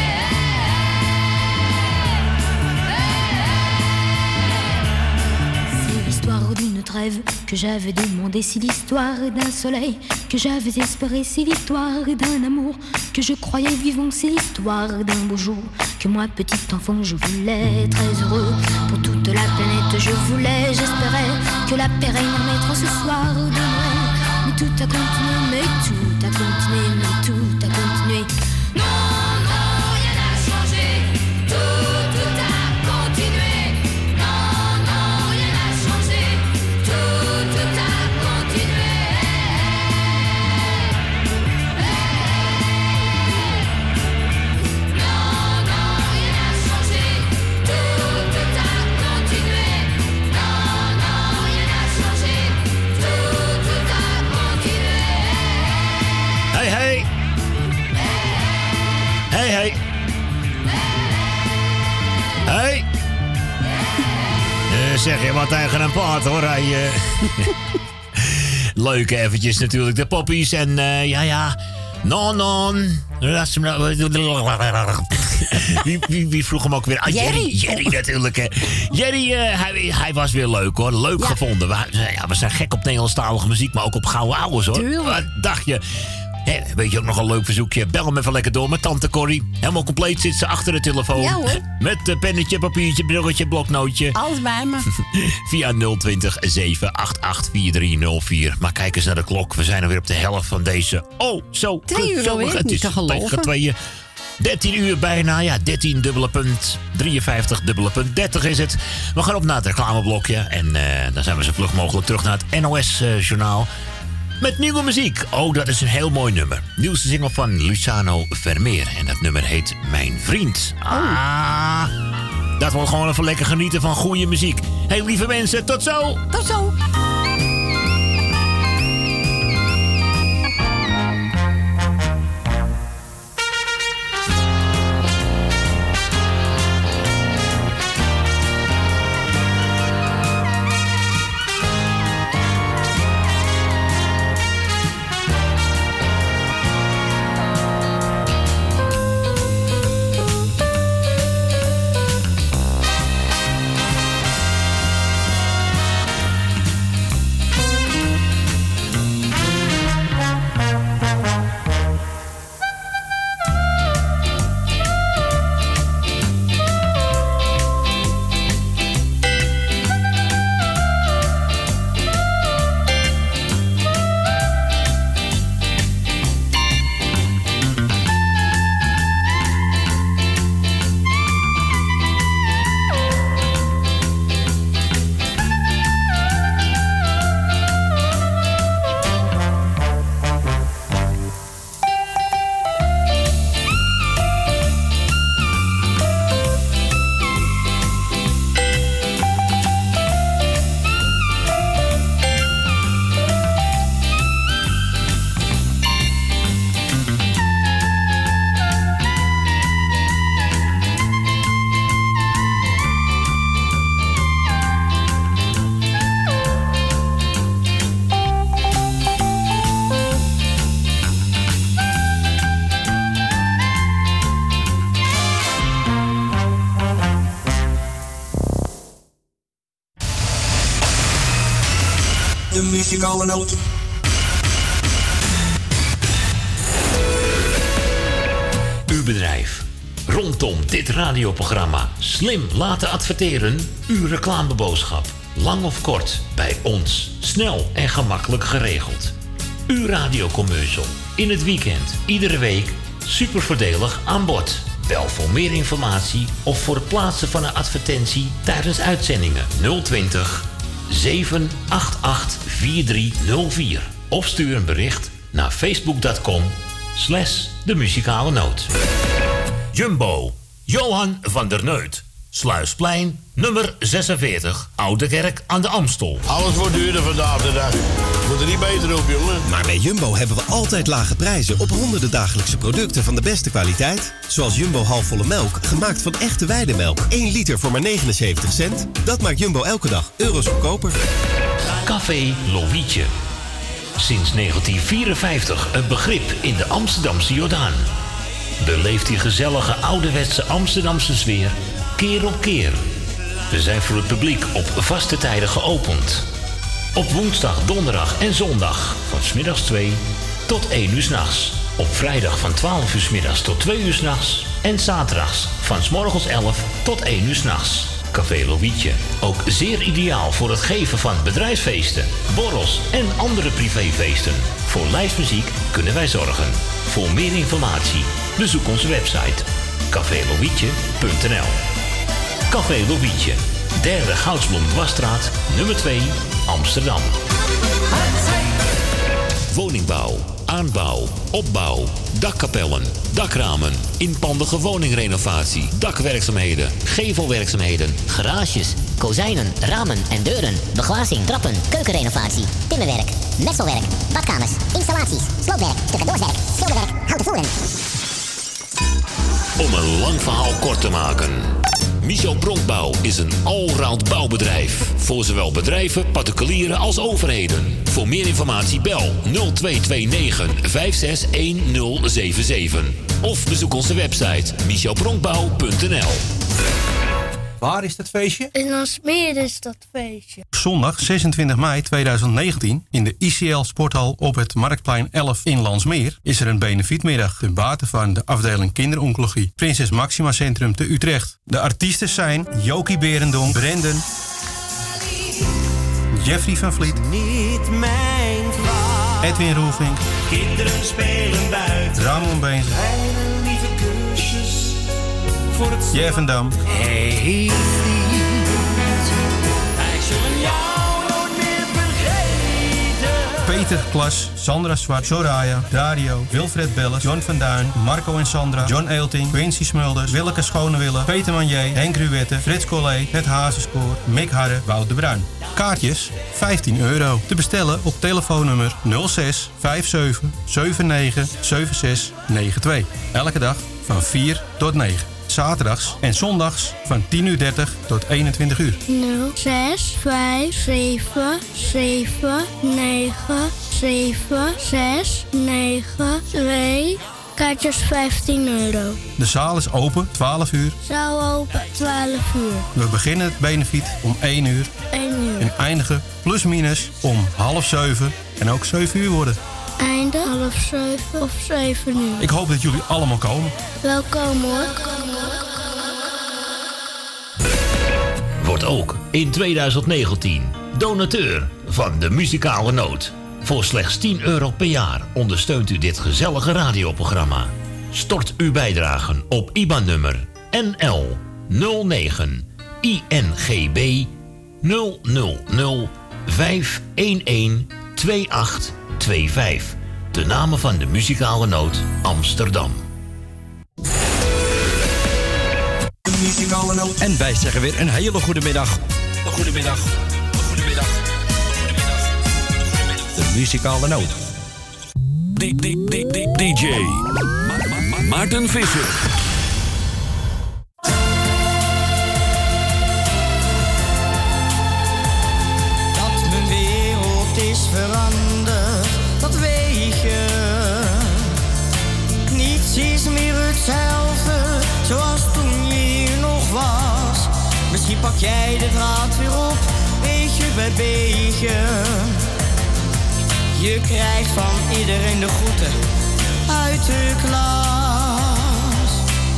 C'est l'histoire d'une trêve que j'avais demandé, c'est l'histoire d'un soleil que j'avais espéré, c'est l'histoire d'un amour que je croyais vivant, c'est l'histoire d'un beau jour que moi petit enfant je voulais très heureux pour toute la planète, je voulais, j'espérais que la paix règne en mettant ce soir de Noël, mais tout a continué, mais tout a continué, mais tout a continué. Non, non, rien n'a changé, tout, tout a continué. Non, non, rien n'a changé, tout, tout a continué. Non, non, rien n'a changé, tout, tout a continué. Non, non, rien n'a changé, tout, tout a continué. Hey, hey. Hey, hey. Hey. Uh, zeg je wat tegen een paard, hoor. Hij, uh... Leuk eventjes natuurlijk, de poppies en uh, ja, ja. Non, non. wie, wie, wie vroeg hem ook weer? Ah, Jerry. Jerry, Jerry natuurlijk. Hè. Jerry, uh, hij, hij was weer leuk, hoor. Leuk ja. gevonden. We, ja, we zijn gek op Nederlandstalige muziek, maar ook op gouden ouwes, hoor. Tuurlijk. Wat dacht je? He, weet je ook nog een leuk verzoekje? Bel hem even lekker door met tante Corrie. Helemaal compleet zit ze achter de telefoon. Ja, hoor. Met uh, pennetje, papiertje, bruggetje, bloknootje. Alles bij me. Via nul twintig, zeven acht acht, vier drie nul vier. Maar kijk eens naar de klok. We zijn alweer op de helft van deze... Oh, zo. Twee uur alweer, het is niet te geloven. tegen tweeën. dertien uur bijna. Ja, dertien dubbele punt. drieënvijftig dubbele punt. dertig is het. We gaan op naar het reclameblokje. En uh, dan zijn we zo vlug mogelijk terug naar het N O S-journaal. Uh, Met nieuwe muziek. Oh, dat is een heel mooi nummer. Nieuwste single van Luciano Vermeer. En dat nummer heet Mijn Vriend. Ah, dat wordt gewoon even lekker genieten van goede muziek. Hey, lieve mensen, tot zo. Tot zo. muzikale noot. Uw bedrijf. Rondom dit radioprogramma slim laten adverteren. Uw reclameboodschap. Lang of kort, bij ons. Snel en gemakkelijk geregeld. Uw radiocommercial. In het weekend, iedere week. Super voordelig aan bod. Bel voor meer informatie of voor het plaatsen van een advertentie tijdens uitzendingen nul twintig, zeven acht acht, vier drie nul vier. Of stuur een bericht naar facebook.com slash de muzikale noot. Jumbo, Johan van der Neut. Sluisplein, nummer zesenveertig, Oude Kerk aan de Amstel. Alles wordt duurder vandaag de dag. Wordt er niet beter op, jongen. Maar bij Jumbo hebben we altijd lage prijzen op honderden dagelijkse producten van de beste kwaliteit. Zoals Jumbo halfvolle melk, gemaakt van echte weidemelk. één liter voor maar negenenzeventig cent. Dat maakt Jumbo elke dag euro's goedkoper. Café Lovietje. Sinds negentien vierenvijftig een begrip in de Amsterdamse Jordaan. Beleeft die gezellige ouderwetse Amsterdamse sfeer keer op keer. We zijn voor het publiek op vaste tijden geopend. Op woensdag, donderdag en zondag van 's middags twee tot één uur 's nachts. Op vrijdag van twaalf uur 's middags tot twee uur 's nachts. En zaterdags van 's morgens elf tot één uur 's nachts. Café Lovietje. Ook zeer ideaal voor het geven van bedrijfsfeesten, borrels en andere privéfeesten. Voor lijstmuziek kunnen wij zorgen. Voor meer informatie bezoek onze website café lovietje punt n l. Café Lovietje, derde Goudsblom Dwarsstraat, nummer twee, Amsterdam. Woningbouw, aanbouw, opbouw, dakkapellen, dakramen, inpandige woningrenovatie, dakwerkzaamheden, gevelwerkzaamheden, Garages, kozijnen, ramen en deuren, beglazing, trappen, keukenrenovatie, timmerwerk, messelwerk, badkamers, installaties, sloopwerk, stucadoorswerk, schilderwerk, houten voeren. Om een lang verhaal kort te maken. Michel Bronkbouw is een allround bouwbedrijf. Voor zowel bedrijven, particulieren als overheden. Voor meer informatie bel nul twee twee negen, vijf zes een nul zeven zeven. Of bezoek onze website michel bronkbouw punt n l. Waar is dat feestje? In Landsmeer is dat feestje. Zondag zesentwintig mei tweeduizend negentien in de I C L Sporthal op het Marktplein elf in Landsmeer is er een benefietmiddag ten bate van de afdeling kinderoncologie Prinses Maxima Centrum te Utrecht. De artiesten zijn Jokie Berendonk, Brendan, Jeffrey van Vliet, Niet mijn vrouw. Edwin Roelvink, Kinderen spelen buiten. Ramon Beens, Kleine lieve kusjes voor het Jeff en Dam, Hey vriend, wij zullen jou nooit meer vergeten. Peter Klas, Sandra Zwart, Soraya, Dario, Wilfred Belles, John van Duin, Marco en Sandra, John Eelting, Quincy Smulders, Willeke Schonewille, Peter Manier, Henk Ruwette, Frits Collé, Het Hazenspoor, Mick Harre, Wout de Bruin. Kaartjes vijftien euro. Te bestellen op telefoonnummer nul zes vijf zeven zeven negen zeven zes negen twee. Elke dag van vier tot negen. Zaterdags en zondags van tien uur dertig tot eenentwintig uur. nul zes vijf zeven zeven negen zeven zes negen twee. Kaartjes vijftien euro. De zaal is open twaalf uur. Zaal open twaalf uur. We beginnen het benefiet om één uur. één uur. En eindigen plus minus om half zeven. En ook zeven uur worden. Einde half zeven of zeven uur. Ik hoop dat jullie allemaal komen. Welkom hoor. Wordt ook in tweeduizend negentien donateur van de muzikale noot. Voor slechts tien euro per jaar ondersteunt u dit gezellige radioprogramma. Stort uw bijdragen op I B A N-nummer N L nul negen I N G B nul nul nul vijf een een twee acht twee vijf. De namen van de muzikale noot Amsterdam. De muzikale noot. En wij zeggen weer een hele goede middag. Een goede middag. Een goede middag. De muzikale noot. D J Maarten Visser. Dat mijn wereld is veranderd, dat weet je. Niets is meer hetzelfde zoals toen je hier nog was. Misschien pak jij de draad weer op, beetje bij beetje. Je krijgt van iedereen de groeten uit de klas.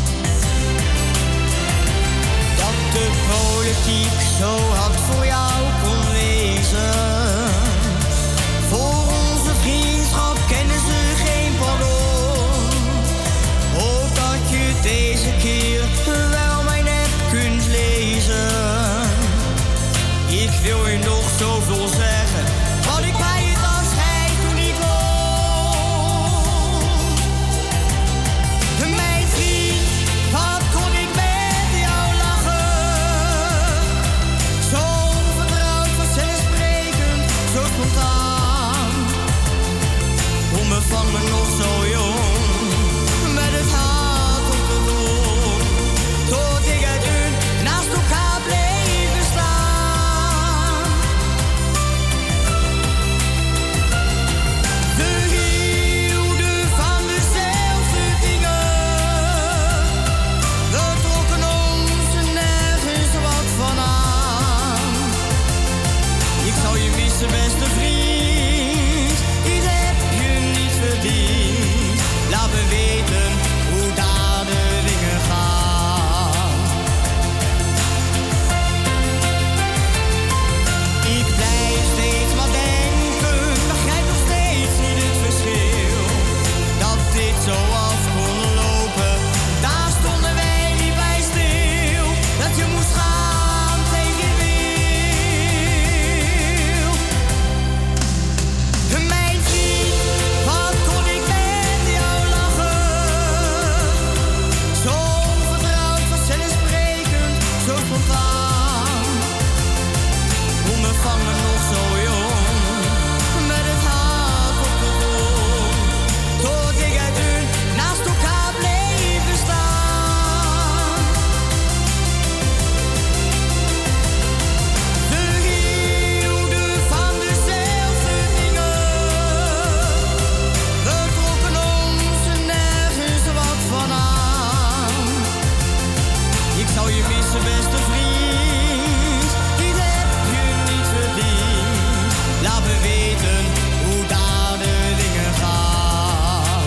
Dat de politiek zo hard voor jou kon wezen. Voor onze vriendschap kennen ze geen pardon. Hoop dat je deze keer wel mijn app kunt lezen. Ik wil je nog zoveel zeggen, wat ik bij het afscheid toen ik won. Mijn vriend, wat kon ik met jou lachen? Zo onvertrouwd, vanzelfsprekend, zo spontaan. Onbevangen nog zo jong, met het hart op de grond. Tot ik uit hun naast elkaar bleven staan. We hielden van dezelfde dingen. We trokken ons er nergens wat van aan. Ik zou je missen, beste vriend. Dit heb je niet verdiend. Laat me weten hoe daar de dingen gaan. Ik blijf steeds maar denken, begrijp nog steeds niet het verschil. Dat dit zo af kon lopen, daar stonden wij niet bij stil. Dat je moest gaan tegen je wil. Mijn vriend, wat kon ik met jou lachen? Zo onvertrouwd, vanzelfsprekend, zo spontaan. Onbevangen nog zo jong, met het hart op de grond. Tot ik uit hun naast elkaar bleven staan. We hielden van dezelfde dingen. We trokken ons er nergens wat van aan. Ik zou je missen, beste vriend. Dit heb je niet verdiend. Laat me weten hoe daar de dingen gaan.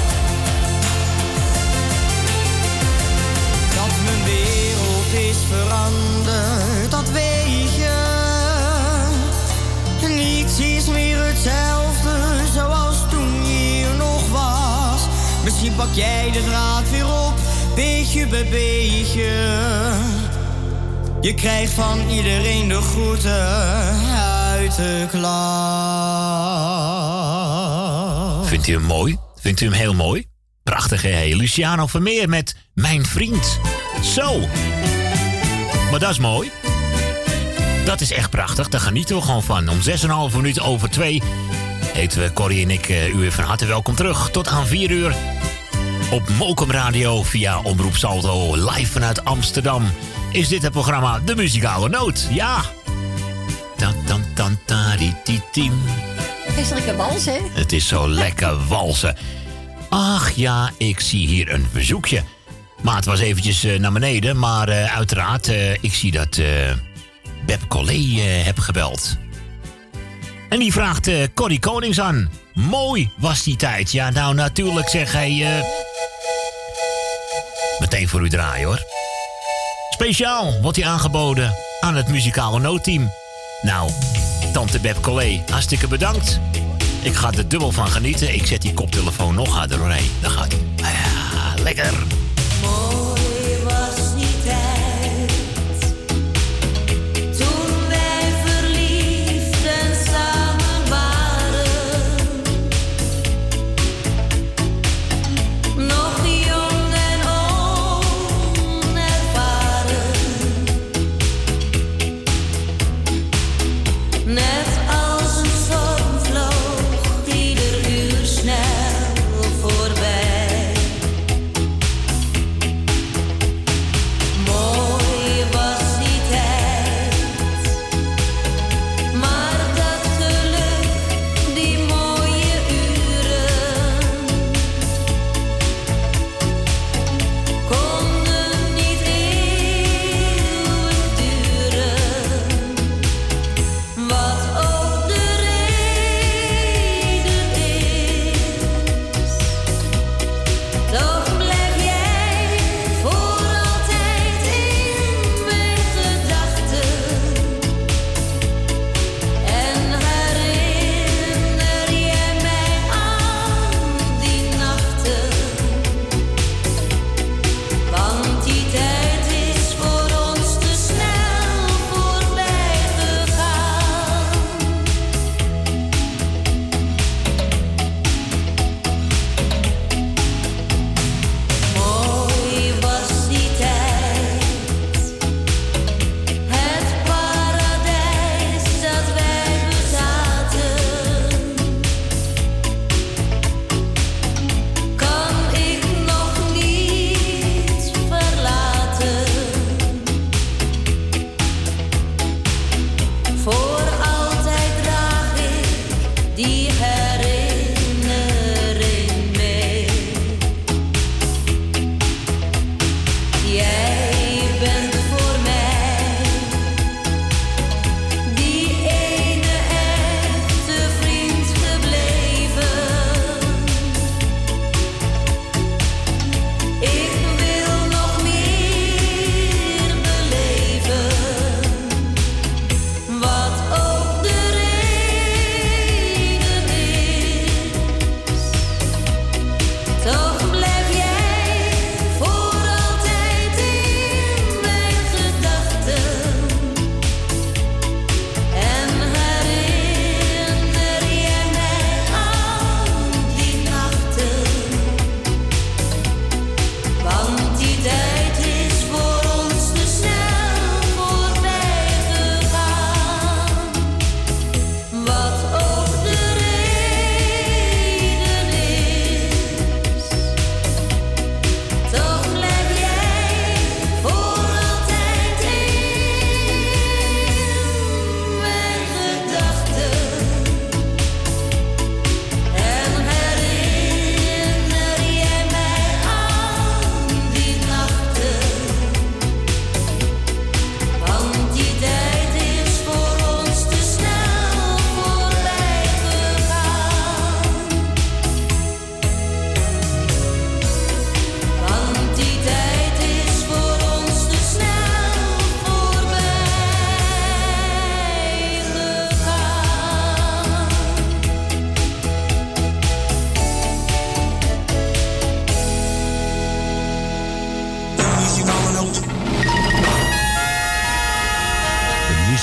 Dat mijn wereld is veranderd, dat weet je. Niets is meer hetzelfde zoals toen je hier nog was. Misschien pak jij de draad weer op, beetje bij beetje. Je krijgt van iedereen de groeten uit de klas. Vindt u hem mooi? Vindt u hem heel mooi? Prachtig, hè? Luciano Vermeer met Mijn Vriend. Zo. Maar dat is mooi. Dat is echt prachtig. Daar genieten we gewoon van. Om zes en een half minuten over twee heten we Corrie en ik uh, u weer van harte welkom terug. Tot aan vier uur op Mokum Radio via Omroep Salto. Live vanuit Amsterdam is dit het programma De Muzikale Noot. Ja. Dan, dan, dan, tari, ti, tim. Het is lekker walsen, hè? Het is zo lekker walsen. Ach ja, ik zie hier een verzoekje. Maat was eventjes uh, naar beneden, maar uh, uiteraard, uh, ik zie dat uh, Beb Collé uh, heb gebeld. En die vraagt uh, Corrie Konings aan. Mooi was die tijd. Ja, nou natuurlijk zeg hij... Uh, meteen voor u draaien, hoor. Speciaal wordt hij aangeboden aan het muzikale noodteam. Nou, tante Beb Collé, hartstikke bedankt. Ik ga er dubbel van genieten. Ik zet die koptelefoon nog harder doorheen. Dan gaat hij. Ah ja, lekker. Mooi was die tijd, toen wij verliefd en samen waren. Nog jong en onervaren. Net als een storm vloog ieder uur snel voorbij.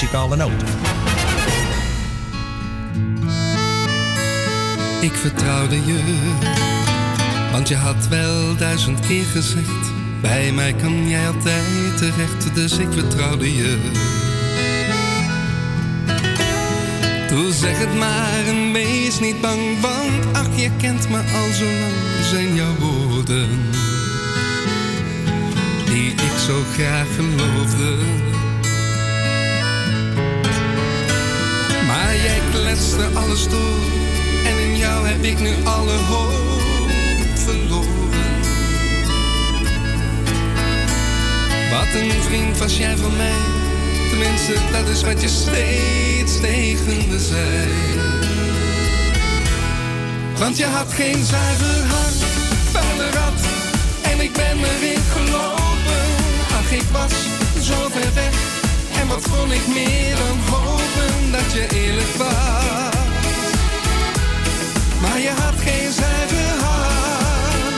muzikale noot. Ik vertrouwde je, want je had wel duizend keer gezegd: bij mij kan jij altijd terecht, dus ik vertrouwde je. Doe zeg het maar en wees niet bang, want ach, je kent me al zo lang. Zijn jouw woorden die ik zo graag geloofde. Maar jij kletste alles door en in jou heb ik nu alle hoop verloren. Wat een vriend was jij van mij, tenminste dat is wat je steeds tegen me zei. Want je had geen zuiver hart, vuile rat, en ik ben erin gelopen. Ach, ik was zo ver weg, en wat kon ik meer dan hopen dat je eerlijk was. Maar je had geen zuiver hart.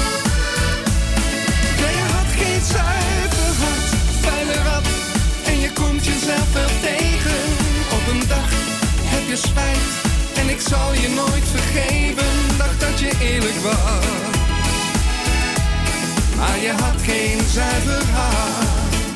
Ja, je had geen zuiver hart, vuile rat, en je komt jezelf wel tegen. Op een dag heb je spijt, en ik zal je nooit vergeven. Dacht dat je eerlijk was, maar je had geen zuiver hart.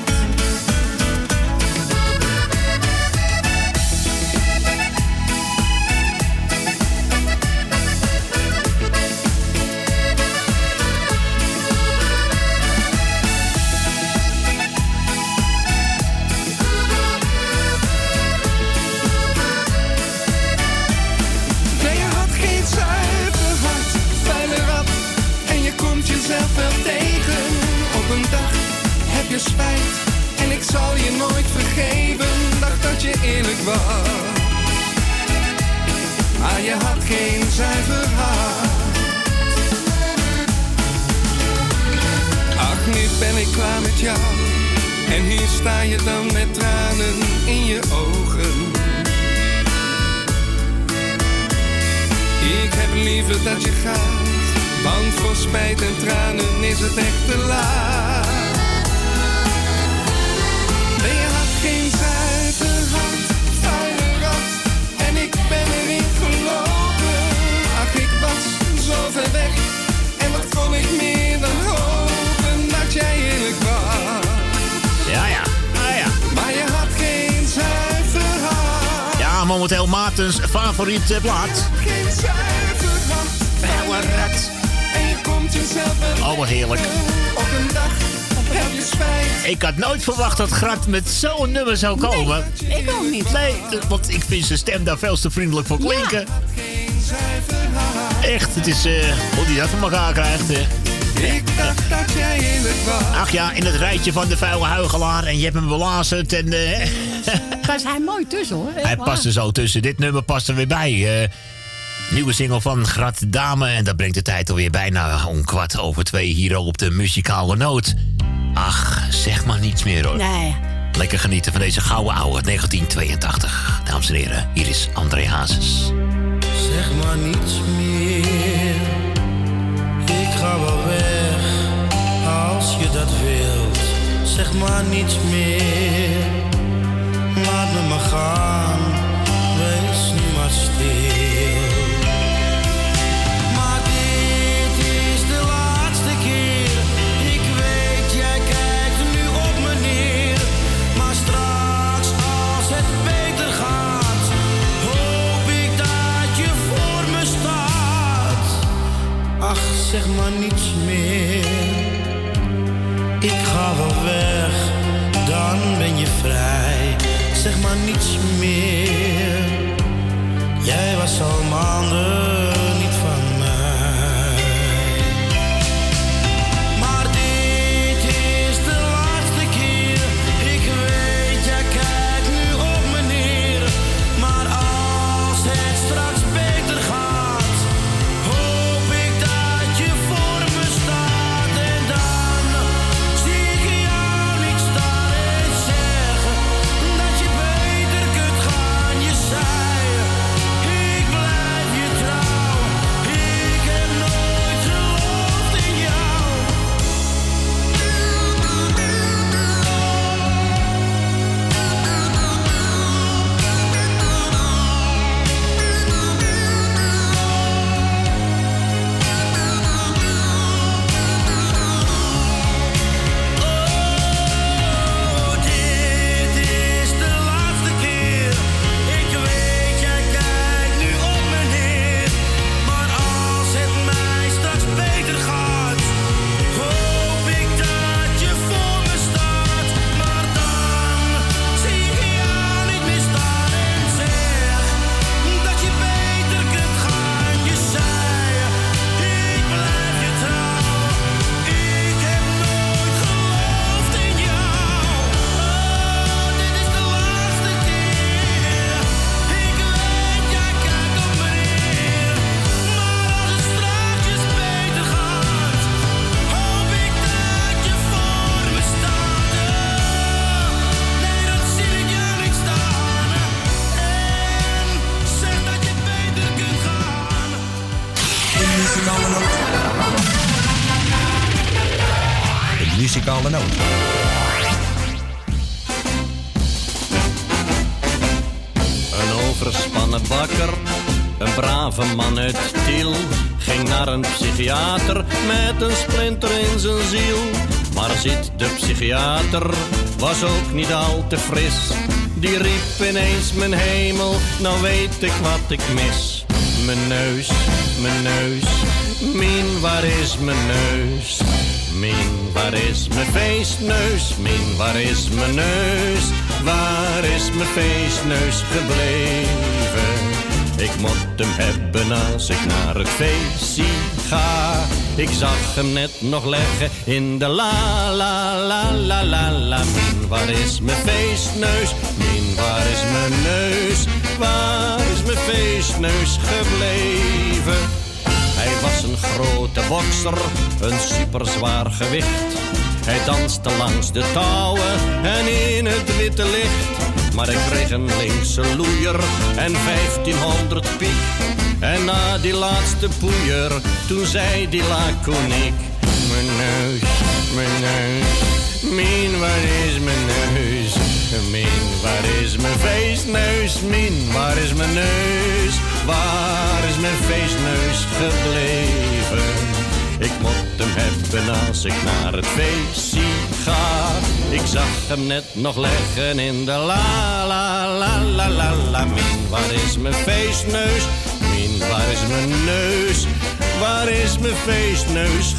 Jezelf wel tegen. Op een dag heb je spijt, en ik zal je nooit vergeven. Dacht dat je eerlijk was, maar je had geen zuiver hart. Ach, nu ben ik klaar met jou, en hier sta je dan met tranen in je ogen. Ik heb liever dat je gaat, want voor spijt en tranen is het echt te laat. Nee, je had geen zuiver hart, vuile rat, en ik ben erin gelopen. Ach, ik was zo ver weg, en wat kon ik meer dan hopen dat jij eerlijk was. Ja, ja, ah, ja. Maar je had geen zuiver hart. Ja, momenteel Maartens favoriet uh, plaat. Geen zuiver hart, vuile rat. Oh, wat heerlijk. Op een dag heb je spijt. Ik had nooit verwacht dat Grat met zo'n nummer zou komen. Nee, ik ook niet. Nee, want ik vind zijn stem daar veel te vriendelijk voor klinken. Ja. Echt, het is uh, hoe die dat van elkaar krijgt. Uh. Ik dacht dat jij eerlijk was. Ach ja, in het rijtje van de vuile huigelaar en je hebt hem belazerd en... Uh, Daar is hij mooi tussen, hoor. Hij past er zo tussen. Dit nummer past er weer bij. Uh, Nieuwe single van Grat Dame. En dat brengt de tijd alweer bijna om kwart over twee hier op de muzikale noot. Ach, zeg maar niets meer hoor. Nee. Lekker genieten van deze gouden ouwe negentien tweeëntachtig. Dames en heren, hier is André Hazes. Zeg maar niets meer. Ik ga wel weg als je dat wilt. Zeg maar niets meer. Laat me maar gaan. Wees nu maar stil. Ach, zeg maar niets meer. Ik ga wel weg, dan ben je vrij. Zeg maar niets meer. Jij was al maanden niet van mij. Maar dit is de laatste keer. Ik weet, jij kijkt nu op me neer. Maar als het straks beter gaat, trouw. muzikale noot. Een overspannen bakker, een brave man uit Tiel, ging naar een psychiater met een splinter in zijn ziel. Maar zit de psychiater, was ook niet al te fris. Die riep ineens, mijn hemel, nou weet ik wat ik mis. Mijn neus, mijn neus, Mien, waar is mijn neus? Mien, waar is mijn feestneus? Mien, waar is mijn neus? Waar is mijn feestneus gebleven? Ik moet hem hebben als ik naar het feestje ga. Ik zag hem net nog leggen in de la la la la la la. Mien, waar is mijn feestneus? Mien, waar is mijn neus? Waar is mijn feestneus gebleven? Hij was een grote bokser, een superzwaar gewicht. Hij danste langs de touwen en in het witte licht. Maar ik kreeg een linkse loeier en vijftienhonderd piek. En na die laatste poeier, toen zei die laconiek: mijn neus, mijn neus, Mien, waar is mijn neus? Mien, waar is mijn feestneus? Mien, waar is mijn neus? Waar is mijn feestneus gebleven? Ik moet hem hebben als ik naar het feestje ga. Ik zag hem net nog leggen in de la la la la la la. Mien, waar is mijn feestneus? Mien, waar is mijn neus? Waar is mijn feestneus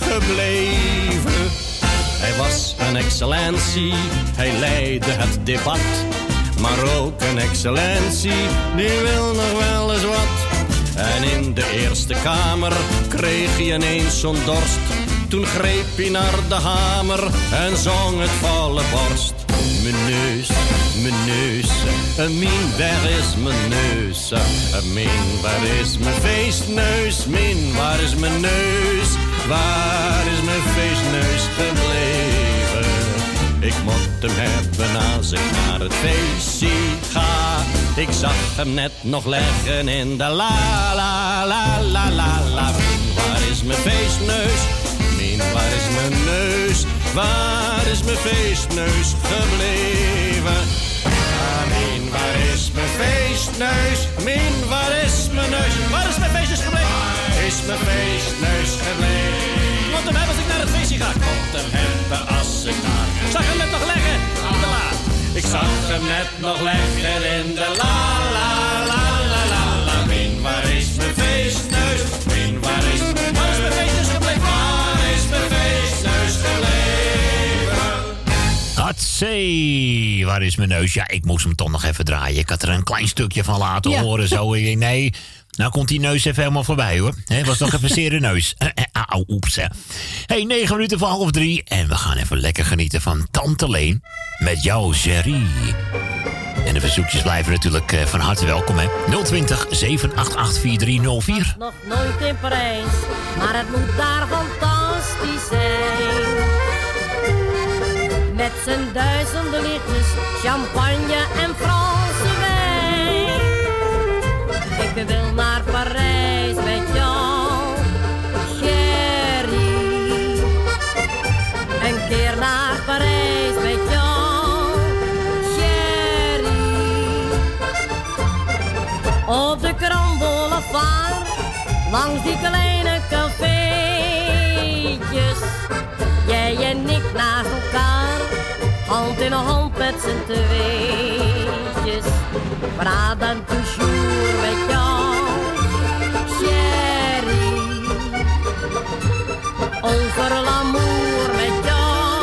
gebleven? Hij was een excellentie, hij leidde het debat. Maar ook een excellentie, die wil nog wel eens wat. En in de Eerste Kamer kreeg hij ineens zo'n dorst. Toen greep hij naar de hamer en zong het volle borst. Mijn neus, mijn neus, Mien, waar is mijn neus? Mien, waar is mijn feestneus? Mien, waar is mijn neus? Waar is mijn feestneus gebleven? Ik moet hem hebben als ik naar het feestje ga. Ik zag hem net nog leggen in de la la la la la la. Mien, waar is mijn feestneus? Mien, waar is mijn neus? Waar is mijn feestneus gebleven? Ah, Mien, waar is mijn feestneus? Mien, waar is mijn neus? Waar is mijn feestneus gebleven? Waar is mijn feestneus gebleven? Komt hem hebben als ik naar het feestje ga. Komt hem hebben als ik naar... Zag hem net nog leggen in de la. Ik zag hem net nog leggen in de la la la la la la. Mien, waar is mijn feestneus? Mien, waar is mijn... Waar is mijn feestneus gebleven? Waar is mijn feestneus gebleven? Hatsé, waar is mijn neus? Ja, ik moest hem toch nog even draaien. Ik had er een klein stukje van laten ja. horen. Zo, ik denk, nee, nou komt die neus even helemaal voorbij, hoor. He, was toch even zeer de neus. Auw, oeps, hè. Hey, negen minuten voor half drie. En we gaan even lekker genieten van Tante Leen. Met jou, Jerry. En de verzoekjes blijven natuurlijk uh, van harte welkom, hè. nul twintig, zeven acht acht, vier drie nul vier. Nog nooit in Parijs, maar het moet daar fantastisch zijn. Met zijn duizenden lichtjes, champagne en Franse wijn. Ik wil naar Parijs met jou, Jerry. Een keer naar Parijs met jou, Jerry. Op de Grand Boulevard, langs die kleine cafeetjes. Jij en ik naast elkaar, hand in hand met z'n tweetjes. Praat dan toujours met jou, Jerry. Over l'amour met jou,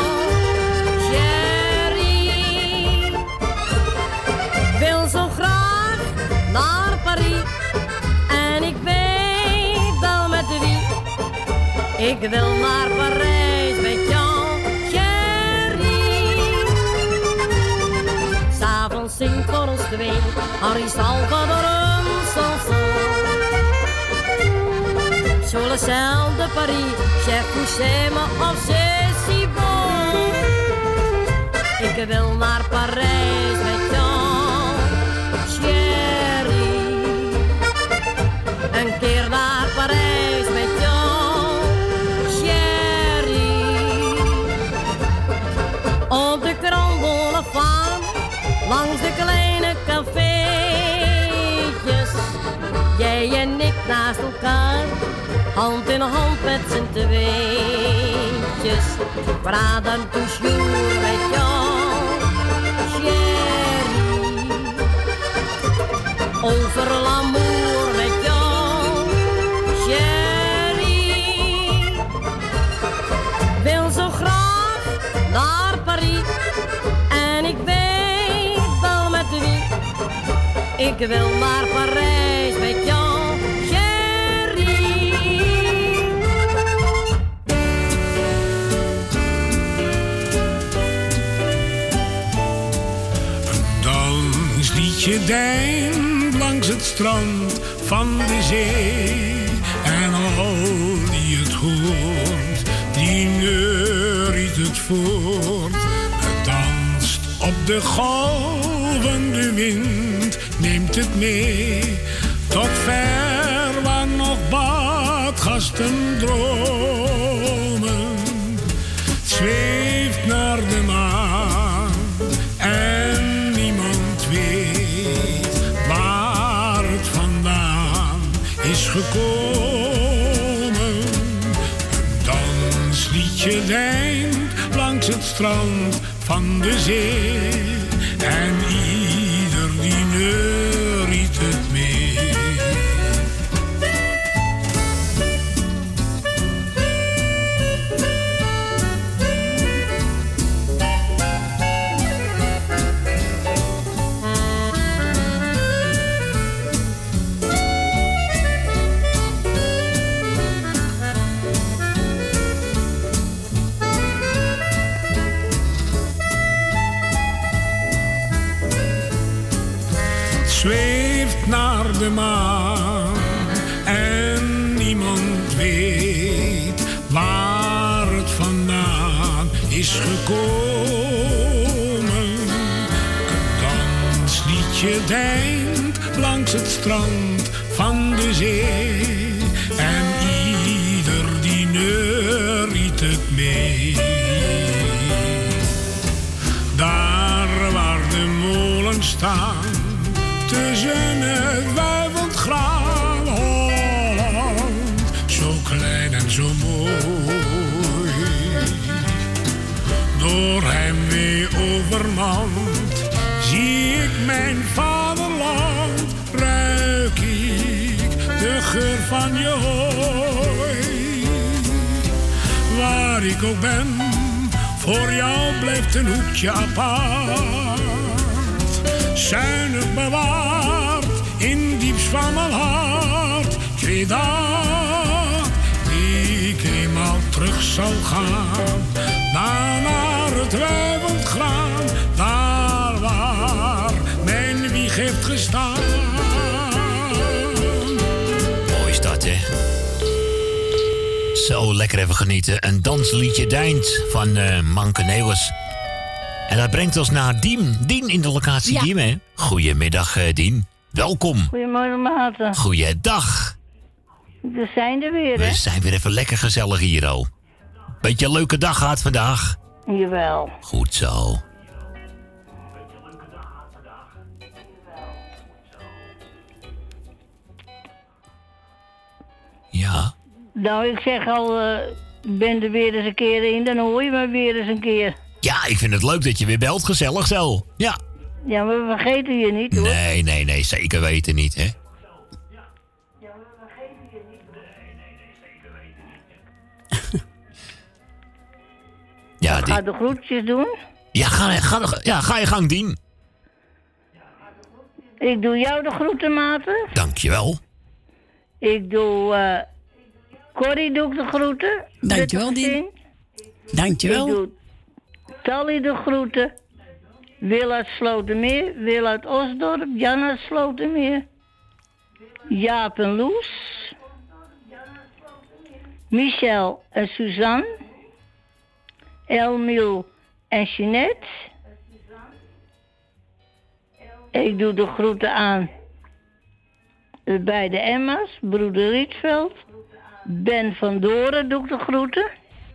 Jerry. Wil zo graag naar Parijs en ik weet al met wie. Ik wil naar Parijs met jou, Jerry. S'avonds zingt voor ons twee Harry Salvador een chanson. Sur le ciel de Paris, chef couché-me of c'est si bon. Ik wil naar Parijs met jou, Jerry. Een keer naar Parijs met jou, Jerry. naast elkaar, hand in hand met z'n tweetjes. Praten toujours met jou, chérie. Over l'amour met jou, chérie. Wil zo graag naar Parijs en ik weet al met wie. Ik wil naar Parijs met jou, chérie. Een dansliedje deint langs het strand van de zee. En al die het hoort, die neuriet het voort. Het danst op de golvende wind, neemt het mee tot ver waar nog badgasten dromen. Het zweeft naar de maan en niemand weet waar het vandaan is gekomen. Een dansliedje deint langs het strand van de zee en ieder die neuriet het mee. Zweeft naar de maan en niemand weet waar het vandaan is gekomen. Een dansliedje deint langs het strand van de zee en ieder die neuriet het mee. Daar waar de molens staan tussen het wuivend graan, Holland, zo klein en zo mooi. Door hem weer overmand, zie ik mijn vaderland, ruik ik de geur van je hooi. Waar ik ook ben, voor jou blijft een hoekje apart. Zuinig bewaard in diepst van mijn hart. Ik weet dat ik eenmaal terug zal gaan, daar naar het wuivend graan, daar waar mijn wieg heeft gestaan. Mooi is dat, hè? Zo lekker even genieten. Een dansliedje deint van uh, Manke Nederlands. En dat brengt ons naar Dien. Dien in de locatie ja. Dien, hè? Goedemiddag, uh, Dien. Welkom. Goedemorgen, Maarten. Goeiedag. We zijn er weer, hè? We zijn weer even lekker gezellig hier, al. Beetje een leuke dag gehad vandaag. Jawel. Goed zo. Ja. Nou, ik zeg al, uh, ik ben er weer eens een keer in, dan hoor je me weer eens een keer. Ja, ik vind het leuk dat je weer belt, gezellig zo. Ja. Ja, maar we vergeten je niet, hoor. Nee, nee, nee, zeker weten niet, hè. Ja, we vergeten je niet. Nee, nee, nee, zeker weten niet. Ja, die... Ga de groetjes doen? Ja, ga, ga, ja, ga je gang, Dien. Ik doe jou de groeten, Maarten. Dankjewel. Ik doe... Uh, Corrie doe ik de groeten. Dankjewel, Dien. Dankjewel. Ik doe Tally de groeten. Wil uit Slotermeer. Wil uit Osdorp. Jan uit Slotermeer. Jaap en Loes. Michel en Suzanne. Elmiel en Jeanette. Ik doe de groeten aan bij de Emma's. Broeder Rietveld. Ben van Doren doe ik de groeten.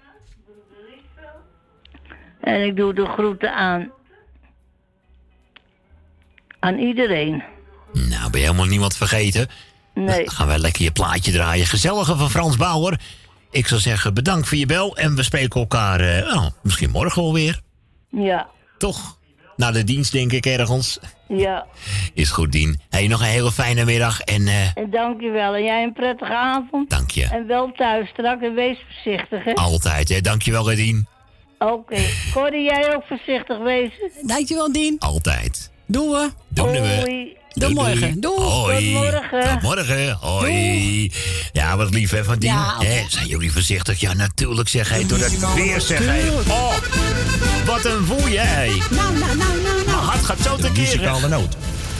En ik doe de groeten aan... aan iedereen. Nou, ben je helemaal niemand vergeten. Nee. Dan gaan wij lekker je plaatje draaien. Gezellige van Frans Bauer. Ik zou zeggen, bedankt voor je bel. En we spreken elkaar uh, nou, misschien morgen wel weer. Ja. Toch? Na de dienst, denk ik, ergens. Ja. Is goed, Dien. Hey, nog een hele fijne middag. En, uh... en dankjewel. En jij een prettige avond. Dank je. En wel thuis straks. En wees voorzichtig, hè. Altijd, hè. Dankjewel, Dien. Oké. Okay. Corrie, jij ook voorzichtig wezen. Dankjewel, Dien. Altijd. Doen we. Doen we. Hoi. Tot morgen. Doei. Hoi. Tot morgen. Tot morgen. Hoi. Doei. Ja, wat lief hè van Dien. Ja, okay. Zijn jullie voorzichtig? Ja, natuurlijk zeg hij. Door het weer zeg hij. Oh, wat een woei hè. Nou, nou, nou, nou, nou. Mijn hart gaat zo tekeer. Muzikale noot.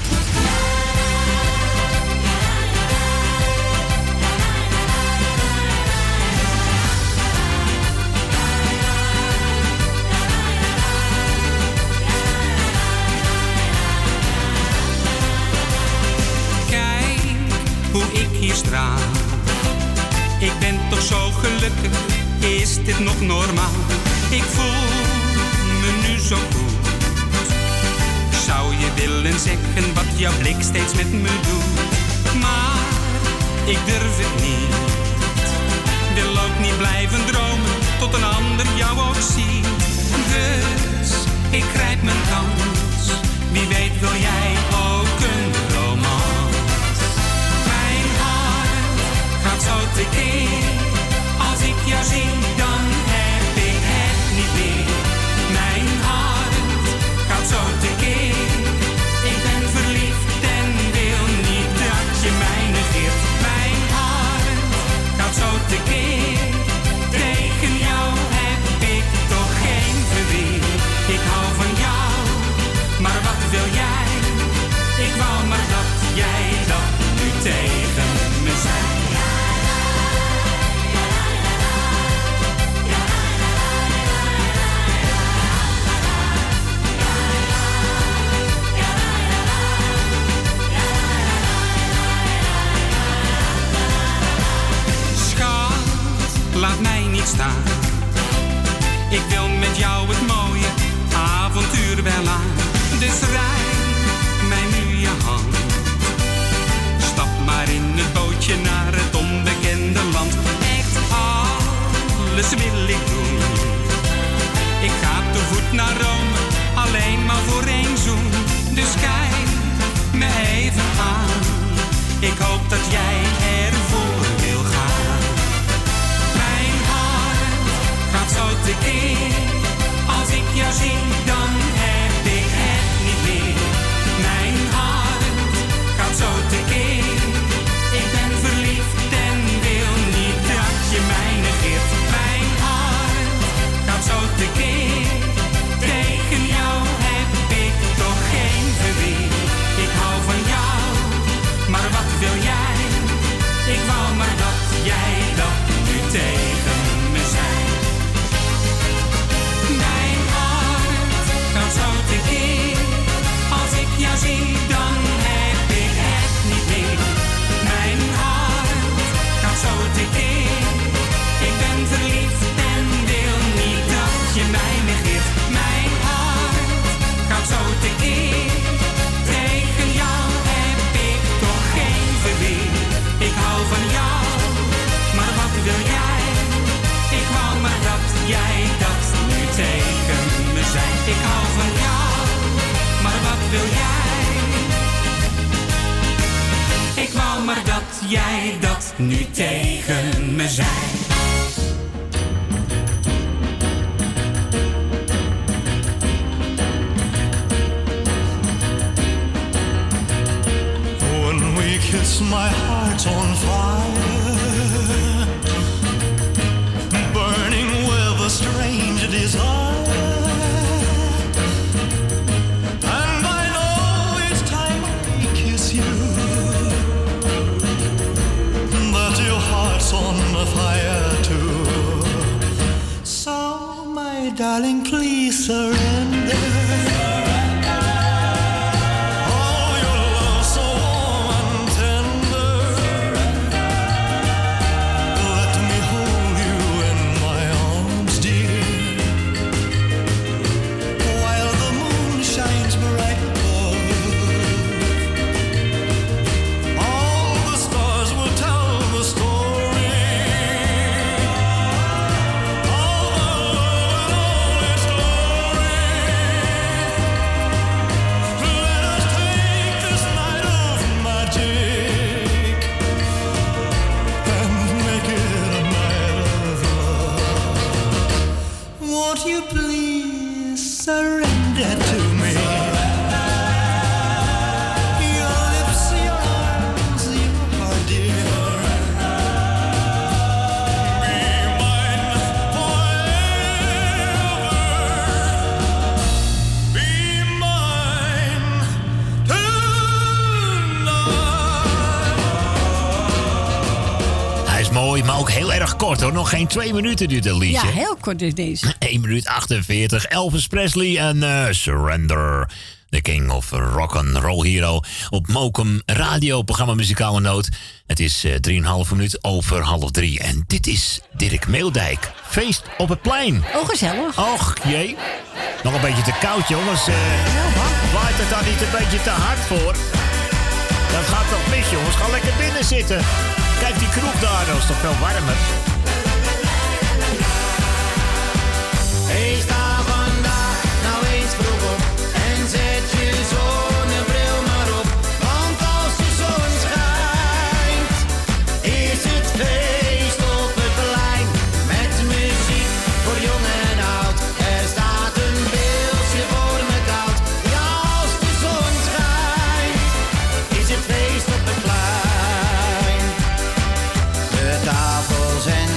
Hoe ik hier straal. Ik ben toch zo gelukkig, is dit nog normaal? Ik voel me nu zo goed. Zou je willen zeggen wat jouw blik steeds met me doet? Maar ik durf het niet. Wil ook niet blijven dromen, tot een ander jou ook ziet. Dus ik grijp mijn kans. Wie weet wil jij ook een romans. Gaat zo tekeer. Als ik jou zie, dan heb ik het niet meer. Mijn hart gaat zo tekeer. Ik ben verliefd en wil niet dat je mij negeert. Mijn hart gaat zo tekeer. Tegen jou heb ik toch geen verweer. Ik hou van jou, maar wat wil jij? Ik wou maar dat jij dat nu tegen me zei. Laat mij niet staan. Ik wil met jou het mooie avontuur wel aan. Dus reik mij nu je hand. Stap maar in het bootje naar het onbekende land. Echt alles wil ik doen. Ik ga te voet naar Rome, alleen maar voor één zoen. Dus kijk me even aan. Ik hoop dat jij ervoor wil gaan. Gaat zo tekeer. Als ik jou zie, dan heb ik het niet meer. Mijn hart gaat zo tekeer. Ik ben verliefd en wil niet dat je mij negeert. Mijn hart gaat zo tekeer. Tegen jou heb ik toch geen verweer. Ik hou van jou, maar wat wil jij? Ik wou maar dat jij dat nu tegen me zei. Mijn hart gaat zo tekeer. Als ik jou zie, dan heb ik het niet meer. Mijn hart gaat zo tekeer. Ik ben verliefd en wil niet dat je mij negeert. Mijn hart gaat zo tekeer. Tegen jou heb ik toch geen verweer. Ik hou van jou, maar wat wil jij? Ik wou maar dat jij dat nu tegen me zei. Ik hou van jou, maar wat wil jij? Ik wou maar dat jij dat nu tegen me zei. When we kiss, my heart's on fire, burning with a strange desire. And I know each time I kiss you that your heart's on fire too. So, my darling, please surrender. Stars you please surrender to me? Your lips, your arms, your heart, dear. Mooi, maar ook heel erg kort hoor. Nog geen twee minuten duurt het liedje. Ja, heel kort is deze. één minuut achtenveertig. Elvis Presley en uh, Surrender. The King of Rock'n'Roll Hero. Op Mokum Radio, programma Muzikale Noot. Het is uh, drieënhalf minuut over half drie. En dit is Dirk Meeldijk. Feest op het plein. Oh, gezellig. Och, jee. Nog een beetje te koud, jongens. Uh, waait het dan niet een beetje te hard voor? Dat gaat toch mis, jongens. Ga lekker binnen zitten. Kijk, die kroeg daar, dat is toch veel warmer. Hey, sta vandaag nou eens vroeg op en zet je zonnebril maar op. Want als de zon schijnt, is het feest op het plein. Met muziek voor jong en oud. Er staat een beeldje voor me koud. Ja, als de zon schijnt, is het feest op het plein. De tafels en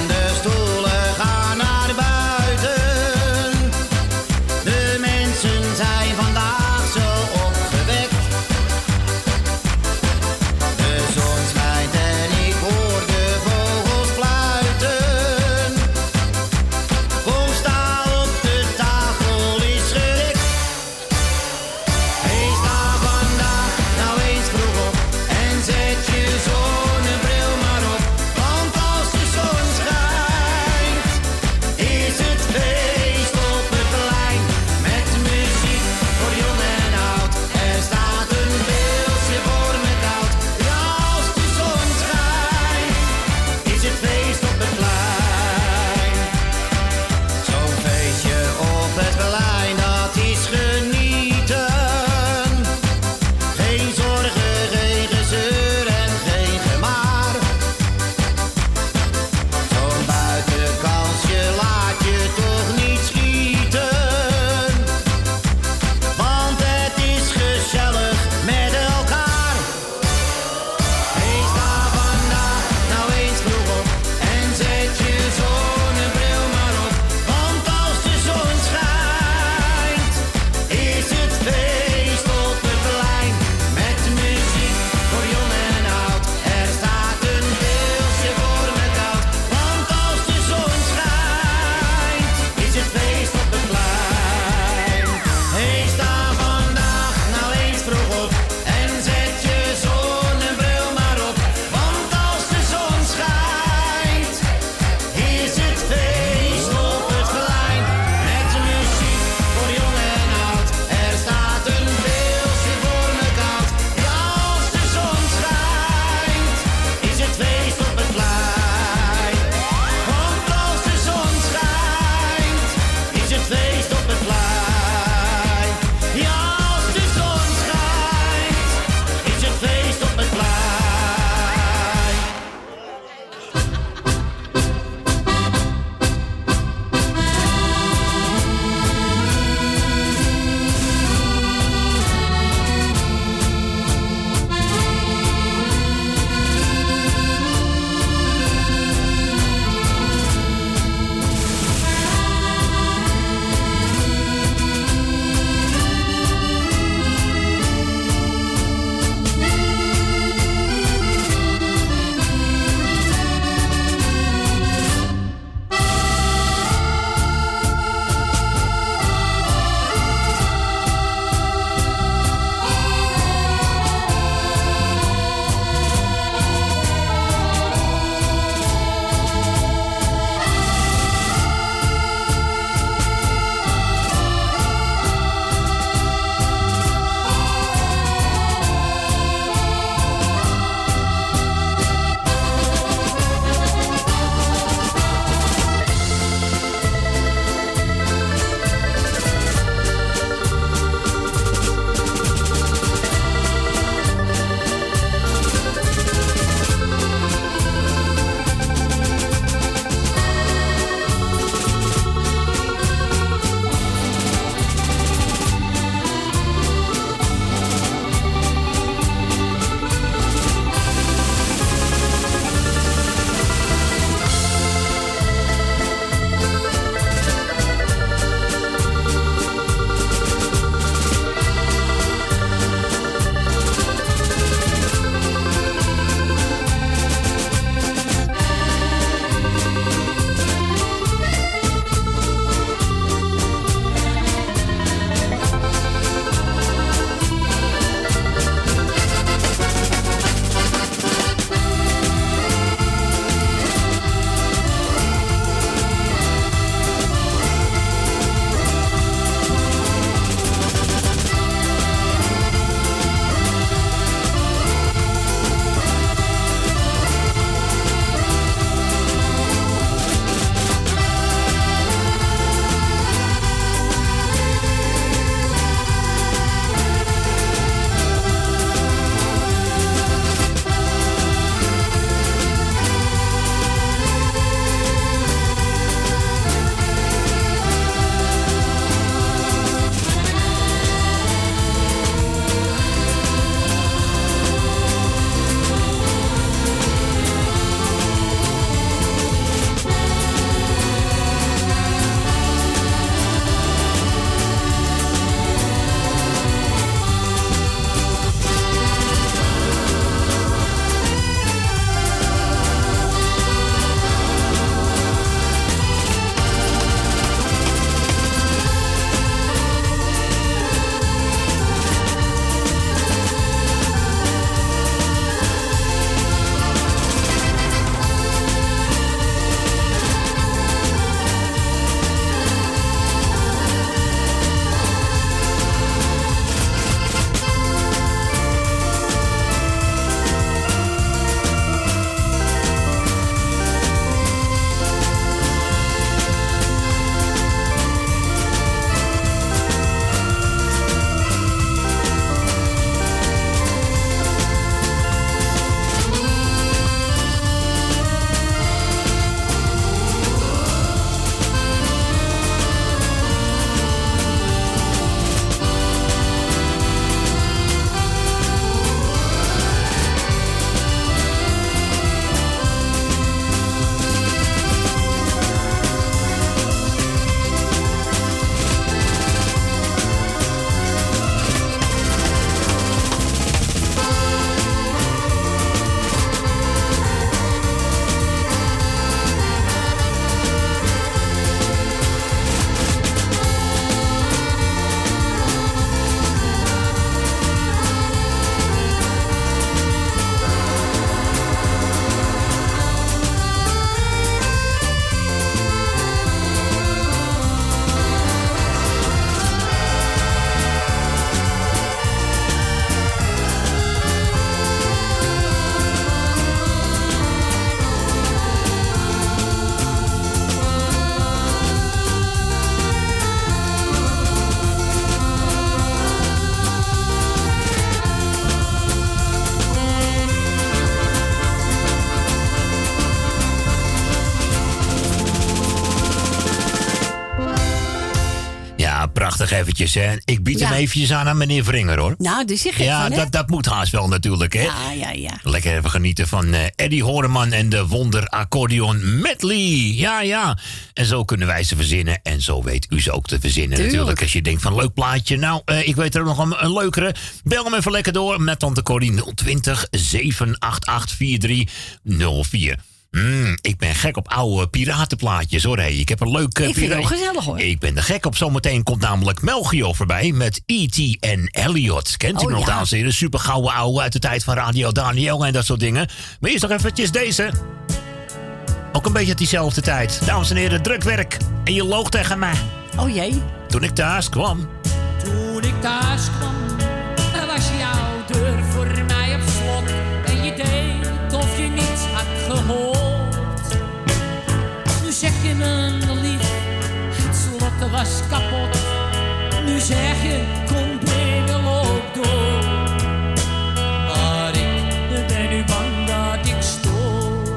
Ja, prachtig eventjes, hè. Ik bied Ja. hem eventjes aan aan meneer Vringer, hoor. Nou, dus je gek Ja, van, hè? dat, dat moet haast wel natuurlijk, hè. Ja, ja, ja. Lekker even genieten van eh, Eddie Horeman en de Wonder Accordeon Medley. Ja, ja. En zo kunnen wij ze verzinnen. En zo weet u ze ook te verzinnen Tuurlijk. natuurlijk. Als je denkt van leuk plaatje. Nou, eh, ik weet er nog een, een leukere. Bel hem even lekker door met tante Corrie nul twintig, zeven acht acht, vier drie nul vier. Mm, ik ben gek op oude piratenplaatjes, hoor. Hey, ik heb een leuk uh, Ik vind het pira- ook gezellig, hoor. Ik ben er gek op. Zometeen komt namelijk Melchior voorbij met E T en Elliot. Kent u Oh, nog, ja. dames en heren? Super gouden ouwe uit de tijd van Radio Daniel en dat soort dingen. Maar eerst nog eventjes deze. Ook een beetje uit diezelfde tijd. Dames en heren, drukwerk. En je loog tegen mij. Oh jee. Toen ik thuis kwam. Toen ik thuis kwam, was jouw deur voor mij op slot. En je deed of je niets had gehoord. Nu zeg je me lief, het slot was kapot. Nu zeg je, kom binnen, loop door. Maar ik ben nu bang dat ik stoor.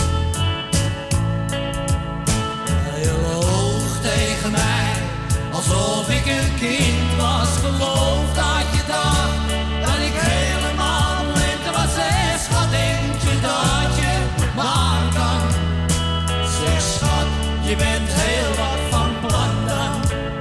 Je loog tegen mij, alsof ik een kind was. Geloof dat je dacht dat ik helemaal blind was. Zeg, schat, denk je dat je me aan kan? Zeg, schat, je bent heel wat van plan dan.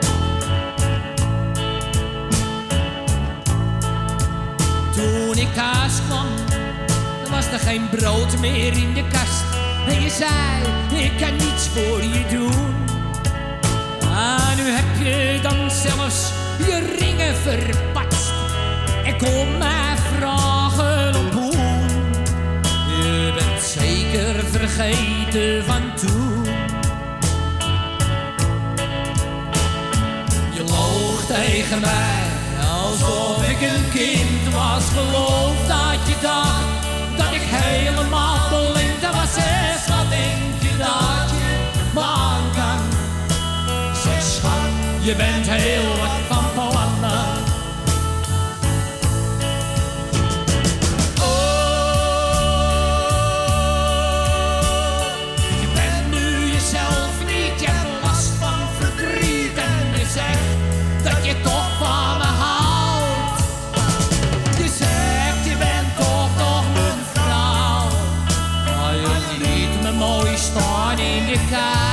Toen ik thuis kwam, was er geen brood meer in de kast. En je zei, ik kan niets voor je doen. Ah, nu heb je dan zelfs je ringen verpatst. En kom mij vragen om hoe. Je bent zeker vergeten van toen. Je loog tegen mij, alsof ik een kind was. Geloof dat je dacht dat ik helemaal blind was. Zeg, wat denk je dat je me aan kan? Zeg, schat, je bent heel wat van plannen. Oh, je bent nu jezelf niet, je hebt last van verdriet. En je zegt dat je toch van me houdt. Je zegt, je bent toch nog mijn vrouw. Maar je liet me mooi staan in de kou.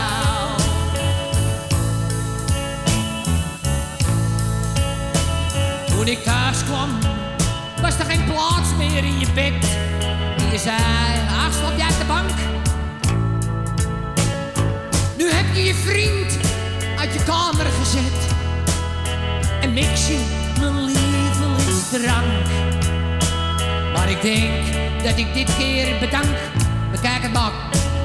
Toen ik thuis kwam, was er geen plaats meer in je bed. En je zei, ach, slaap jij op de bank? Nu heb je je vriend uit je kamer gezet. En mix je mijn lievelingsdrank. Maar ik denk dat ik dit keer bedank. Bekijk het maar.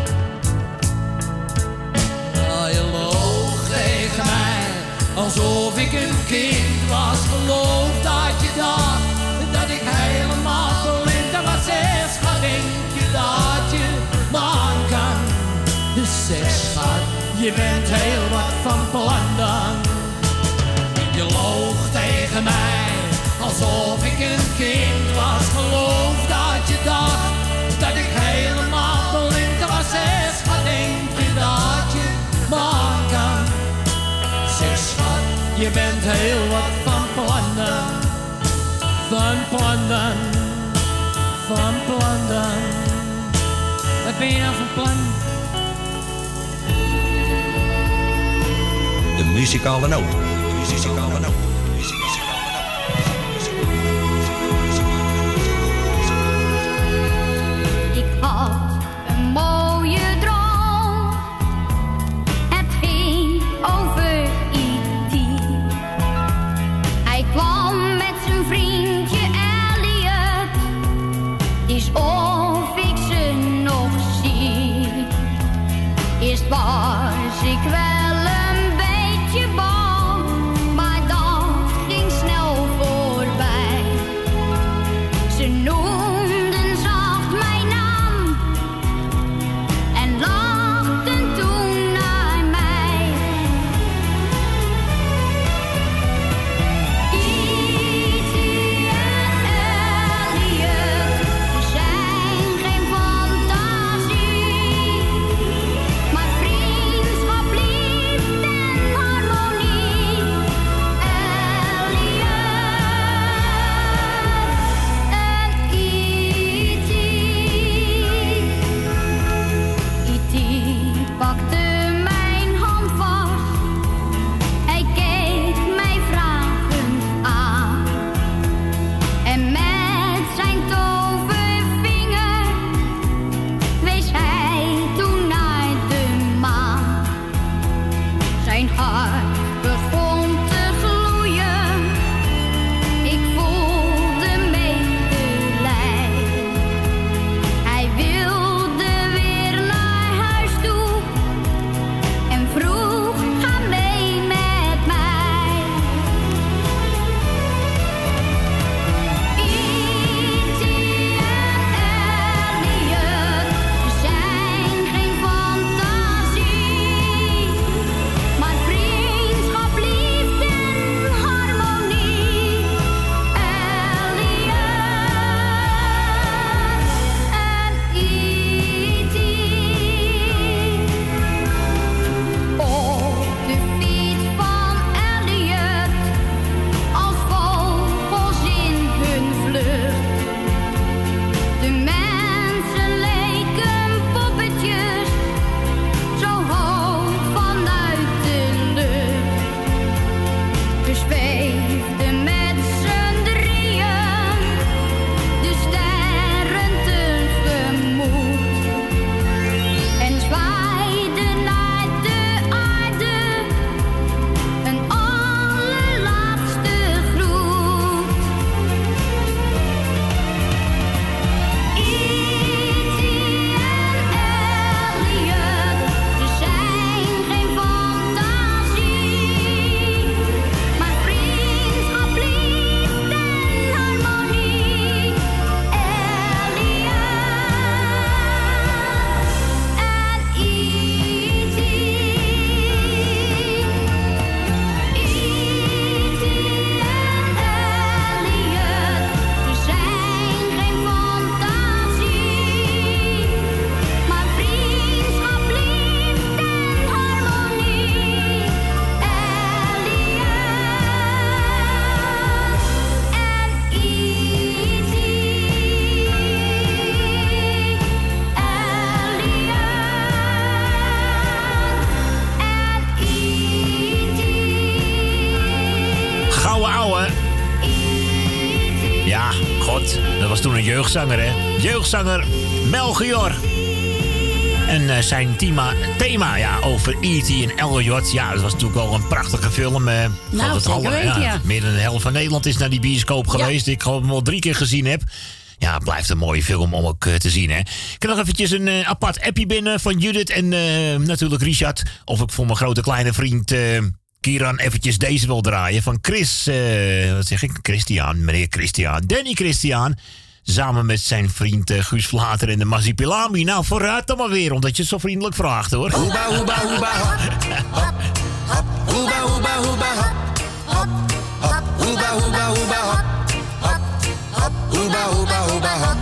Oh, je loog tegen mij, alsof ik een kind was. Geloof dat je dacht dat ik helemaal blind was. Zeg, schat, denk je dat je me aan kan? Dus zeg, schat, je bent heel wat van plan dan. Je loog tegen mij, alsof ik een kind was. Geloof dat je dacht dat ik helemaal blind was. Zeg, schat, denk je dat je me aan kan? Zeg, schat, je bent heel wat van plannen. Van plannen, van plannen. Wat ben je nou van plan? De muzikale noot. De muzikale noot. Ik had een mooie droom. Het ging over I T. Hij kwam met zijn vriendje Elliot. Het is of ik ze nog zie. Eerst was ik wel een beetje bang, maar dan Ja, god, dat was toen een jeugdzanger, hè. Jeugdzanger Melchior. En uh, zijn thema, thema ja, over E T en Elliot. Ja, dat was natuurlijk wel een prachtige film. Uh, nou, het zeker alle, weten, ja, ja. Meer dan de helft van Nederland is naar die bioscoop geweest. Ja. Ik geloof hem al drie keer gezien heb. Ja, het blijft een mooie film om ook uh, te zien, hè. Ik heb nog eventjes een uh, apart appje binnen van Judith en uh, natuurlijk Richard. Of ik voor mijn grote kleine vriend... Uh, Kieran eventjes deze wil draaien van Chris, uh, wat zeg ik, Christian, meneer Christian, Danny Christian, samen met zijn vriend uh, Guus Vlater en de Mazipilami. Nou, vooruit dan maar weer, omdat je het zo vriendelijk vraagt, hoor. Hoeba, hoeba, hoeba, hop, hop, hop, hoeba, hoeba, hoeba, hop, hop, hop, hoeba, hoeba, hoeba, hop, hop, hop, hoeba, hoeba, hoeba, hop.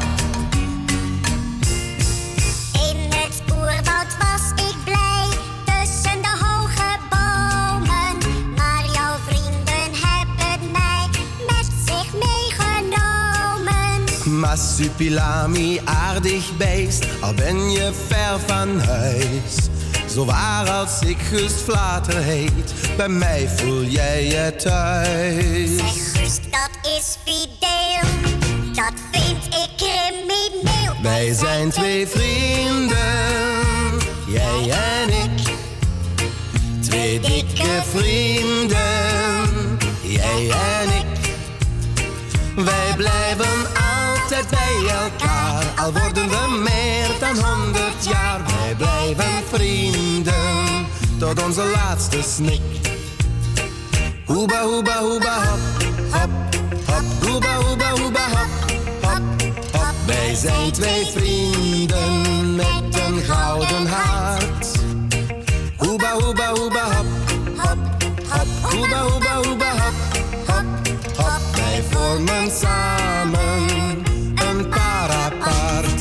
In het oerwoud was ik blij, tussen de hoge bomen. Maar jouw vrienden hebben mij met zich meegenomen. Massupilami, aardig beest, al ben je ver van huis. Zo waar als ik Gust Vlater heet, bij mij voel jij je thuis. Zeg Gust, dat is fideel, dat vind ik crimineel. Wij zijn twee vrienden, jij en ik. Twee dikke vrienden, jij en ik. Wij blijven altijd bij elkaar, al worden we meer dan honderd jaar. Wij blijven vrienden, tot onze laatste snik. Hoeba, hoeba, hoeba, hop, hop, hop. Hoeba, hoeba, hoeba, hop, hop, hop. Wij zijn twee vrienden met een gouden hart. Hoeba, hoeba, hoeba, hop, hop, hop. Hoeba, hoeba, hoeba, hop, hop, hop. Wij vormen samen een paar apart.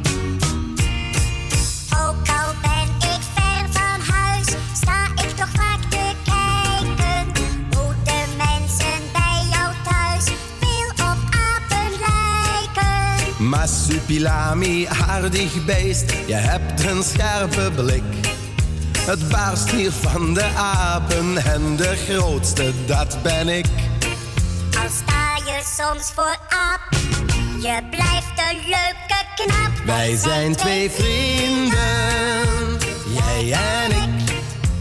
Ook al ben ik ver van huis, sta ik toch vaak te kijken hoe de mensen bij jou thuis veel op apen lijken. Massupilami, aardig beest, je hebt een scherpe blik. Het baarst hier van de apen en de grootste, dat ben ik. Al sta je soms voor aap, je blijft een leuke knap. Wij zijn twee vrienden, jij en ik.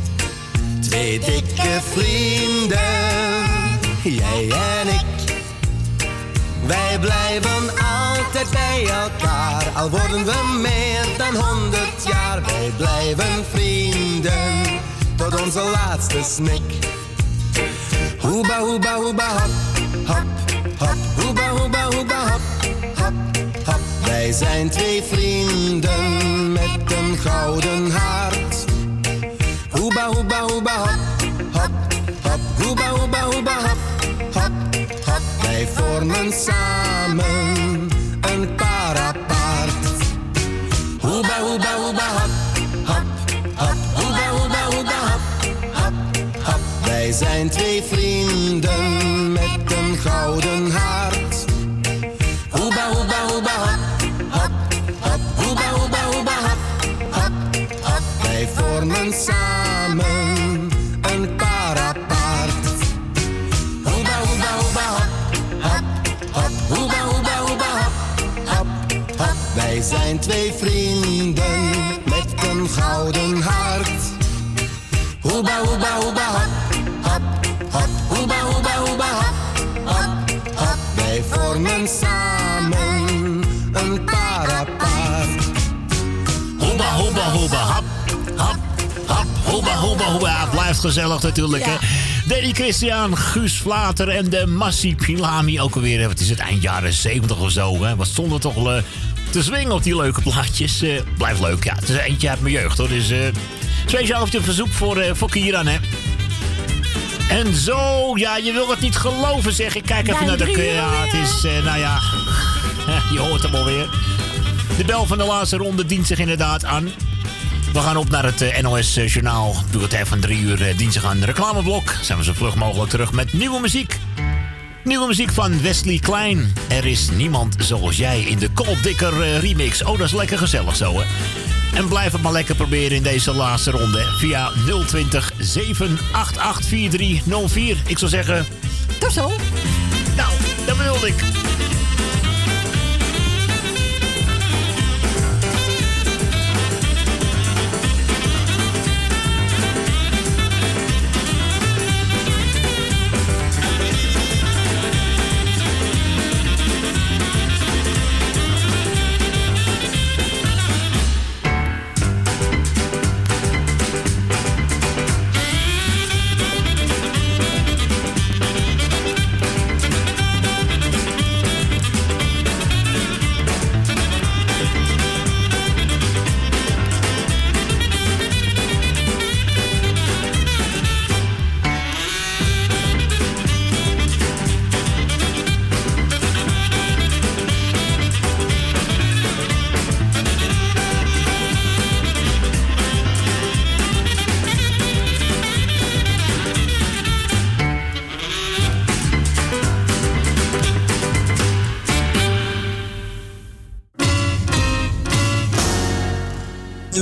Twee dikke vrienden, jij en ik. Wij blijven altijd bij elkaar, al worden we meer dan honderd jaar. Wij blijven vrienden, tot onze laatste snik. Hoeba, hoeba, hoeba, hop, hop, hop. Hoeba, hoeba, hoeba, hop, hop, hop. Wij zijn twee vrienden met een gouden hart. Hoeba, hoeba, hoeba, hop, hop, hop. Hoeba, hoeba, hoeba, hop, hop, hop. Wij vormen samen een paar apart. Hoeba, hoeba, hoeba, hop, hop, hop. Hoeba, hoeba, hoeba, hop, hop, hop. Wij zijn twee vrienden met een gouden hart. Hoeba, hoeba, hoeba, hop, hop, hop. Hoeba, hoeba, hoeba, hop, hop, hop. Wij vormen samen een paar apart. Hoeba, hoeba, hoeba, hop, hop, hop. Hoeba, hoeba, hoeba, hop, hop, hop. Wij zijn twee vrienden met een gouden hart. Hoeba, hoeba, hoeba, hop, hop, hop. Hoeba, hoeba, hoeba, hop, hop, hop. Wij vormen samen een paar apart. Hoeba, hoeba, hoeba, hap, hap, hap. Hoeba, hoeba, hoeba. Ja, het blijft gezellig natuurlijk, Ja. hè. Danny Christian, Guus Vlater en de Massipilami ook alweer. Wat is het, eind jaren zeventig of zo, hè. Wat stonden we toch uh, te swingen op die leuke plaatjes. Uh, blijft leuk, ja. Het is eentje uit mijn jeugd, hoor. Dus uh, speciaal op je verzoek voor, uh, voor Kieran, hè. En zo, ja, je wil het niet geloven, zeg. Ik kijk even Nou, naar de... drie uur Ja, het is, uh, nou ja... je hoort hem alweer. De bel van de laatste ronde dient zich inderdaad aan. We gaan op naar het uh, N O S-journaal. Doe het even van drie uur uh, dient zich aan reclameblok. Zijn we zo vlug mogelijk terug met nieuwe muziek. Nieuwe muziek van Wesley Klein. Er is niemand zoals jij in de Cold Dicker uh, remix. Oh, dat is lekker gezellig zo, hè. En blijf het maar lekker proberen in deze laatste ronde. Via nul twintig, zeven acht acht, vier drie nul vier. Ik zou zeggen... Tot zo. Nou, dat bedoelde ik.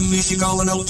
muzikale noot.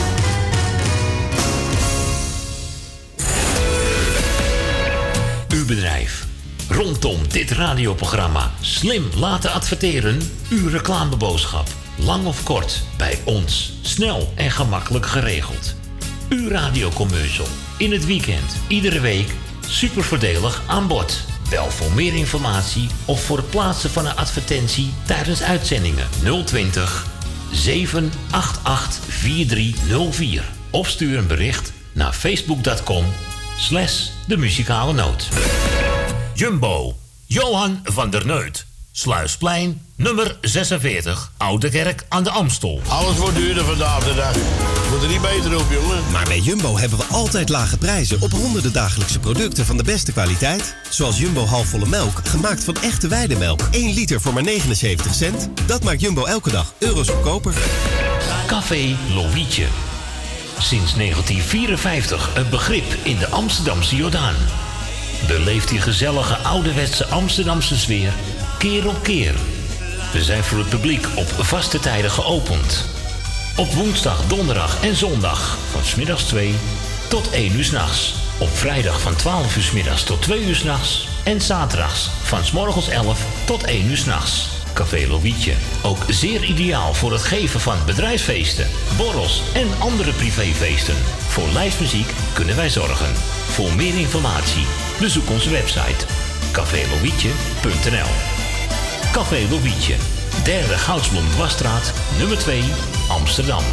Uw bedrijf. Rondom dit radioprogramma slim laten adverteren. Uw reclameboodschap. Lang of kort, bij ons. Snel en gemakkelijk geregeld. Uw radiocommercial. In het weekend, iedere week. Super voordelig aan bod. Bel voor meer informatie of voor het plaatsen van een advertentie tijdens uitzendingen nul twintig, zeven acht acht, vier drie nul vier. Of stuur een bericht naar facebook.com slash de muzikale noot. Jumbo, Johan van der Neut. Sluisplein, nummer zesenveertig, Oude Kerk aan de Amstel. Alles wordt duurder vandaag de dag. Wordt er niet beter op, jongen. Maar bij Jumbo hebben we altijd lage prijzen op honderden dagelijkse producten van de beste kwaliteit. Zoals Jumbo halfvolle melk, gemaakt van echte weidemelk. één liter voor maar negenenzeventig cent. Dat maakt Jumbo elke dag euro's goedkoper. Café Lovietje. Sinds negentien vierenvijftig een begrip in de Amsterdamse Jordaan. Beleeft die gezellige ouderwetse Amsterdamse sfeer keer op keer. We zijn voor het publiek op vaste tijden geopend. Op woensdag, donderdag en zondag van 's middags twee tot één uur 's nachts. Op vrijdag van twaalf uur 's middags tot twee uur 's nachts. En zaterdags van 's morgens elf tot één uur 's nachts. Café Lovietje. Ook zeer ideaal voor het geven van bedrijfsfeesten, borrels en andere privéfeesten. Voor live muziek kunnen wij zorgen. Voor meer informatie bezoek onze website café lovietje punt n l. Café Lovietje, derde Goudsblom-Dwarsstraat, nummer twee, Amsterdam.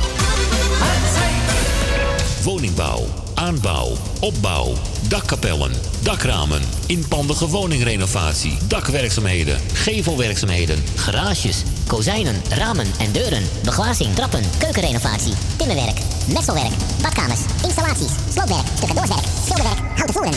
Woningbouw, aanbouw, opbouw, dakkapellen, dakramen, inpandige woningrenovatie, dakwerkzaamheden, gevelwerkzaamheden, Garages, kozijnen, ramen en deuren, beglazing, trappen, keukenrenovatie, timmerwerk, messelwerk, badkamers, installaties, sloopwerk, stucadoorswerk, schilderwerk, houten voeren.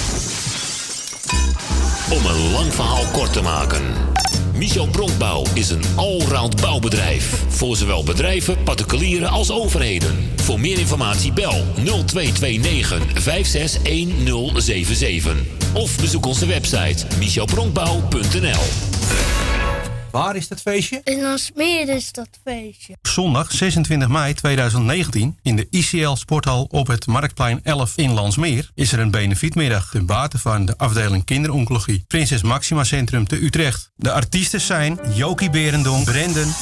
Om een lang verhaal kort te maken. Michel Bronkbouw is een allround bouwbedrijf. Voor zowel bedrijven, particulieren als overheden. Voor meer informatie bel nul twee twee negen, vijf zes een nul zeven zeven. Of bezoek onze website michel bronkbouw punt n l. Waar is dat feestje? In Landsmeer is dat feestje. Zondag zesentwintig mei tweeduizend negentien in de I C L Sporthal op het Marktplein elf in Landsmeer is er een benefietmiddag ten bate van de afdeling kinderoncologie Prinses Maxima Centrum te Utrecht. De artiesten zijn Jokie Berendonk, Brendan,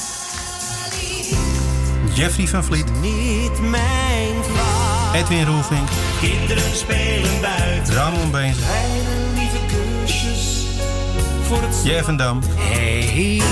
Jeffrey van Vliet, Niet mijn vader. Edwin Roelvink, Kinderen spelen buiten. Ramon Beense, Kleine lieve kusjes voor het Jeff en Dam, Hey vriend,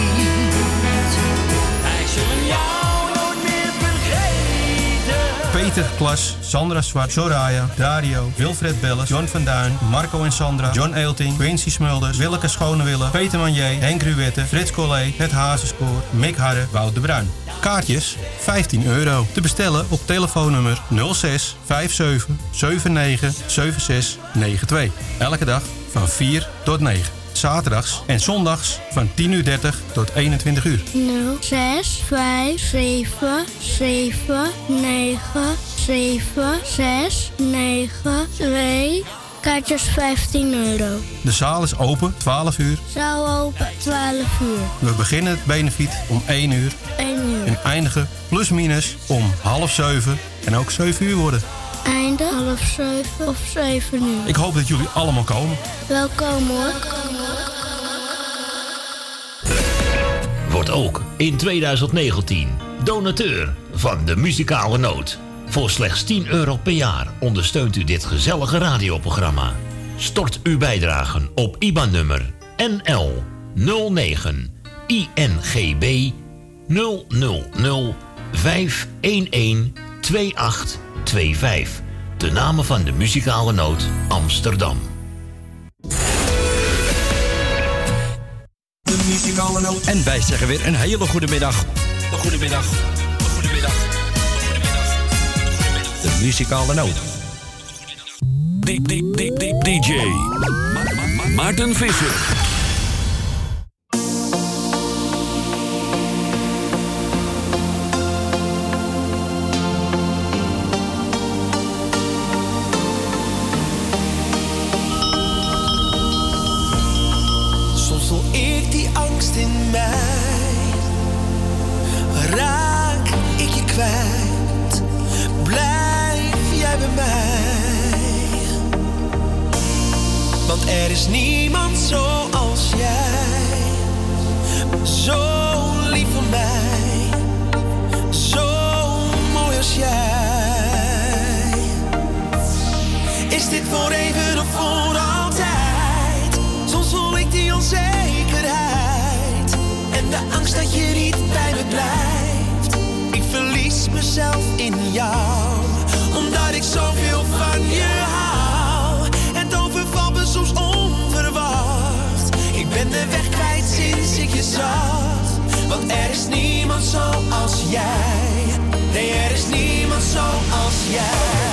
wij zullen jou nooit meer vergeten. Peter Klas, Sandra Zwart, Soraya, Dario, Wilfred Belles, John van Duin, Marco en Sandra, John Eelting, Quincy Smulders, Willeke Schonewille, Peter Manier, Henk Ruwette, Frits Collé, Het Hazenspoor, Mick Harre, Wout de Bruin. Kaartjes vijftien euro. Te bestellen op telefoonnummer nul zes vijf zeven zeven negen zeven zes negen twee. Elke dag van vier tot negen. Zaterdags en zondags van tien uur dertig tot eenentwintig uur. nul zes vijf zeven zeven negen zeven zes negen twee. Kaartjes vijftien euro. De zaal is open twaalf uur. Zaal open twaalf uur. We beginnen het benefiet om één uur. één uur. En eindigen plus minus om half zeven. En ook zeven uur worden. Einde half zeven of zeven uur. Ik hoop dat jullie allemaal komen. Welkom hoor. Wordt ook in tweeduizend negentien donateur van de muzikale noot. Voor slechts tien euro per jaar ondersteunt u dit gezellige radioprogramma. Stort uw bijdragen op I B A N-nummer N L nul negen I N G B nul nul nul vijf een een twee acht twee vijf. De namen van de muzikale noot Amsterdam. De muzikale noot. En wij zeggen weer een hele goede middag. Een goede middag. Een goede middag. De muzikale noot. D J Maarten Visser. Soms voel ik die angst in mij, raak ik je kwijt. er is niemand zoals jij. Zo lief voor mij, zo mooi als jij. Is dit voor even of voor altijd? Soms voel ik die onzekerheid en de angst dat je niet bij me blijft. Ik verlies mezelf in jou, omdat ik zoveel van je hou. Het overvalt me soms onverwacht. Ik ben de weg kwijt sinds ik je zag. Want er is niemand zoals jij. Nee, er is niemand zoals jij.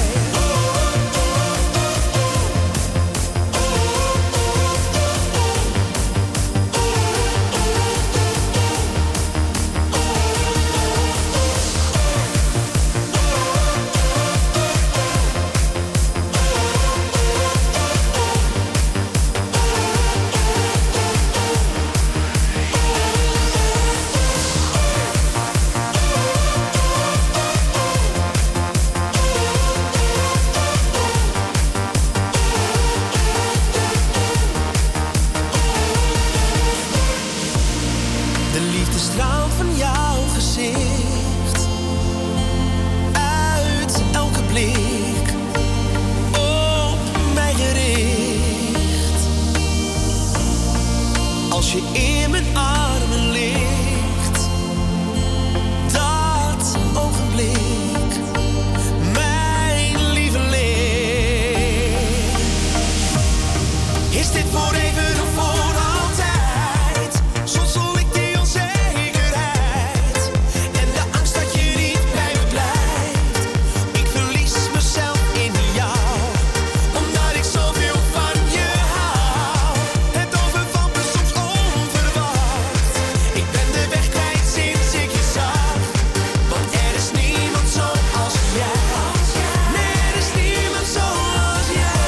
Als je in mijn armen ligt, dat ogenblik, mijn lieveling. Is dit voor even of voor altijd? Soms voel ik die onzekerheid en de angst dat je niet bij me blijft. Ik verlies mezelf in jou, omdat ik zoveel van je hou. Het overvalt me soms onverwacht. Ik ben de weg kwijt sinds ik je zag. Want er is niemand zoals jij. Nee, er is niemand zoals jij.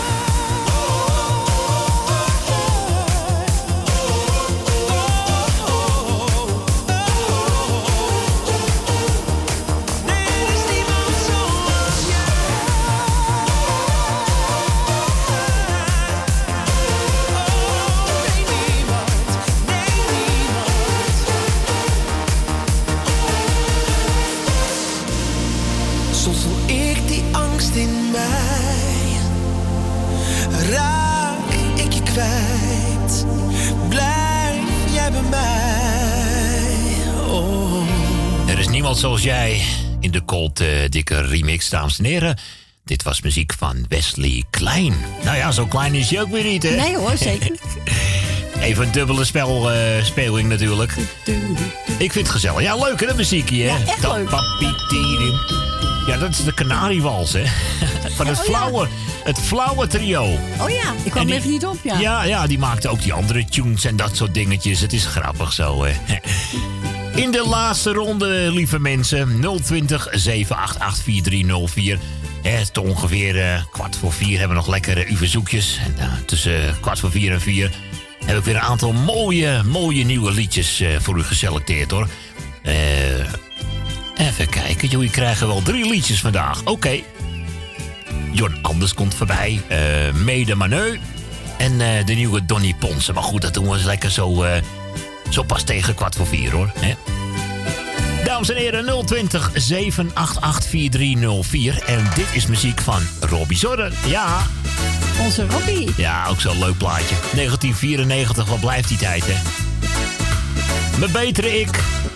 Soms voel ik die angst in mij. Raak ik je kwijt, blijf jij bij mij. Oh. Er is niemand zoals jij in de Cold uh, Dikke remix, dames en heren. Dit was muziek van Wesley Klein. Nou ja, zo klein is hij ook weer niet, hè? Nee hoor, zeker. Even een dubbele spel, uh, speling natuurlijk. Ik vind het gezellig. Ja, leuk hè, dat muziekje, hè? Ja, echt leuk. Ja, dat is de Kanariewals, hè? Van het, Oh, ja. flauwe, het flauwe trio. Oh ja, ik kwam En die- even niet op, ja. Ja, ja, die maakte ook die andere tunes en dat soort dingetjes. Het is grappig zo, hè? In de laatste ronde, lieve mensen. nul twintig, zeven acht acht, vier drie nul vier. Het is ongeveer uh, kwart voor vier hebben we nog lekkere uh, uw verzoekjes. En uh, tussen uh, kwart voor vier en vier heb ik weer een aantal mooie, mooie nieuwe liedjes uh, voor u geselecteerd, hoor. Eh... Even kijken, jullie krijgen wel drie liedjes vandaag. Oké. Okay. Jon Anders komt voorbij. Uh, Mede Maneu. En uh, de nieuwe Donnie Ponsen. Maar goed, dat doen we eens lekker zo, uh, zo pas tegen kwart voor vier, hoor. Hè? Dames en heren, nul twintig, zeven acht acht, vier drie nul vier. En dit is muziek van Robbie Zorren. Ja. Onze Robbie. Ja, ook zo'n leuk plaatje. negentien vierennegentig, wat blijft die tijd, hè? Mijn betere ik.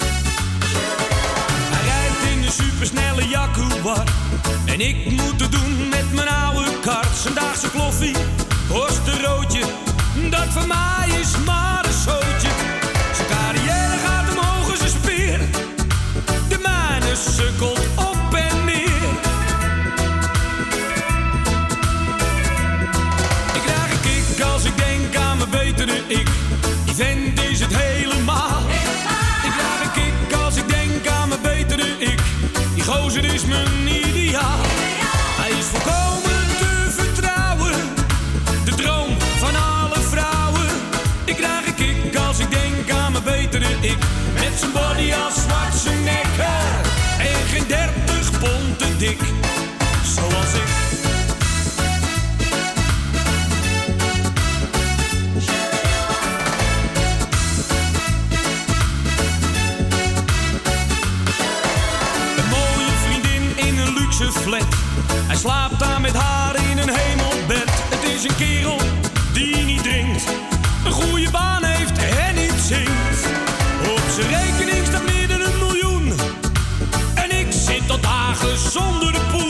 Een supersnelle Jaguar. En ik moet het doen met mijn oude kart. Zandagse kloffie, kost een roodje. Dat van mij is maar een zootje. Zijn carrière gaat omhoog als een speer. De mijne sukkelt op en neer. Ik krijg een kick als ik denk aan mijn betere ik. Die vent is het helemaal. Ik krijg een kick als ik denk aan mijn betere ik. Die gozer is mijn ideaal. Hij is volkomen te vertrouwen. De droom van alle vrouwen. Ik krijg een kick als ik denk aan mijn betere ik. Met zijn body als Schwarzenegger. En geen dertig pond te dik. Zoals ik. een kerel die niet drinkt, een goede baan heeft en niet zingt. Op zijn rekening staat meer dan een miljoen en ik zit al dagen zonder de poen.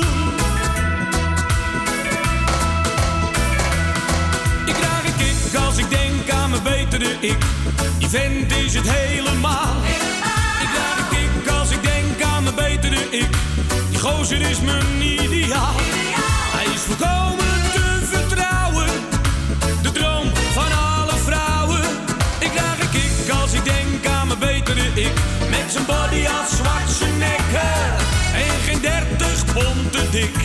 Ik krijg een kick als ik denk aan mijn betere ik. Die vent is het helemaal. Ik krijg een kick als ik denk aan mijn betere ik. Die gozer is mijn ideaal. Hij is volkomen te vertrouwen, de droom van alle vrouwen. Ik krijg een kick als ik denk aan mijn betere ik. Met zijn body als Schwarzenegger en geen dertig pond te dik.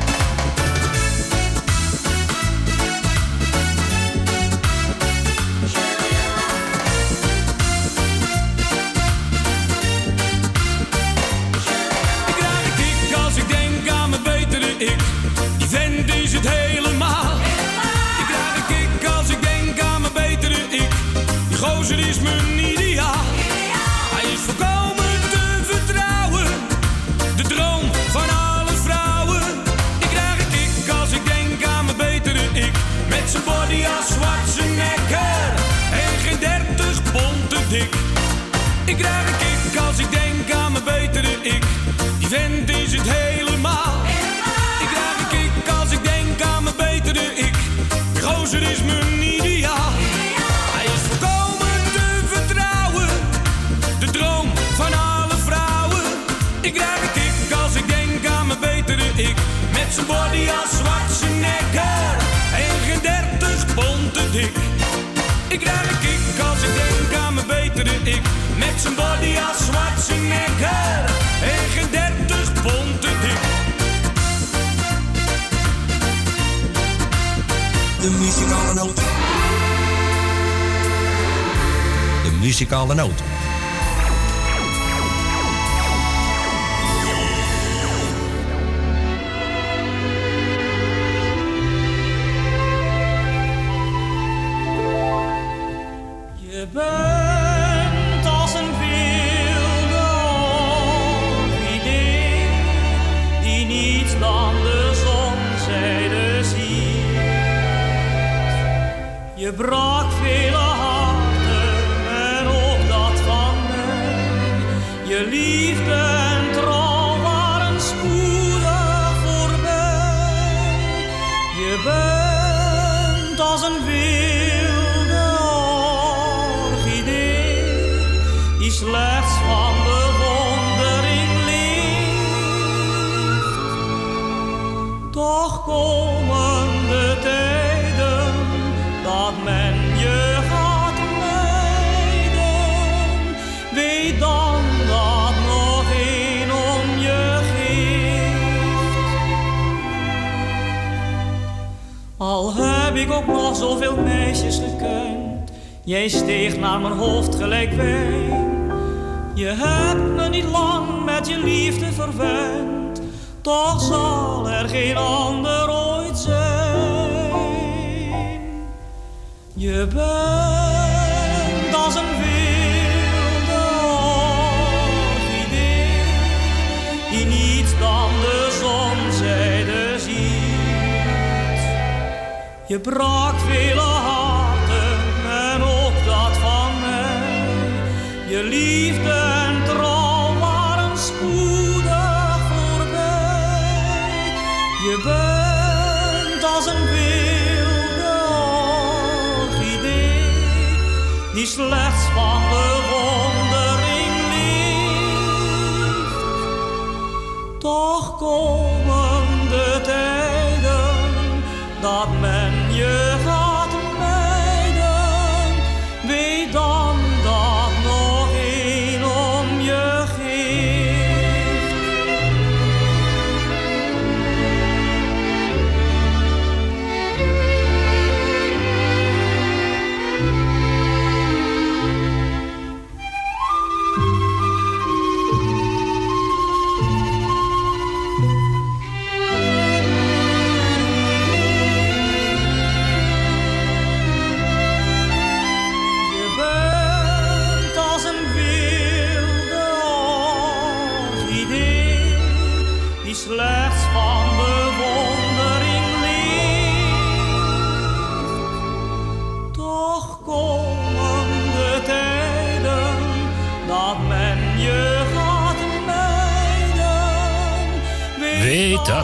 Ik, die vent is het helemaal. Ik krijg een kick als ik denk aan mijn betere ik. Die gozer is mijn ideaal. Hij is volkomen te vertrouwen, de droom van alle vrouwen. Ik krijg een kick als ik denk aan mijn betere ik. Met zijn body als Schwarzenegger en geen dertig pond te dik. Ik krijg een kick als ik denk aan mijn betere ik. Die vent is het helemaal. Ik krijg een kick als ik denk aan mijn betere ik. De gozer is mijn ideaal. Hij is volkomen te vertrouwen, de droom van alle vrouwen. Ik krijg een kick als ik denk aan mijn betere ik. Met zijn body als Schwarzenegger en geen dertig pond te dik. Ik krijg een kick als ik denk aan mijn betere ik. Met zijn body als Schwarzenegger en geen dertig pond te dik. De muzikale noot. De muzikale noot. Je bent als een wilde orchidee die niets dan de zonzijde ziet. Je brak vele harten en ook dat van mij. Je liefde en trouw waren spoedig voorbij. Je bent als een wilde orchidee die slechts van bewondering leeft. Toch komen de tijden dat men je gaat mijden. Weet dan dat nog één om je geeft. Al heb ik ook nog zoveel meisjes gekend, jij steeg naar mijn hoofd gelijk wijn. Je hebt me niet lang met je liefde verwend, toch zal er geen ander ooit zijn. Je bent als een wilde orchidee die niets dan de zonzijde ziet. Je brak vele harten en ook dat van mij. Je liefde en trouw waren spoedig voorbij. Je bent als een wilde orchidee die slechts van bewondering leeft. Toch komen de tijden dat men je gaat mijden. Weet dan dat nog één om je geeft.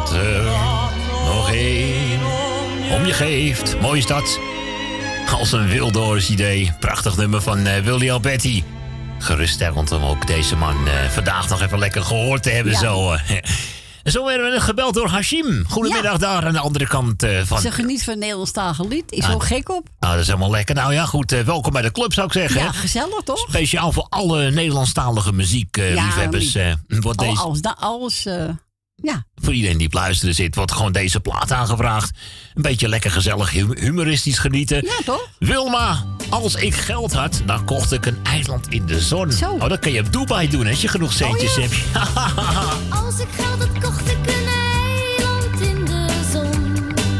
wat er nog één om je geeft. Mooi is dat. Als een Wilders idee. Prachtig nummer van uh, Willy Alberti. Geruststellend om ook deze man uh, vandaag nog even lekker gehoord te hebben. Ja. Zo, uh, en zo werden we gebeld door Hashim. Goedemiddag ja. daar aan de andere kant uh, van... Ze geniet van het Nederlandstalige lied. Is ah, ook gek op. Nou, dat is helemaal lekker. Nou ja, goed. Uh, welkom bij de club, zou ik zeggen. Ja, gezellig toch? Speciaal voor alle Nederlandstalige muziekliefhebbers. Uh, ja, uh, wordt oh, deze... alles, da, alles uh, ja. Voor iedereen die op luisteren zit, wordt gewoon deze plaat aangevraagd. Een beetje lekker gezellig, humoristisch genieten. Ja, toch? Wilma, als ik geld had, dan kocht ik een eiland in de zon. Zo. Oh, dat kan je op Dubai doen, als je genoeg centjes oh, ja. hebt. Als ik geld had, kocht ik een eiland in de zon.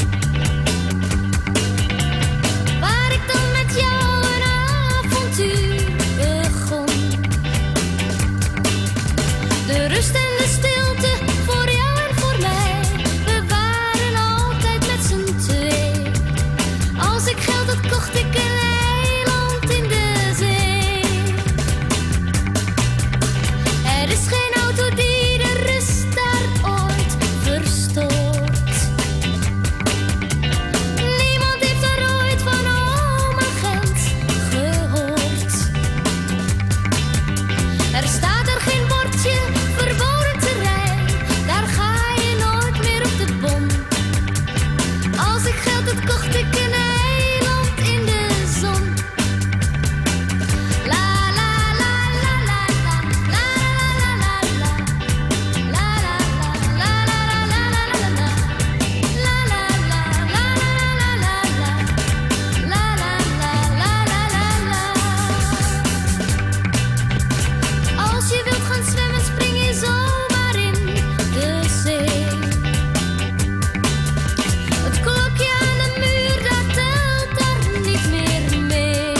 Waar ik dan met jou een avontuur begon. De rust en de stilte voor jou en voor mij. We waren altijd met z'n twee. Als ik geld had, kocht ik een eiland in de zee. Er is geen auto die de rust daar ooit verstoort. Niemand heeft er ooit van oma Gent gehoord. Er staat er geen bordje verboden terrein. Daar ga je nooit meer op de bom. Als ik geld had, kocht ik een eiland in de zon. La la la la la la la la la la la la la la la la la la Als je wilt gaan zwemmen, spring je zomaar in de zee. Het klokje aan de muur, dat telt daar niet meer mee.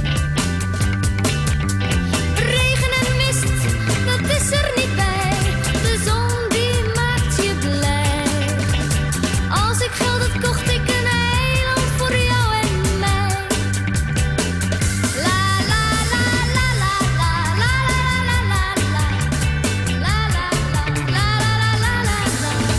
Regen en mist, dat is er niet bij. De zon die maakt je blij. Als ik geld had, kocht ik een eiland voor jou en mij. La la la la la la la la la la la la la la la la la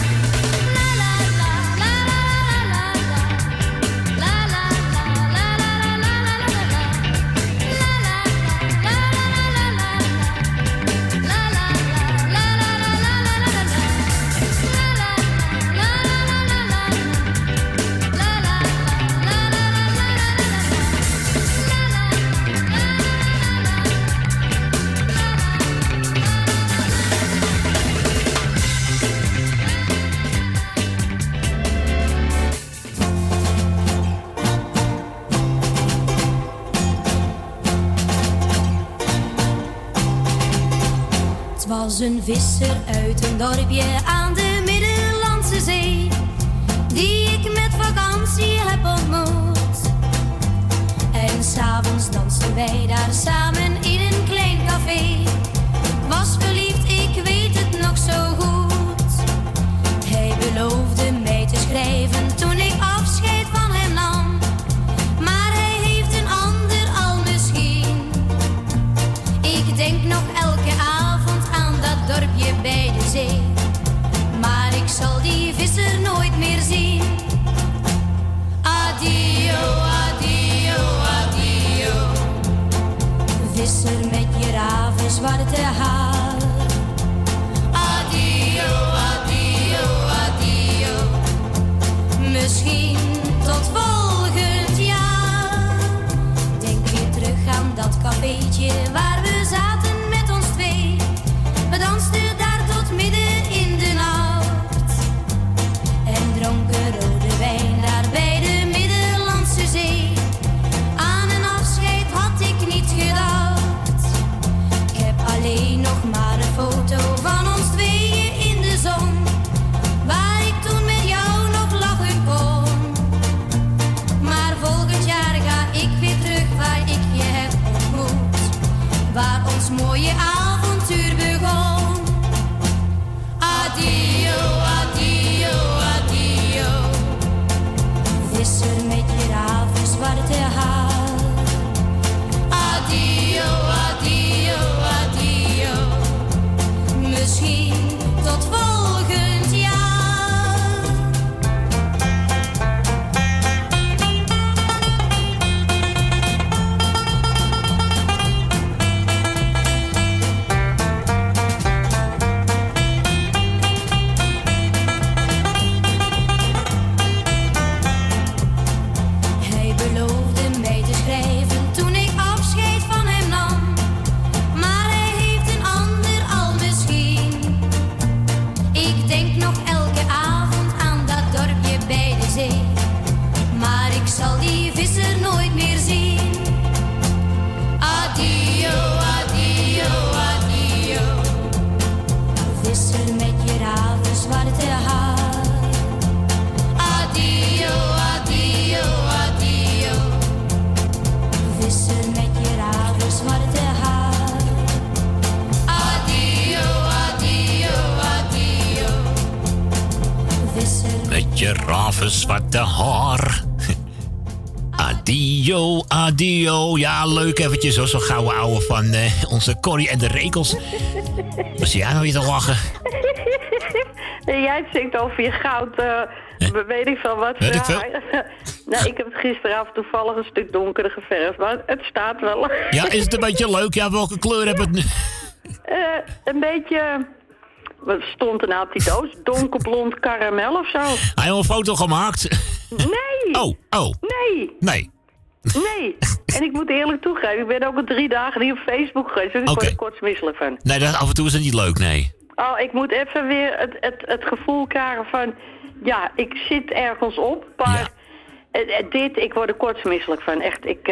Het was een visser uit een dorpje aan de Middellandse Zee, die ik met vakantie heb ontmoet. En s'avonds dansten wij daar samen in een klein café. Was verliefd, ik weet het nog zo goed. Hij beloofde mij te schrijven toen ik afscheid van hem nam. Maar hij heeft een ander al misschien. Ik denk nog elke avond aan dat dorpje bij de zee. Maar ik zal die visser nooit meer zien. Adio, adio, adio. Visser met je ravenzwarte haar. Adio, adio, adio. Misschien tot volgend jaar. Denk weer terug aan dat cafeetje waar we zaten met ons twee. We dansten daar tot midden in de nacht. En dronken rode wijn daar bij de Middellandse Zee. Aan een afscheid had ik niet gedacht. Ik heb alleen nog witte haar. Adio, adio. Ja, leuk eventjes hoor, zo'n gouden ouwe van uh, onze Corrie en de Rekels. Wat zie jij nou weer te lachen? Nee, jij zingt over je goud, uh, eh? weet ik van wat. Weet ik veel? Nou, ik heb het gisteravond toevallig een stuk donkerder geverfd, maar het staat wel. Ja, is het een beetje leuk? Ja, welke kleur heb het nu? Uh, een beetje... Wat stond er nou op die doos? Donkerblond karamel of zo? Hij heeft een foto gemaakt. Nee! Oh, oh. Nee! Nee. Nee. En ik moet eerlijk toegeven, ik ben ook al drie dagen niet op Facebook geweest, dus ik okay. word er kotsmisselijk van. Nee, dat, af en toe is het niet leuk, nee. Oh, ik moet even weer het, het, het gevoel krijgen van... Ja, ik zit ergens op, maar ja. dit, ik word er kotsmisselijk van. Echt, ik... Uh,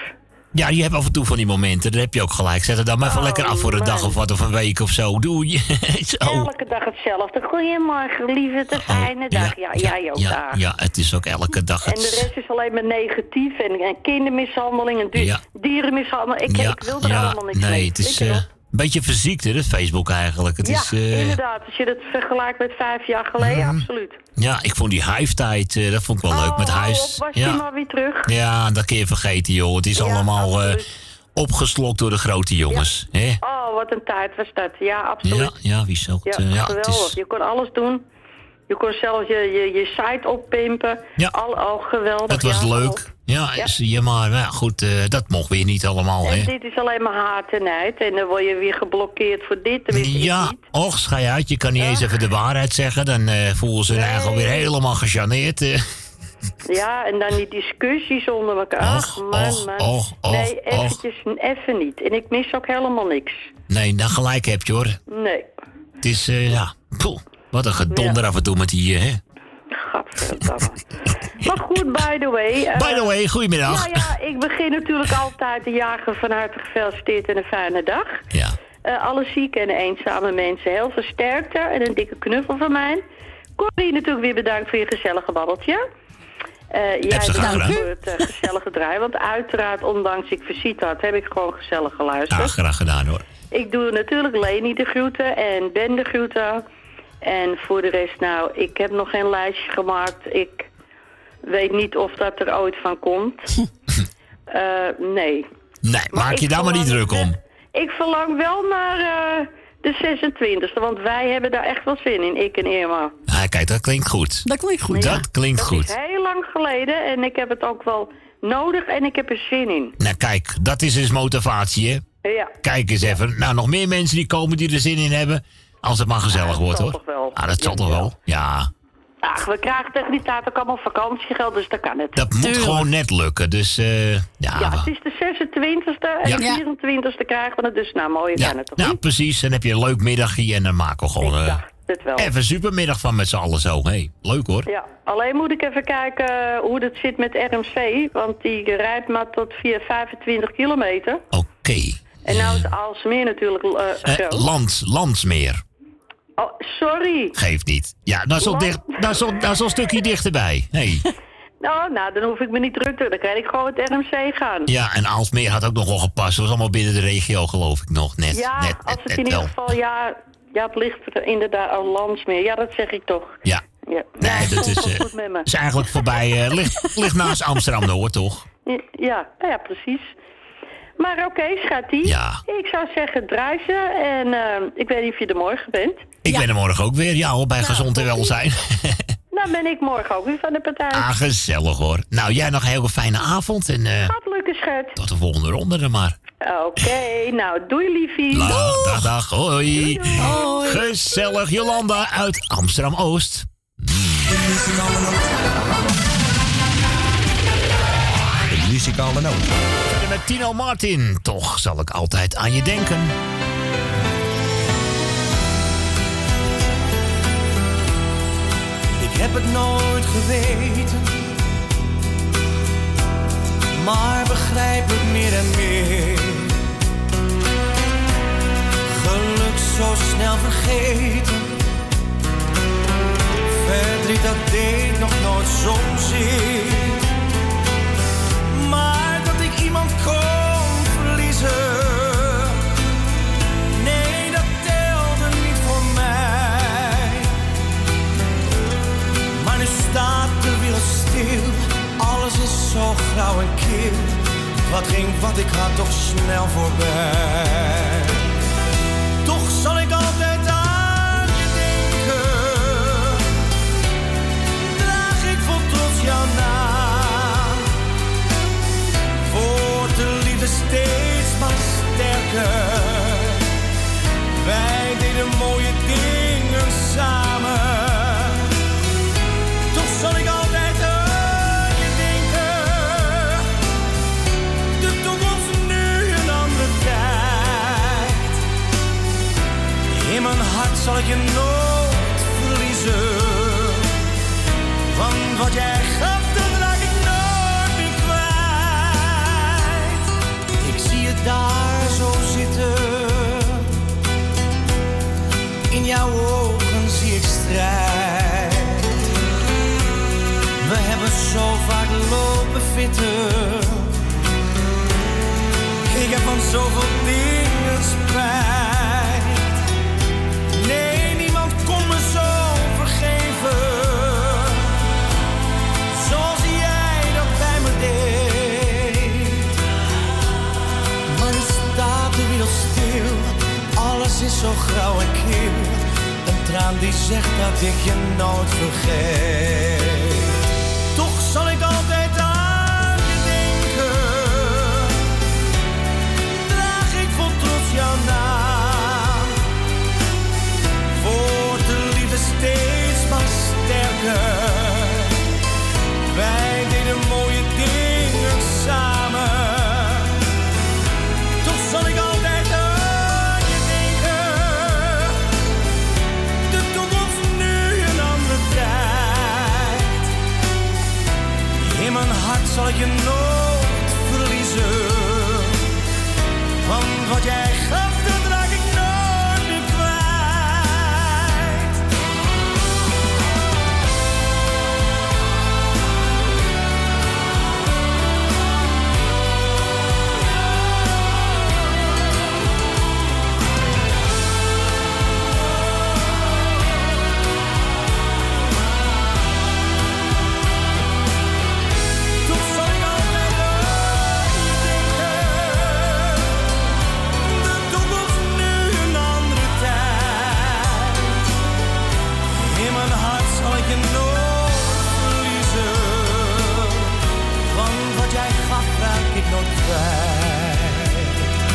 Ja, je hebt af en toe van die momenten, daar heb je ook gelijk. Zet het dan maar even oh, lekker af voor een man. dag of wat, of een week of zo. Doe je. zo. Elke dag hetzelfde. Goedemorgen, lieve, de fijne oh, dag. Ja, ja, jij ook ja, daar. Ja, het is ook elke dag het... En de rest is alleen maar negatief. En, en kindermishandeling en di- ja. dierenmishandeling. Ik, ja, ik wil er ja, allemaal niks nee, mee. Het is uh, een beetje verziekt, hè, Facebook eigenlijk. Het ja, is, uh, inderdaad. Als je dat vergelijkt met vijf jaar geleden, mm. absoluut. Ja, ik vond die huiftijd, uh, dat vond ik wel oh, leuk met huis. Oh, was ja. die maar weer terug? Ja, dat kun je vergeten, joh. Het is ja, allemaal... Uh, opgeslokt door de grote jongens. Ja. Hè? Oh, wat een tijd was dat. Ja, absoluut. Ja, ja wie zou het... Ja, uh, ja, geweldig. het is... Je kon alles doen. Je kon zelfs je, je, je site oppimpen. Ja. Al, oh, geweldig. Het was ja, leuk. Ja, ja, zie je maar. Ja, goed, uh, dat mocht weer niet allemaal. En hè? dit is alleen maar haat en nijd. En dan word je weer geblokkeerd voor dit. Ja, niet. och, schei uit. Je kan niet ja. eens even de waarheid zeggen. Dan uh, voelen ze nee. eigenlijk alweer helemaal gecharneerd. Uh. Ja, en dan die discussies onder elkaar. Ach, man, och, man. Och, och, nee, eventjes, even niet. En ik mis ook helemaal niks. Nee, dan gelijk heb je, hoor. Nee. Het is, uh, ja, poeh, wat een gedonder ja. af en toe met die, uh, hè. Gadverdamme. Maar goed, by the way. Uh, by the way, goedemiddag. Nou ja, ik begin natuurlijk altijd de jager van harte gefeliciteerd en een fijne dag. Ja. Uh, alle zieke en eenzame mensen heel veel sterkte en een dikke knuffel van mij. Corrie, natuurlijk weer bedankt voor je gezellige babbeltje. Uh, jij bedankt voor het uh, gezellige draaien. Want uiteraard, ondanks ik visite had, heb ik gewoon gezellig geluisterd. Ja, graag gedaan hoor. Ik doe natuurlijk Leni de groeten en Ben de groeten. En voor de rest, nou, ik heb nog geen lijstje gemaakt. Ik weet niet of dat er ooit van komt. uh, nee. Nee, maar maak je daar maar niet druk om. Ik verlang wel naar uh, de zesentwintigste, want wij hebben daar echt wel zin in, ik en Irma. Ah, kijk, dat klinkt goed. Dat klinkt goed. Dat ja. klinkt dat goed. Dat is heel lang geleden en ik heb het ook wel nodig en ik heb er zin in. Nou kijk, dat is dus motivatie, hè? Ja. Kijk eens even. Nou, nog meer mensen die komen die er zin in hebben. Als het maar gezellig ja, wordt, hoor. Toch wel. Ah, dat zal toch wel? Ja. Ach, we krijgen tegen die tijd ook allemaal vakantiegeld, dus dat kan het. Dat moet Tuurlijk. gewoon net lukken, dus uh, ja. Ja, het is de zesentwintigste en ja. de vierentwintigste krijgen we het, dus nou, mooi ja. kan het toch Ja, niet? precies. Dan heb je een leuk middagje en dan maken we gewoon uh, even een supermiddag van met z'n allen zo. Hey, leuk hoor. Ja, alleen moet ik even kijken hoe dat zit met R M C, want die rijdt maar tot vijfentwintig kilometer. Oké. Okay. En nou is Aalsmeer natuurlijk uh, groot. Uh, Lands, Landsmeer. Oh, sorry. Geeft niet. Ja, dat is al dicht, dat is al, dat is al een stukje dichterbij. Hey. Nou, nou, dan hoef ik me niet druk te... Dan kan ik gewoon met R M C gaan. Ja, en Aalsmeer had ook nog wel gepast. Dat was allemaal binnen de regio, geloof ik nog. Net, ja, net, als net, het net in wel. ieder geval... Ja, ja, het ligt er inderdaad aan Landsmeer. Ja, dat zeg ik toch. Ja. ja. Nee, ja, dat is, uh, is eigenlijk voorbij. Uh, ligt, ligt naast Amsterdam-Noord, toch? Ja, ja, precies. Maar oké, okay, schattie. Ja. Ik zou zeggen, draai ze. En uh, ik weet niet of je er morgen bent. Ik ja. ben er morgen ook weer. Ja hoor, bij nou, gezond en welzijn. Nou ben ik morgen ook weer van de partij. Ah, gezellig hoor. Nou, jij nog een hele fijne avond. En, uh, Gaat lukken, schat. Tot de volgende ronde dan maar. Oké, okay, nou doei liefie. La, dag, dag, hoi. Doei, doei. Hoi. Gezellig, Jolanda uit Amsterdam-Oost. Mm. De muzikale noot. Verder met Tino Martin. Toch zal ik altijd aan je denken. Ik heb het nooit geweten, maar begrijp het meer en meer. Geluk zo snel vergeten, verdriet dat deed nog nooit zozeer. Maar dat ik iemand kon verliezen, nee dat telde niet voor mij. Maar nu staat de wereld stil. zo grauw en kil. Wat ging wat ik had toch snel voorbij. Toch zal ik altijd aan je denken. Draag ik vol trots jouw naam. Wordt de liefde steeds maar sterker. Wij deden mooie dingen samen. Toch zal ik altijd aan je denken. De toekomst nu een andere tijd. In mijn hart zal ik je nooit verliezen. Want wat jij gaf, dat raak ik nooit meer kwijt. Ik zie je daar zo zitten. In jouw ogen zie ik strijd. We hebben zo vaak lopen vitten. Ik heb van zoveel dingen spijt. Nee, niemand kon me zo vergeven. Zoals jij dat bij me deed. Maar nu staat de wereld stil. Alles is zo grauw en kil. Een traan die zegt dat ik je nooit vergeet. Toch zal ik altijd aan je denken. Draag ik vol trots jouw naam. Wordt de liefde steeds maar sterker. Wij deden mooie dingen samen. Toch zal ik altijd aan je denken. De toekomst nu een andere tijd. In mijn hart zal ik je nooit verliezen. Want wat jij gaf, dat raak ik nooit meer kwijt. Toch zal ik altijd aan je denken. De toekomst nu een andere tijd. In mijn hart zal ik je nooit verliezen. Want wat jij gaf, raak ik nooit kwijt.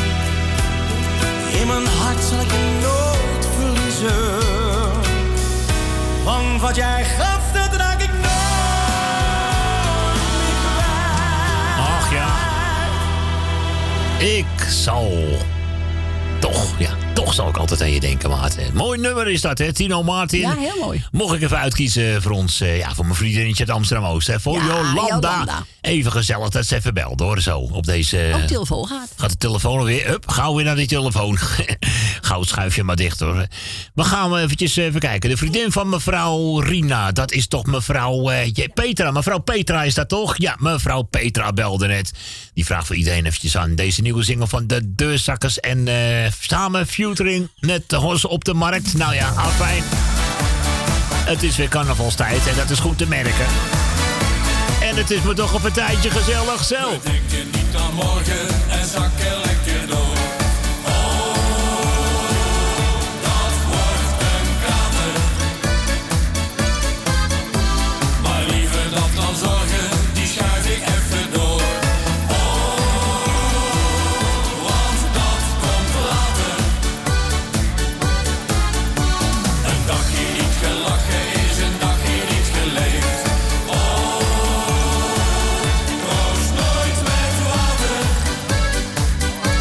In mijn hart zal ik je nooit verliezen. Want wat jij gaf, dat raak ik nooit meer kwijt. Ach ja. Ik zal... Toch, ja, toch zal ik altijd aan je denken, Maarten. Mooi nummer is dat, hè, Tino Martin. Ja, heel mooi. Mocht ik even uitkiezen voor ons, uh, ja, voor mijn vriendinnetje uit Amsterdam-Oost, hè, voor Ja, Jolanda. Jolanda. Even gezellig dat ze even belt, hoor, zo, op deze... Ook de telefoon gaat. Gaat de telefoon alweer, up, gauw weer naar die telefoon. Gauw schuif je maar dicht, hoor. We gaan eventjes even kijken. De vriendin van mevrouw Rina, dat is toch mevrouw uh, Petra. Mevrouw Petra is dat toch? Ja, mevrouw Petra belde net. Die vraagt voor iedereen eventjes aan deze nieuwe single van de Deurzakkers. En uh, samen featuring met de Hos op de Markt. Nou ja, afijn. Het is weer carnavalstijd en dat is goed te merken. En het is me toch op een tijdje gezellig zo. We denken niet aan morgen en zakken lekker door. Nooit met water.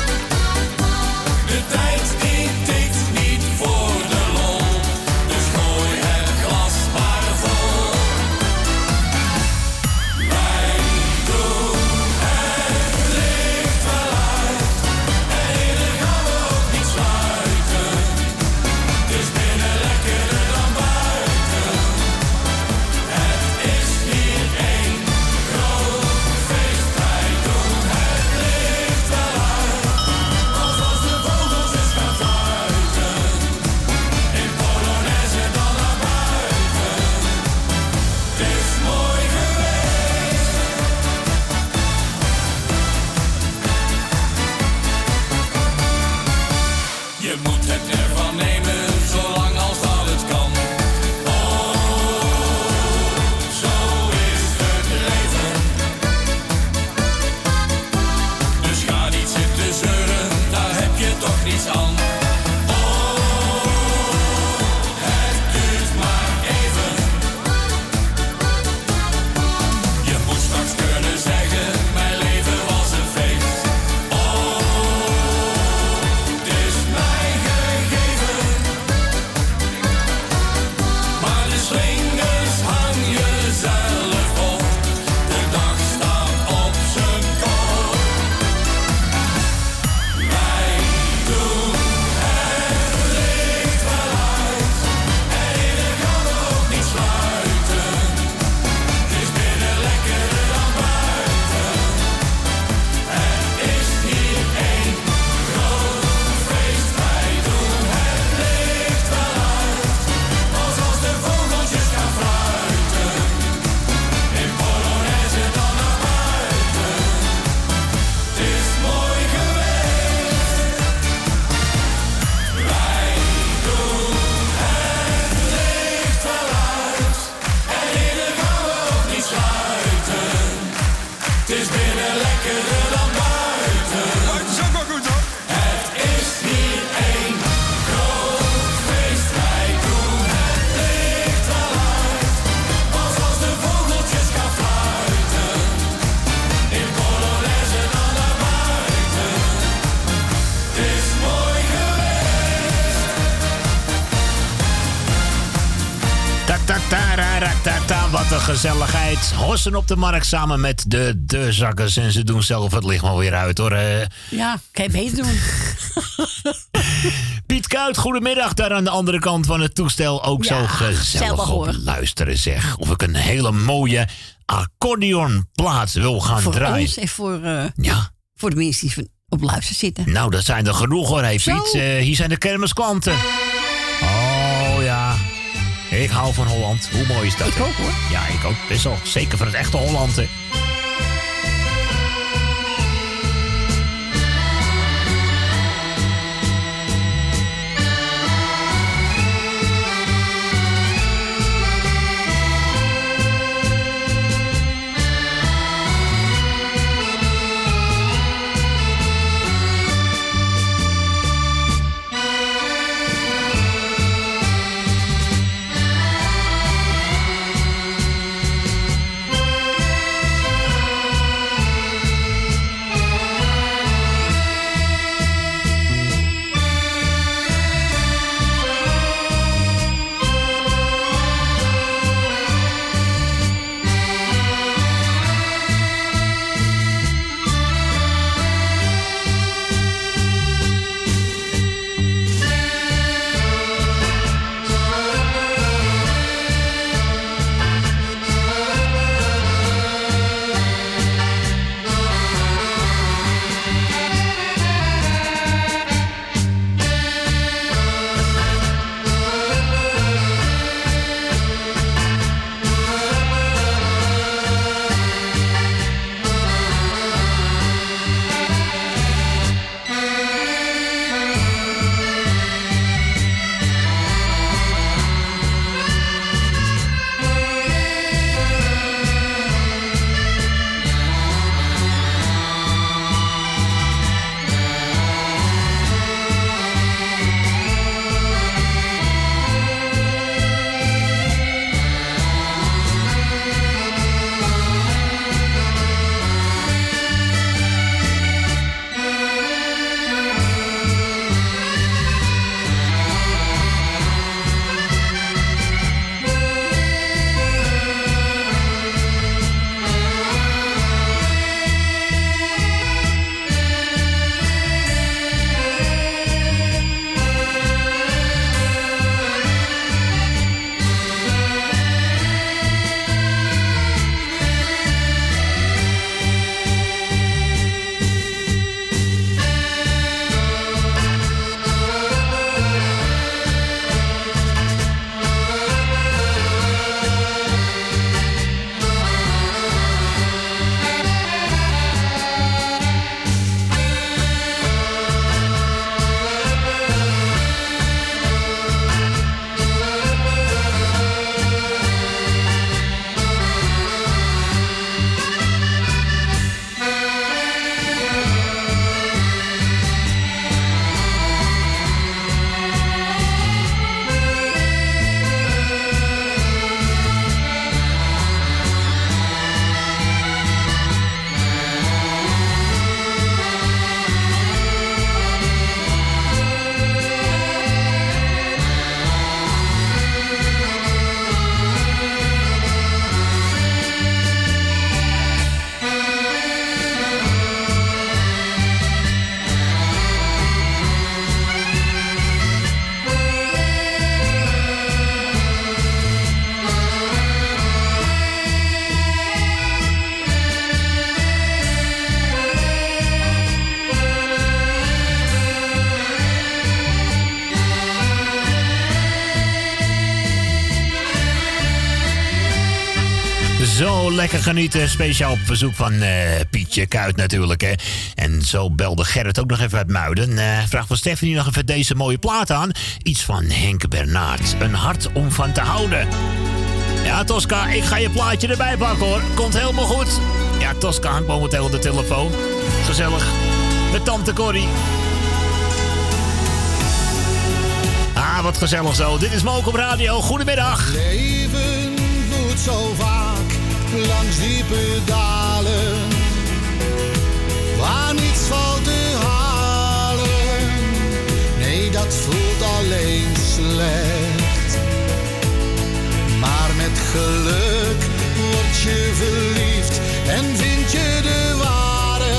is binnen lekkerder dan buiten. Dat is ook wel goed hoor. Het is hier één groot feest. Wij doen het licht al uit. Pas als de vogeltjes gaan fluiten. In Polonaise dan naar buiten. Het is mooi geweest. Tak, tak, ta, ra, ta, ta, wat een gezelligheid. Hossen op de markt samen met de deurzakkers. En ze doen zelf het licht maar weer uit, hoor. Uh, ja, kan je beter doen. Piet Kuit, goedemiddag. Daar aan de andere kant van het toestel. Ook Ja, zo gezellig gezellig, op hoor. luisteren, zeg. Of ik een hele mooie accordeonplaat wil gaan voor draaien. ons en voor, uh, Ja. voor de mensen die van- op luister zitten. Nou, dat zijn er genoeg, hoor. Hey, Zo. Piet, uh, hier zijn de kermisklanten. Oh, ja. Ik hou van Holland. Hoe mooi is dat? Ik hè? ook, hoor. Ja, ik ook. Best wel. Zeker van het echte Holland, hè. Zo lekker genieten. Speciaal op verzoek van uh, Pietje Kuit natuurlijk. Hè. En zo belde Gerrit ook nog even uit Muiden. Uh, vraagt van Stephanie nog even deze mooie plaat aan. Iets van Henk Bernard. Een hart om van te houden. Ja, Tosca, ik ga je plaatje erbij pakken hoor. Komt helemaal goed. Ja, Tosca hangt momenteel op de telefoon. Gezellig. Met tante Corrie. Ah, wat gezellig zo. Dit is Mook op radio. Goedemiddag. Leven voert zo vaak langs diepe dalen, waar niets valt te halen. Nee, dat voelt alleen slecht. Maar met geluk word je verliefd en vind je de ware.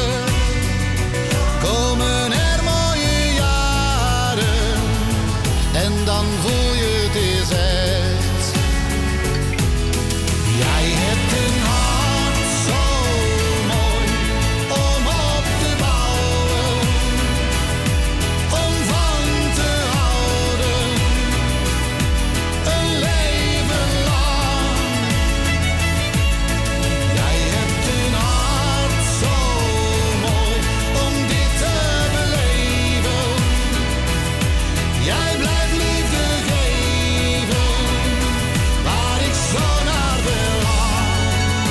Komen er mooie jaren en dan voel je het is echt. Jij hebt een hart zo mooi om op te bouwen, om van te houden, een leven lang. Jij hebt een hart zo mooi om dit te beleven. Jij blijft liefde geven, waar ik zo naar verlang.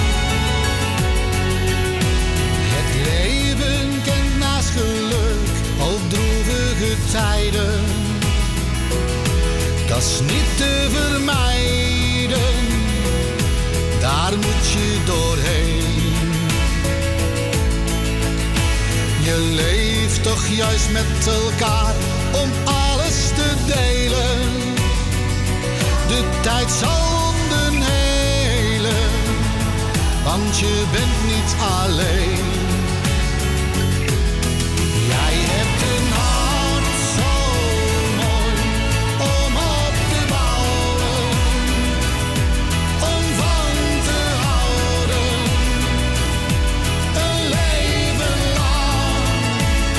Het leven kent naast geluk ook droevige tijden. Dat is niet te vermijden, daar moet je doorheen. Je leeft toch juist met elkaar om alles te delen. De tijd zal den helen, want je bent niet alleen. Jij hebt een hart zo mooi om op te bouwen, om van te houden, een leven lang.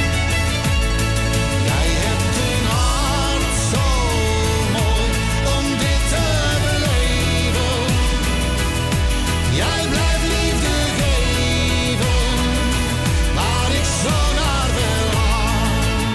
Jij hebt een hart zo mooi om dit te beleven. Jij blijft liefde geven, waar ik zo naar verlang.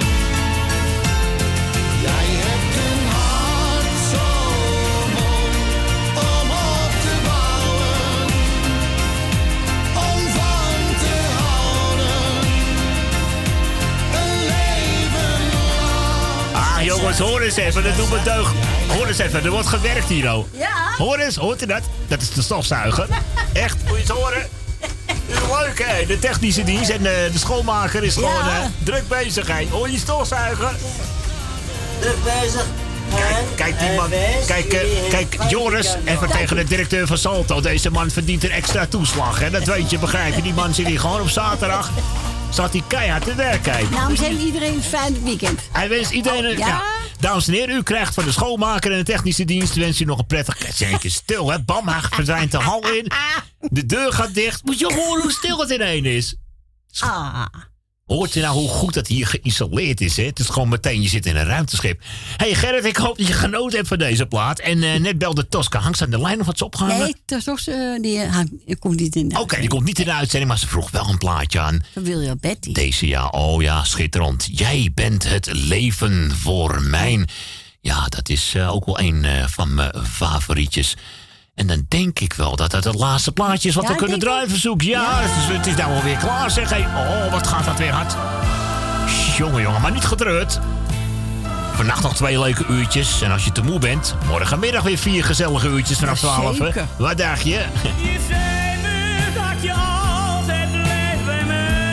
Jij hebt een hart zo mooi om op te bouwen, om van te houden, een leven lang. Ah, jongens, hoor eens even. Dat doet me deugd. Hoor eens even. Er wordt gewerkt hier, oh. Ja. Hoor eens, hoort u dat? Dat is de stofzuiger. Echt, moet je eens horen. Leuk, hè? De technische dienst en de, de schoonmaker is gewoon Ja. eh, druk bezig, hè? Hoor je stofzuiger? Druk bezig. Kijk, kijk die man. Kijk, eh, kijk, Joris, even tegen de directeur van Salto. Deze man verdient een extra toeslag, hè? Dat weet je, begrijp je? Die man zit hier gewoon op zaterdag. Zat hij keihard te werken. hè? Nou, we zijn iedereen een fijn weekend. Hij wenst iedereen een... Ja? Ja. Dames en heren, u krijgt van de schoonmaker en de technische dienst... wens u nog een prettig... Zeg een keer stil, hè? Bam, hij verdwijnt de hal in. De deur gaat dicht. Moet je horen hoe stil het ineen is. Ah. Hoort je nou hoe goed dat hier geïsoleerd is, hè? Het is gewoon meteen, je zit in een ruimteschip. Hé hey Gerrit, ik hoop dat je genoten hebt van deze plaat. En uh, net belde Tosca. Hangt ze aan de lijn of wat ze opgehangen? Nee, dat toch, uh, die, uh, die komt niet in de Oké, okay, die komt niet in de uitzending, maar ze vroeg wel een plaatje aan. Dan wil je Betty. Deze ja, oh ja, schitterend. Jij bent het leven voor mij. Ja, dat is uh, ook wel een uh, van mijn favorietjes. En dan denk ik wel dat het het laatste plaatje is wat ja, we kunnen draaien, verzoek. Ja, ja. Het, is, het is nou alweer klaar, zeg. Hey, oh, wat gaat dat weer hard. Jongen, jongen, maar niet getreurd. Vannacht nog twee leuke uurtjes. En als je te moe bent, morgenmiddag weer vier gezellige uurtjes vanaf twaalf. Zeker. Wat dacht je? Je zei me dat je altijd blijft bij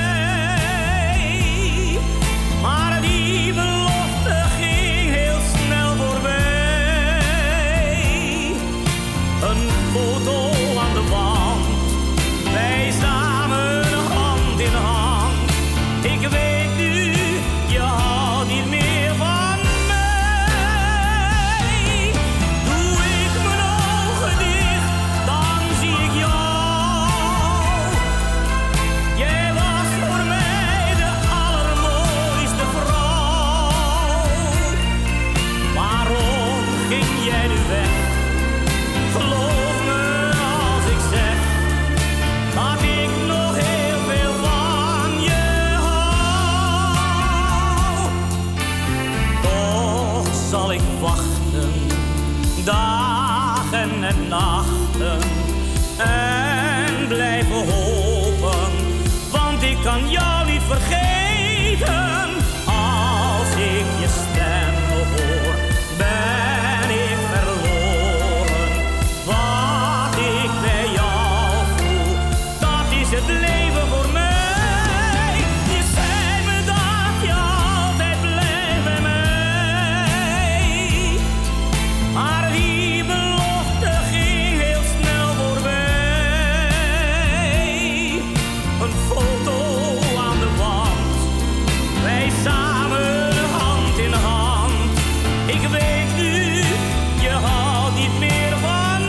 mij. Maar die belofte ging heel snel voorbij. Een foto aan de wand. Wij samen hand in hand. Ik weet nu, je houdt niet meer van mij. Doe ik mijn ogen dicht, dan zie ik jou. kan jou niet vergeten. Als ik je stem hoor, ben ik verloren. Wat ik bij jou voel, dat is het leven voor mij. Je zei me dat je altijd blijft bij mij. Maar die belofte ging heel snel voorbij. Een foto aan de wand, wij samen hand in hand. Ik weet nu, je houdt niet meer van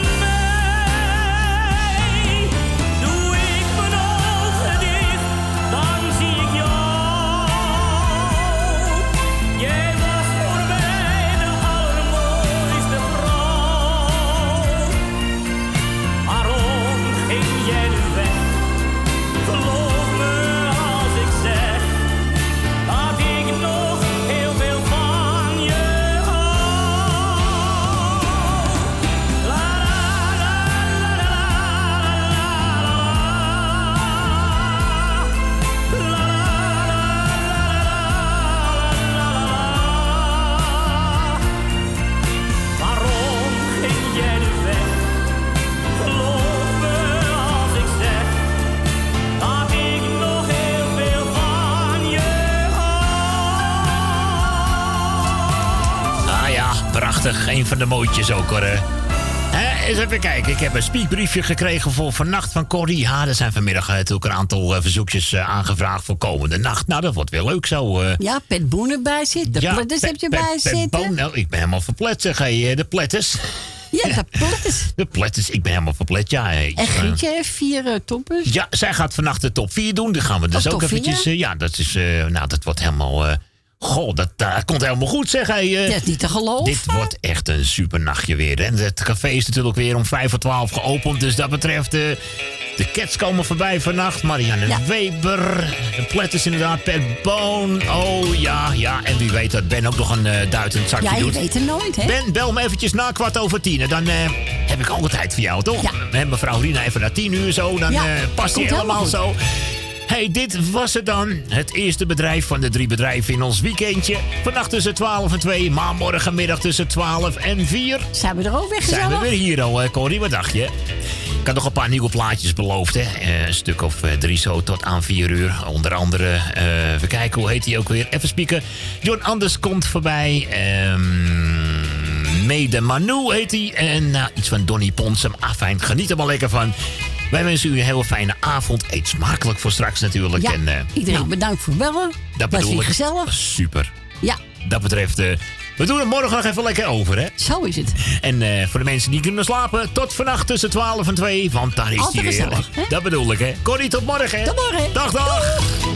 mij. Doe ik mijn ogen dicht, dan zie ik jou. Jij was voor mij de allermooiste vrouw. Waarom ging jij nu weg? Geloof me als ik zeg dat ik nog heel veel van je hou. La la la la la la Waarom ging jij nu weg? Geloof me als ik zeg dat ik nog heel veel van je hou. Ah ja, prachtig. Een van de mooitjes ook hoor. hè. Hè, eens even kijken. Ik heb een speakbriefje gekregen voor vannacht van Corrie. Ja, er zijn vanmiddag eh, natuurlijk een aantal eh, verzoekjes eh, aangevraagd voor komende nacht. Nou, dat wordt weer leuk zo. eh. Ja, Pet Boen erbij zit. De Ja, Pletters Pet- heb je Pet- bij Pet zitten. Boon. Nou, ik ben helemaal verplet, zeg. Hey, eh, de Pletters. Ja, de Pletters. De Pletters, ik ben helemaal verplet, ja. hey. En Grietje heeft vier uh, toppers. Ja, zij gaat vannacht de top vier doen. Die gaan we dus Oh, ook top vier? eventjes... eh, ja, dat is... eh, nou, dat wordt helemaal... eh, goh, dat eh, komt helemaal goed, zeg. Hey, eh. Dat is niet te geloven. Dit wordt echt een super nachtje weer. En het café is natuurlijk weer om vijf voor twaalf geopend. Dus dat betreft... eh, de Cats komen voorbij vannacht. Marianne Ja. Weber. De Pletters inderdaad. Pet Boon. Oh ja, ja. En wie weet dat Ben ook nog een eh duitend zakje Ja, je doet. weet het nooit, hè? Ben, bel me eventjes na kwart over tien. En dan eh, heb ik alle tijd voor jou, toch? Ja. En mevrouw Rina even na tien uur zo. Dan Ja, eh, past die komt helemaal helemaal zo. Hey, dit was het dan. Het eerste bedrijf van de drie bedrijven in ons weekendje. Vannacht tussen twaalf en twee. Maar morgenmiddag tussen twaalf en vier. Zijn we er ook weer Zijn we gezellig? weer hier al, eh, Corrie. Wat dacht je? Ik had nog een paar nieuwe plaatjes beloofd, hè. Eh, een stuk of eh, drie zo tot aan vier uur. Onder andere, eh even kijken, hoe heet hij ook weer? Even spieken. John Anders komt voorbij. Ehm Mede Manu heet hij. En nou, iets van Donny Ponsum. Ah, fijn, geniet er maar lekker van. Wij wensen u een hele fijne avond. Eet smakelijk voor straks natuurlijk. Ja, en, eh, iedereen nou, bedankt voor het bellen. dat Was bedoel weer ik. gezellig. Super. Ja, Dat betreft, eh, we doen het morgen nog even lekker over, hè? zo is het. En eh, voor de mensen die kunnen slapen, tot vannacht tussen twaalf en twee. Want daar is Altijd hij weer. gezellig, hè? Dat bedoel ik, hè? Corrie, tot morgen. Tot morgen. Dag, dag.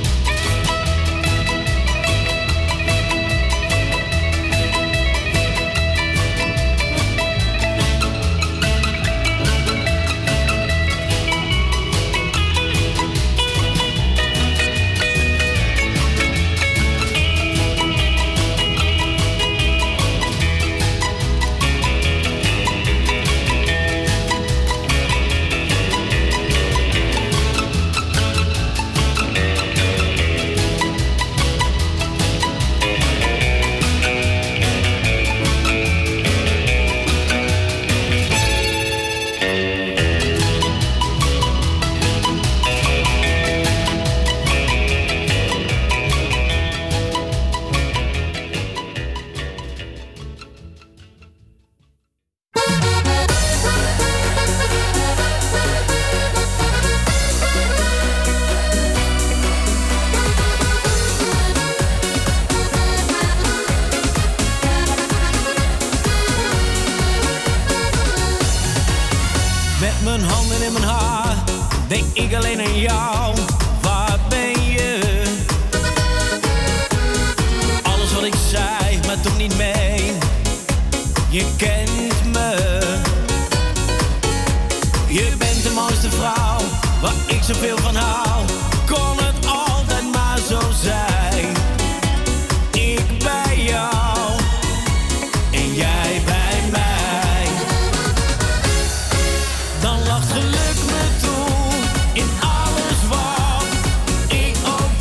Met mijn handen in mijn haar denk ik alleen aan jou. Waar ben je? Alles wat ik zei, maar toch niet mee. Je kent me. Je bent de mooiste vrouw waar ik zoveel van hou. Kon het altijd maar zo zijn. Ik bij jou en jij bij mij. Dan lacht geluk me toe in alles wat ik ook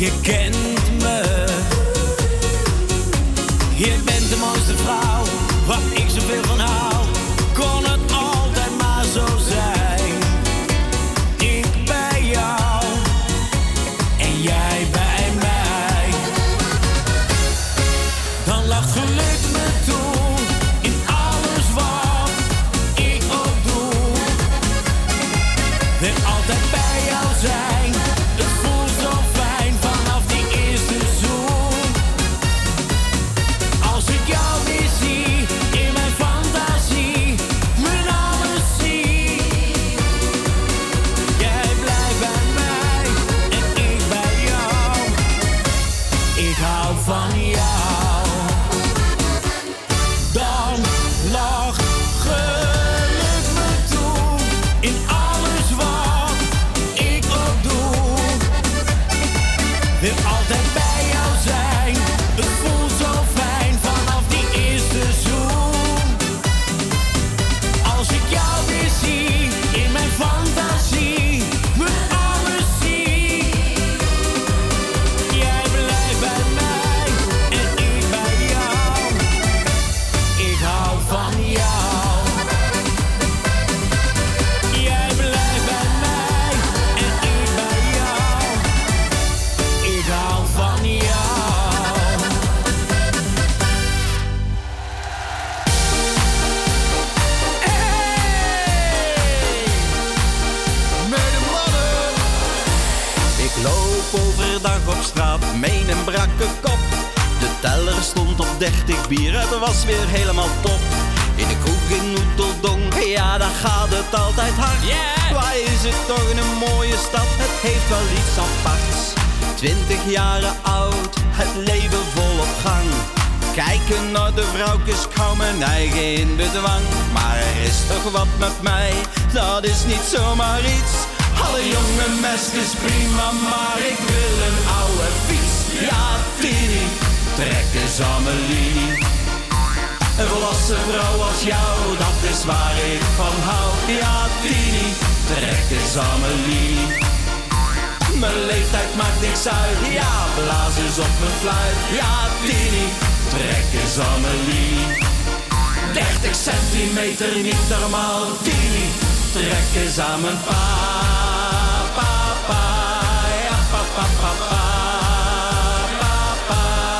je kent me. Je bent de mooiste vrouw, waar ik zoveel van hou. Kon het altijd maar zo zijn. Ik bij jou en jij bij mij. Dan lacht geluk me toe in alles wat ik ook doe. Wil altijd bij jou zijn. Het voelt zo fijn vanaf die eerste zoen. Als ik jou weer zie in mijn fantasie, mijn alles zie. Jij blijft bij mij en ik bij jou. Ik hou van jou. Dan lacht geluk me toe in alles wat ik ook doe. Wil altijd bij jou zijn. Het voelt zo fijn vanaf die eerste zoen. Als ik jou weer zie in mijn fantasie, mijn alles zie. Jij blijft bij mij en ik bij jou. Ik hou van jou. Jij blijft bij mij en ik bij jou. Ik hou van jou. Ik loop overdag op straat, meen een brakke kop. De teller stond op dertig bier, het was weer helemaal top. In de kroeg in Oeteldonk, ja daar gaat het altijd hard. Yeah. Waar is het toch een mooie stad, het heeft wel iets aparts. Twintig jaren oud, het leven volop gang. Kijken naar de vrouwtjes, ik hou mijn eigen in bedwang. Maar er is toch wat met mij, dat is niet zomaar iets. Alle jonge meisjes prima, maar ik wil een oude fiets. Ja, Tini, trek eens aan mijn linie. Een volwassen vrouw als jou, dat is waar ik van hou. Ja, Tini, trek eens aan mijn linie. Mijn leeftijd maakt niks uit, ja, blaas eens op mijn fluit. Ja, Tini, trek eens aan mijn linie. dertig centimeter, niet normaal, Tini, trek eens aan mijn pa. Pa, pa, ja, pa, pa, pa, pa, pa, pa.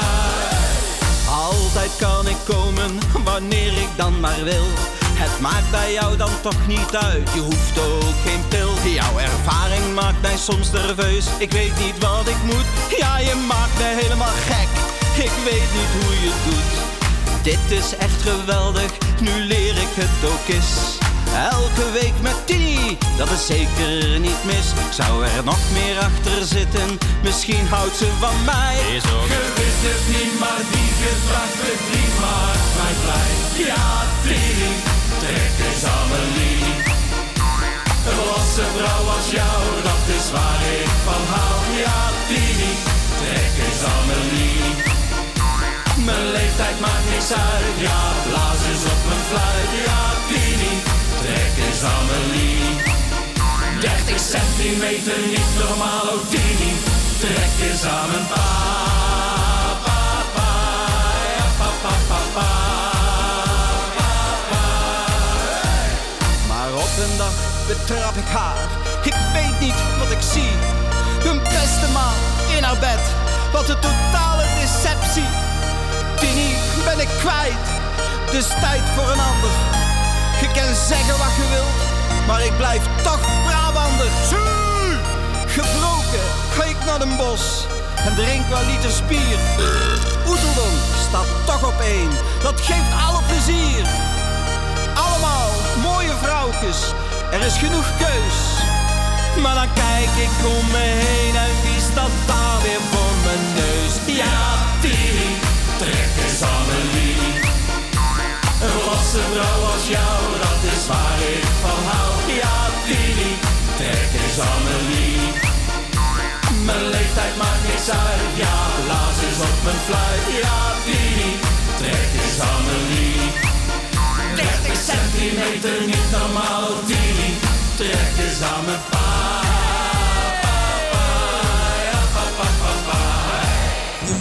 Altijd kan ik komen, wanneer ik dan maar wil. Het maakt bij jou dan toch niet uit, je hoeft ook geen pil. Jouw ervaring maakt mij soms nerveus, ik weet niet wat ik moet. Ja, je maakt mij helemaal gek, ik weet niet hoe je het doet. Dit is echt geweldig, nu leer ik het ook eens. Elke week met Tini, dat is zeker niet mis. Ik zou er nog meer achter zitten, misschien houdt ze van mij. Je wist het niet, maar die gedrag die maakt mij blij. Ja, Tini, trek eens aan mijn linie. Een volwassen vrouw als jou, dat is waar ik van hou. Ja, Tini, trek eens aan mijn linie. Mijn leeftijd maakt niks uit, ja, blaas eens op mijn fluit. Ja, Tini, trek eens aan mijn linie. dertig centimeter, niet normaal, oh Tini, trek eens aan mijn pa. Pa, pa, ja, pa, pa, pa, pa, pa, pa. Maar op een dag betrap ik haar, ik weet niet wat ik zie. Een beste man in haar bed, wat een totale deceptie. Tini, ben ik kwijt, dus tijd voor een ander. Je kan zeggen wat je wilt, maar ik blijf toch Brabander. Gebroken ga ik naar een bos en drink wel liters bier. Oeteldonk staat toch op één, dat geeft alle plezier. Allemaal mooie vrouwtjes, er is genoeg keus. Maar dan kijk ik om me heen en wie staat daar weer voor mijn neus? Ja, Tini, trek eens aan mijn linie. Een volwassen vrouw als jou, dat is waar ik van hou. Ja, Tini, trek eens aan mijn linie. Mijn leeftijd maakt niks uit, ja, blaas eens op mijn fluit. Ja, Tini, trek eens aan mijn linie. dertig centimeter, niet normaal, Tini, trek eens aan mijn pa. Pa, pa, ja, pa, pa, pa, pa.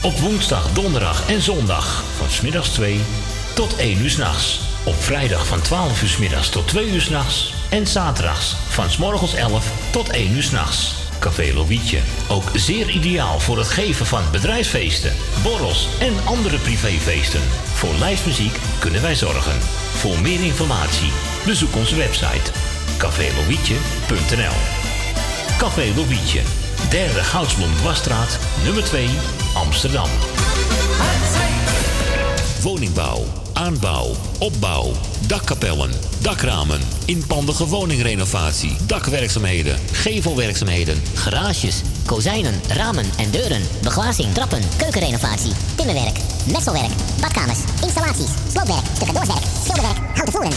Op woensdag, donderdag en zondag van 's middags twee tot één uur 's nachts. Op vrijdag van twaalf uur 's middags tot twee uur 's nachts. En zaterdags van 's morgens elf tot één uur 's nachts. Café Lovietje. Ook zeer ideaal voor het geven van bedrijfsfeesten, borrels en andere privéfeesten. Voor live muziek kunnen wij zorgen. Voor meer informatie bezoek onze website café lovietje punt n l. Café Lovietje, derde Goudsblom Dwarsstraat, nummer twee, Amsterdam. Woningbouw, aanbouw, opbouw, dakkapellen, dakramen, inpandige woningrenovatie, dakwerkzaamheden, gevelwerkzaamheden, Garages, kozijnen, ramen en deuren, beglazing, trappen, keukenrenovatie, timmerwerk, messelwerk, badkamers, installaties, sloopwerk, stucadoorswerk, schilderwerk, houten voeren.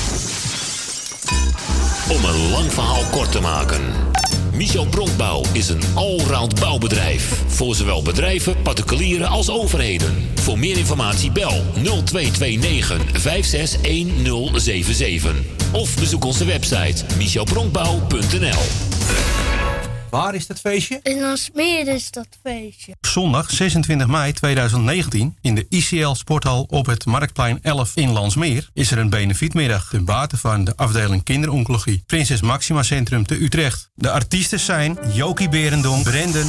Om een lang verhaal kort te maken. Michel Bronkbouw is een allround bouwbedrijf. Voor zowel bedrijven, particulieren als overheden. Voor meer informatie bel nul twee twee negen vijf zes een nul zeven zeven. Of bezoek onze website michel bronkbouw punt n l. Waar is dat feestje? In Landsmeer is dat feestje. Zondag zesentwintig mei tweeduizend negentien in de I C L Sporthal op het Marktplein elf in Landsmeer is er een benefietmiddag ten bate van de afdeling kinderoncologie Prinses Maxima Centrum te Utrecht. De artiesten zijn Jokie Berendonk, Brendan,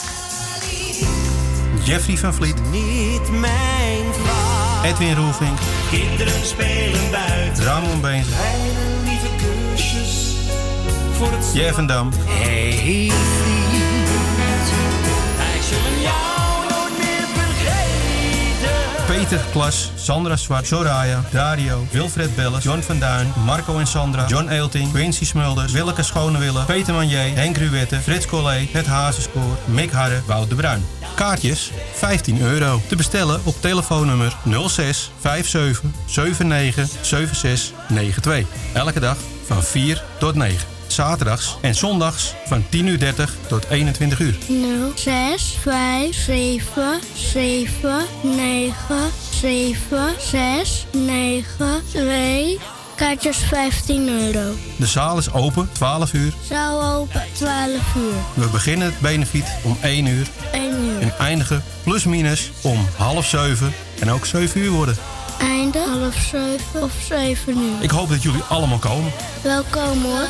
Jeffrey van Vliet, Niet mijn vader. Edwin Roelvink, Kinderen spelen buiten. Ramon Beens, Kleine lieve kusjes voor het Jeff van Dam, Hey vriend, wij zullen jou nooit meer vergeten. Peter Klas, Sandra Zwart, Soraya, Dario, Wilfred Belles, John van Duin, Marco en Sandra, John Eelting, Quincy Smulders, Willeke Schonewille, Peter Manier, Henk Ruwette, Frits Collé, Het Hazenspoor, Mick Harre, Wout de Bruin. Kaartjes vijftien euro. Te bestellen op telefoonnummer nul zes vijf zeven zeven negen zeven zes negen twee. Elke dag van vier tot negen. Zaterdags en zondags van tien uur dertig tot eenentwintig uur. nul zes vijf zeven zeven negen zeven zes negen twee. Kaartjes vijftien euro. De zaal is open twaalf uur. Zaal open twaalf uur. We beginnen het benefiet om één uur. één uur. En eindigen plus minus om half zeven. En ook zeven uur worden. Einde half zeven of zeven uur. Ik hoop dat jullie allemaal komen. Welkom hoor.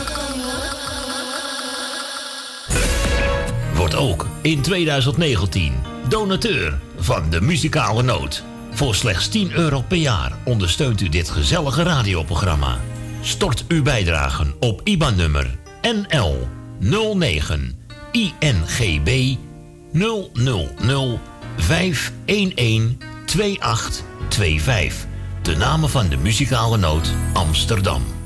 Wordt ook in tweeduizend negentien donateur van de Muzikale Noot. Voor slechts tien euro per jaar ondersteunt u dit gezellige radioprogramma. Stort uw bijdragen op I B A N-nummer N L nul negen I N G B nul nul nul vijf een een twee acht twee vijf. De namen van de Muzikale Noot Amsterdam.